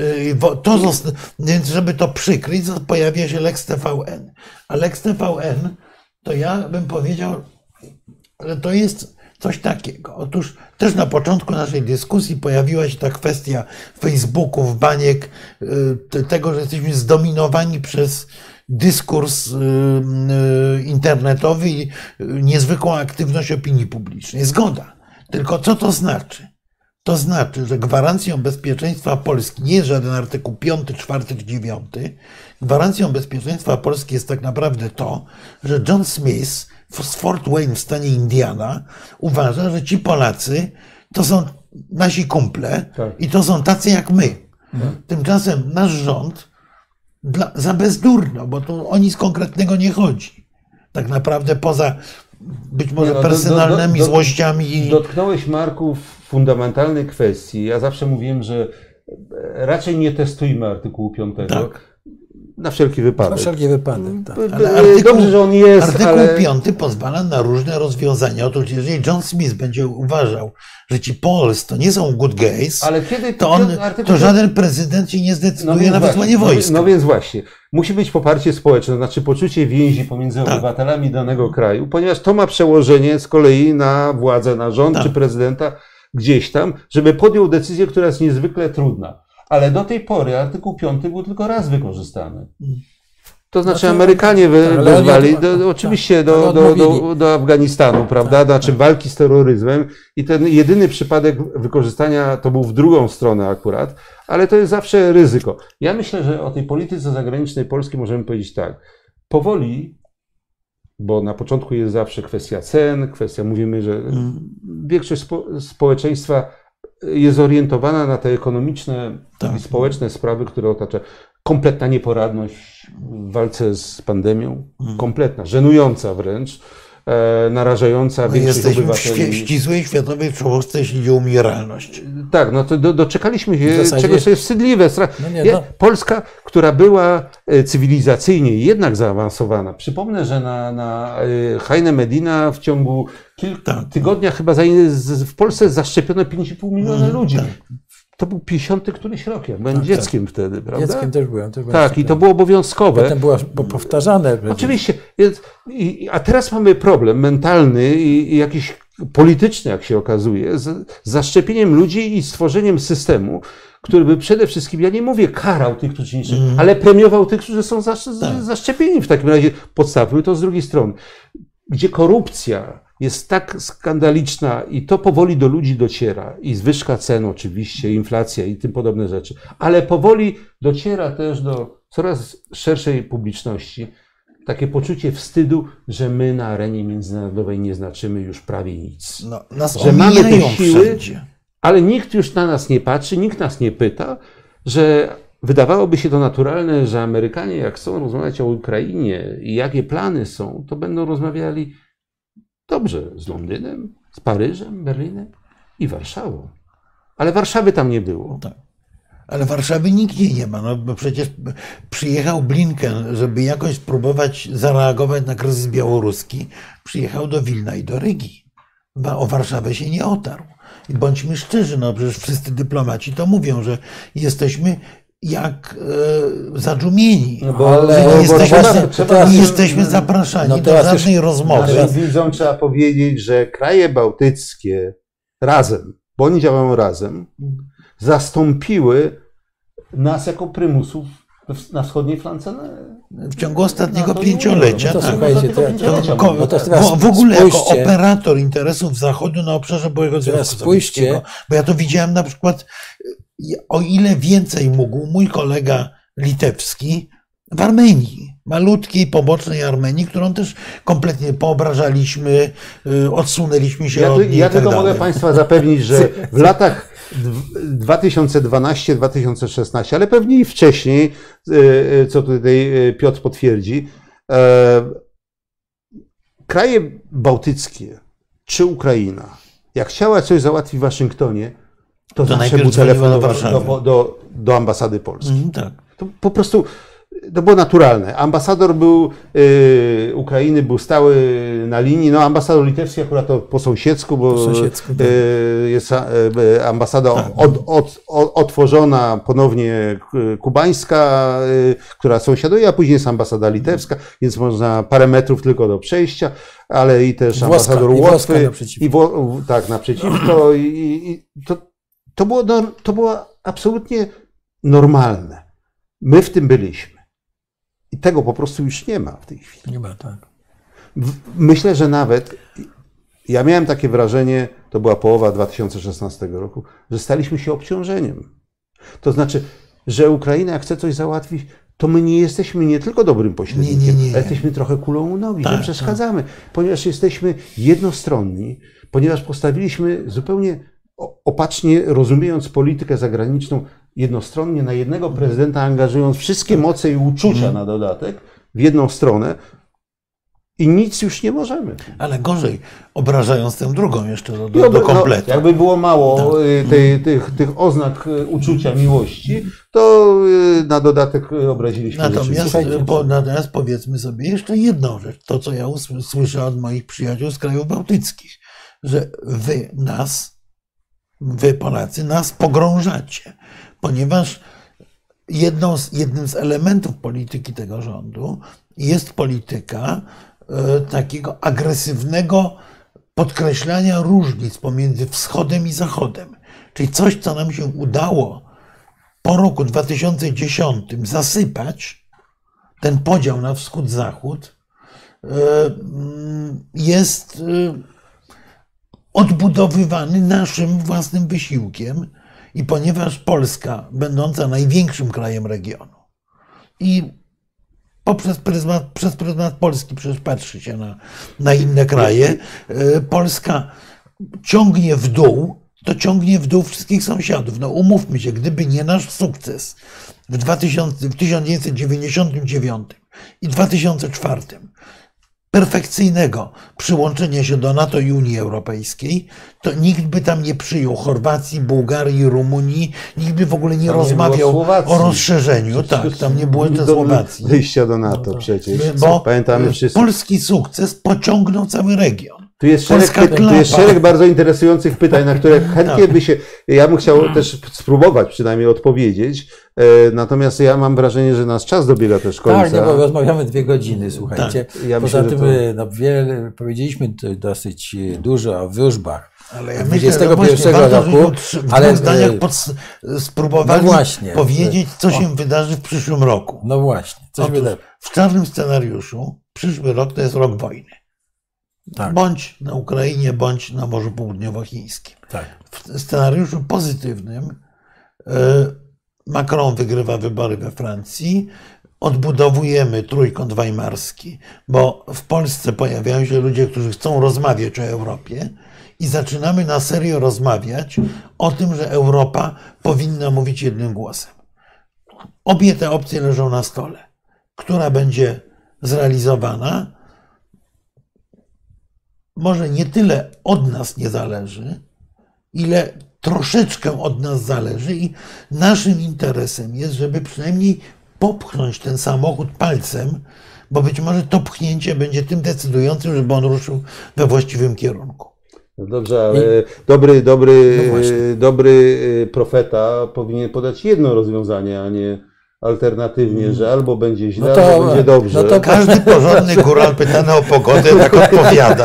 Więc żeby to przykryć, pojawia się Lex TVN. A Lex TVN, to ja bym powiedział, że to jest coś takiego. Otóż też na początku naszej dyskusji pojawiła się ta kwestia Facebooków, baniek, tego, że jesteśmy zdominowani przez dyskurs internetowy i niezwykłą aktywność opinii publicznej. Zgoda. Tylko co to znaczy? To znaczy, że gwarancją bezpieczeństwa Polski nie jest żaden artykuł 5, 4 czy 9. Gwarancją bezpieczeństwa Polski jest tak naprawdę to, że John Smith z Fort Wayne w stanie Indiana uważa, że ci Polacy to są nasi kumple i to są tacy jak my. Tymczasem nasz rząd za bezdurno, bo tu o nic konkretnego nie chodzi. Tak naprawdę poza być może personalnymi złościami. Dotknąłeś, Marku, fundamentalnej kwestii. Ja zawsze mówiłem, że raczej nie testujmy artykułu 5. Na wszelki Na wypadek. wszelki wypadek, tak. Dobrze, że on jest, Artykuł ale... 5 pozwala na różne rozwiązania. Otóż jeżeli John Smith będzie uważał, że ci Poles to nie są good guys, Ale kiedy to żaden prezydent się nie zdecyduje na wysłanie wojska. No więc właśnie. Musi być poparcie społeczne, to znaczy poczucie więzi pomiędzy obywatelami danego kraju, ponieważ to ma przełożenie z kolei na władzę, na rząd czy prezydenta gdzieś tam, żeby podjął decyzję, która jest niezwykle trudna. Ale do tej pory artykuł 5 był tylko raz wykorzystany. To znaczy Amerykanie wezwali oczywiście do Afganistanu, prawda? Znaczy walki z terroryzmem i ten jedyny przypadek wykorzystania to był w drugą stronę akurat, ale to jest zawsze ryzyko. Ja myślę, że o tej polityce zagranicznej Polski możemy powiedzieć tak. Powoli, bo na początku jest zawsze kwestia cen, mówimy, że większość społeczeństwa jest zorientowana na te ekonomiczne i społeczne sprawy, które otacza. Kompletna nieporadność w walce z pandemią, kompletna, żenująca wręcz, narażająca większość obywateli. Jesteśmy w ścisłej światowej czołówce, jeśli chodzi o umieralność. Tak, no to doczekaliśmy się czegoś, co jest wstydliwe. Polska, która była cywilizacyjnie jednak zaawansowana. Przypomnę, że na Hajne Medina w ciągu kilku tygodniach chyba w Polsce zaszczepiono 5,5 miliona ludzi. To był 50 któryś rok, ja byłem dzieckiem wtedy, prawda? Dzieckiem też byłem. Tak, i to było obowiązkowe. Potem było powtarzane. Oczywiście. A teraz mamy problem mentalny i jakiś polityczny, jak się okazuje, z zaszczepieniem ludzi i stworzeniem systemu, który by przede wszystkim, ja nie mówię karał tych, którzy nie szczepią, ale premiował tych, którzy są zaszczepieni w takim razie. Podstawmy to z drugiej strony. Gdzie korupcja jest tak skandaliczna i to powoli do ludzi dociera i zwyżka cen oczywiście, inflacja i tym podobne rzeczy, ale powoli dociera też do coraz szerszej publiczności takie poczucie wstydu, że my na arenie międzynarodowej nie znaczymy już prawie nic. Że mamy te siły, wszędzie. Ale nikt już na nas nie patrzy, nikt nas nie pyta, że wydawałoby się to naturalne, że Amerykanie jak chcą rozmawiać o Ukrainie i jakie plany są, to będą rozmawiali dobrze z Londynem, z Paryżem, Berlinem i Warszawą. Ale Warszawy tam nie było. Tak. Ale Warszawy nigdzie nie ma, bo przecież przyjechał Blinken, żeby jakoś spróbować zareagować na kryzys białoruski. Przyjechał do Wilna i do Rygi. O Warszawę się nie otarł. I bądźmy szczerzy, przecież wszyscy dyplomaci to mówią, że jesteśmy jak zadżumieni. Nie jesteśmy zapraszani do żadnej rozmowy. Widzą, trzeba powiedzieć, że kraje bałtyckie razem, bo oni działają razem, zastąpiły nas jako prymusów na wschodniej flance. W ciągu ostatniego pięciolecia. W ogóle jako operator interesów Zachodu na obszarze byłego Związku Sowieckiego. Bo ja to widziałem na przykład, o ile więcej mógł mój kolega litewski w Armenii. Malutkiej, pobocznej Armenii, którą też kompletnie poobrażaliśmy, odsunęliśmy się od niej. Ja tylko mogę Państwa zapewnić, że w latach 2012-2016, ale pewnie i wcześniej, co tutaj Piotr potwierdzi, kraje bałtyckie czy Ukraina, jak chciała coś załatwić w Waszyngtonie, to zawsze był telefon do ambasady polskiej. Tak. To po prostu to było naturalne. Ambasador Ukrainy był stały na linii, ambasador litewski akurat to po sąsiedzku, bo jest ambasada otworzona ponownie kubańska, która sąsiaduje, a później jest ambasada litewska, więc można parę metrów tylko do przejścia, ale i też ambasador Łotwy. Tak, naprzeciwko. To było absolutnie normalne. My w tym byliśmy. I tego po prostu już nie ma w tej chwili. Nie ma, tak. Myślę, że nawet, ja miałem takie wrażenie, to była połowa 2016 roku, że staliśmy się obciążeniem. To znaczy, że Ukraina jak chce coś załatwić, to my nie jesteśmy nie tylko dobrym pośrednikiem, ale jesteśmy trochę kulą u nogi, nie przeszkadzamy, ponieważ jesteśmy jednostronni, ponieważ postawiliśmy zupełnie opacznie, rozumiejąc politykę zagraniczną, jednostronnie na jednego prezydenta, angażując wszystkie moce i uczucia na dodatek w jedną stronę. i nic już nie możemy. Ale gorzej, obrażając tę drugą jeszcze do kompletu. No, jakby było mało tych oznak uczucia miłości, to na dodatek obraziliśmy Natomiast powiedzmy sobie jeszcze jedną rzecz. To, co ja słyszę od moich przyjaciół z krajów bałtyckich, że wy Polacy nas pogrążacie, ponieważ jednym z elementów polityki tego rządu jest polityka takiego agresywnego podkreślania różnic pomiędzy wschodem i zachodem. Czyli coś, co nam się udało po roku 2010 zasypać, ten podział na wschód-zachód, jest odbudowywany naszym własnym wysiłkiem i ponieważ Polska, będąca największym krajem regionu i przez pryzmat Polski przecież patrzy się na inne kraje, Polska ciągnie w dół, to ciągnie w dół wszystkich sąsiadów. No umówmy się, gdyby nie nasz sukces w 1999 i 2004 perfekcyjnego przyłączenia się do NATO i Unii Europejskiej, to nikt by tam nie przyjął Chorwacji, Bułgarii, Rumunii, nikt by w ogóle nie rozmawiał o rozszerzeniu. Tak, tam nie było jeszcze Słowacji. Wyjścia do NATO przecież. Bo pamiętamy wszyscy. Polski sukces pociągnął cały region. Tu jest szereg bardzo interesujących pytań, na które chętnie by się... Ja bym chciał też spróbować przynajmniej odpowiedzieć, natomiast ja mam wrażenie, że nasz czas dobiega też końca. Tak, bo rozmawiamy 2 godziny, słuchajcie. Tak. Ja Poza myślę, tym powiedzieliśmy dosyć dużo o wróżbach. Ale ja myślę, że właśnie roku, w zdaniach spróbowali powiedzieć, co się wydarzy w przyszłym roku. No właśnie. W czarnym scenariuszu przyszły rok to jest rok wojny. Tak. Bądź na Ukrainie, bądź na Morzu Południowochińskim. Tak. W scenariuszu pozytywnym Macron wygrywa wybory we Francji, odbudowujemy trójkąt weimarski, bo w Polsce pojawiają się ludzie, którzy chcą rozmawiać o Europie i zaczynamy na serio rozmawiać o tym, że Europa powinna mówić jednym głosem. Obie te opcje leżą na stole. Która będzie zrealizowana, może nie tyle od nas nie zależy, ile troszeczkę od nas zależy i naszym interesem jest, żeby przynajmniej popchnąć ten samochód palcem, bo być może to pchnięcie będzie tym decydującym, żeby on ruszył we właściwym kierunku. No dobrze, ale dobry profeta powinien podać jedno rozwiązanie, a nie alternatywnie, że albo będzie źle, albo będzie dobrze. No to każdy porządny góral pytany o pogodę tak odpowiada.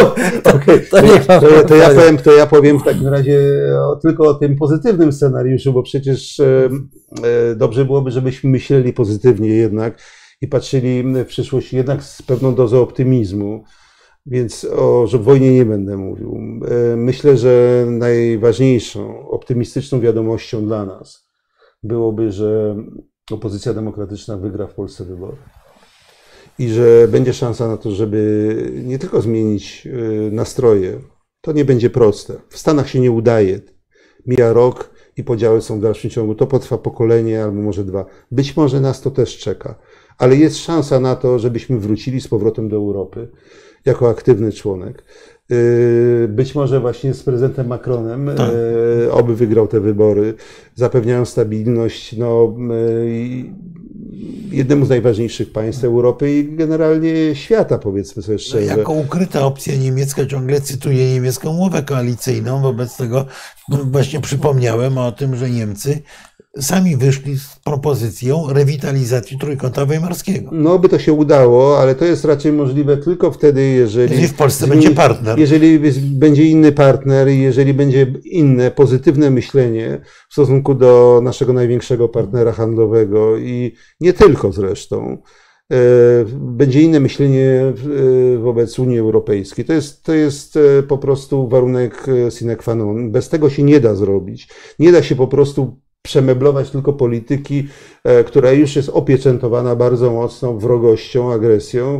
To ja powiem w takim razie tylko o tym pozytywnym scenariuszu, bo przecież dobrze byłoby, żebyśmy myśleli pozytywnie jednak i patrzyli w przyszłość jednak z pewną dozą optymizmu. Więc o wojnie nie będę mówił. Myślę, że najważniejszą, optymistyczną wiadomością dla nas byłoby, że opozycja demokratyczna wygra w Polsce wybory. I że będzie szansa na to, żeby nie tylko zmienić nastroje. To nie będzie proste. W Stanach się nie udaje. Mija rok i podziały są w dalszym ciągu. To potrwa pokolenie albo może 2. Być może nas to też czeka. Ale jest szansa na to, żebyśmy wrócili z powrotem do Europy jako aktywny członek. Być może właśnie z prezydentem Macronem, oby wygrał te wybory, zapewniają stabilność jednemu z najważniejszych państw Europy i generalnie świata, powiedzmy sobie szczerze. Jako ukryta opcja niemiecka ciągle cytuję niemiecką umowę koalicyjną, wobec tego właśnie przypomniałem o tym, że Niemcy sami wyszli z propozycją rewitalizacji Trójkąta Weimarskiego. No, by to się udało, ale to jest raczej możliwe tylko wtedy, jeżeli w Polsce będzie partner. Jeżeli będzie inny partner i jeżeli będzie inne, pozytywne myślenie w stosunku do naszego największego partnera handlowego i nie tylko zresztą, będzie inne myślenie wobec Unii Europejskiej. To jest po prostu warunek sine qua non. Bez tego się nie da zrobić. Nie da się po prostu przemeblować tylko polityki, która już jest opieczętowana bardzo mocno wrogością, agresją.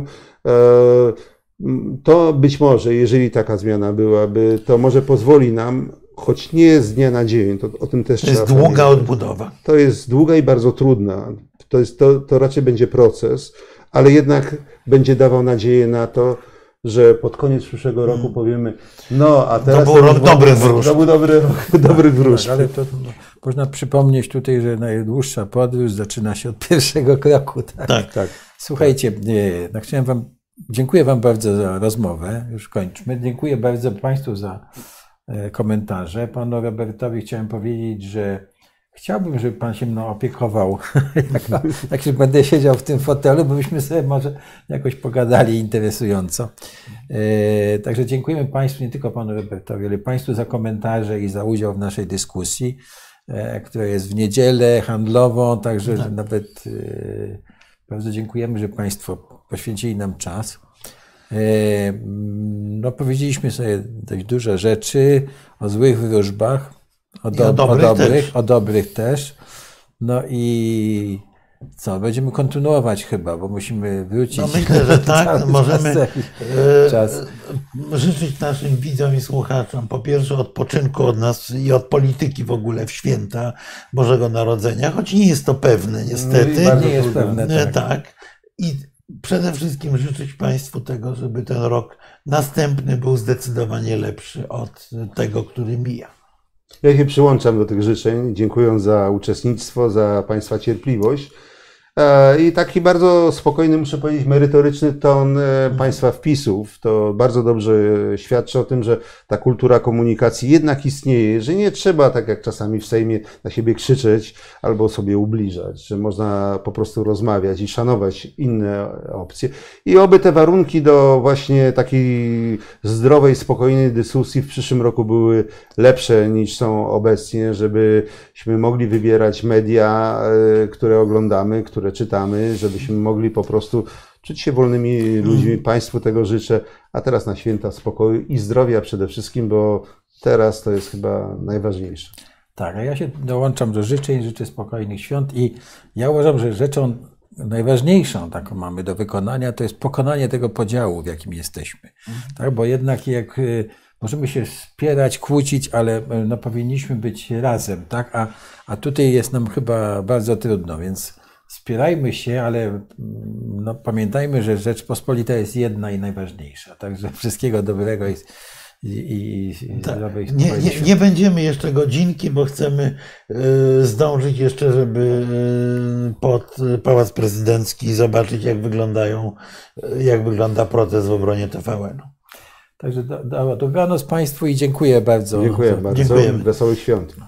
To być może, jeżeli taka zmiana byłaby, to może pozwoli nam, choć nie z dnia na dzień, to o tym też trzeba pamiętać. To jest długa odbudowa. To jest długa i bardzo trudna. To raczej będzie proces, ale jednak będzie dawał nadzieję na to, że pod koniec przyszłego roku powiemy, no a teraz... To był rok dobrych wróżb. To był dobry rok dobrych wróżb. Tak, ale to można przypomnieć tutaj, że najdłuższa podróż zaczyna się od pierwszego kroku. Tak? Tak. Słuchajcie, no dziękuję Wam bardzo za rozmowę, już kończmy. Dziękuję bardzo Państwu za komentarze. Panu Robertowi chciałem powiedzieć, że chciałbym, żeby Pan się mną opiekował, jak już będę siedział w tym fotelu, bo byśmy sobie może jakoś pogadali interesująco. Także dziękujemy Państwu, nie tylko Panu Robertowi, ale Państwu za komentarze i za udział w naszej dyskusji, która jest w niedzielę handlową, także nawet bardzo dziękujemy, że Państwo poświęcili nam czas. No, powiedzieliśmy sobie dość dużo rzeczy o złych wróżbach, o dobrych też. No i co, będziemy kontynuować chyba, bo musimy wrócić. No myślę, że tak. Możemy życzyć naszym widzom i słuchaczom po pierwsze odpoczynku od nas i od polityki w ogóle w święta Bożego Narodzenia, choć nie jest to pewne niestety. Nie jest pewne, tak. I przede wszystkim życzyć Państwu tego, żeby ten rok następny był zdecydowanie lepszy od tego, który mija. Ja się przyłączam do tych życzeń, dziękując za uczestnictwo, za Państwa cierpliwość i taki bardzo spokojny, muszę powiedzieć, merytoryczny ton Państwa wpisów. To bardzo dobrze świadczy o tym, że ta kultura komunikacji jednak istnieje, że nie trzeba, tak jak czasami w Sejmie, na siebie krzyczeć albo sobie ubliżać, że można po prostu rozmawiać i szanować inne opcje. I oby te warunki do właśnie takiej zdrowej, spokojnej dyskusji w przyszłym roku były lepsze niż są obecnie, żebyśmy mogli wybierać media, które oglądamy, które czytamy, żebyśmy mogli po prostu czuć się wolnymi ludźmi. Państwu tego życzę, a teraz na święta spokoju i zdrowia przede wszystkim, bo teraz to jest chyba najważniejsze. Tak, a ja się dołączam do życzeń, życzę spokojnych świąt i ja uważam, że rzeczą najważniejszą, taką mamy do wykonania, to jest pokonanie tego podziału, w jakim jesteśmy. Tak, bo jednak jak możemy się spierać, kłócić, ale no, powinniśmy być razem, tak? A tutaj jest nam chyba bardzo trudno, więc spierajmy się, ale no, pamiętajmy, że Rzeczpospolita jest jedna i najważniejsza. Także wszystkiego dobrego i zdrowej nie będziemy jeszcze godzinki, bo chcemy zdążyć jeszcze, żeby pod Pałac Prezydencki zobaczyć, jak wygląda protest w obronie TVN-u. Także dobranoc Państwu i dziękuję bardzo. Dziękuję bardzo. Dziękujemy. Wesołych świąt.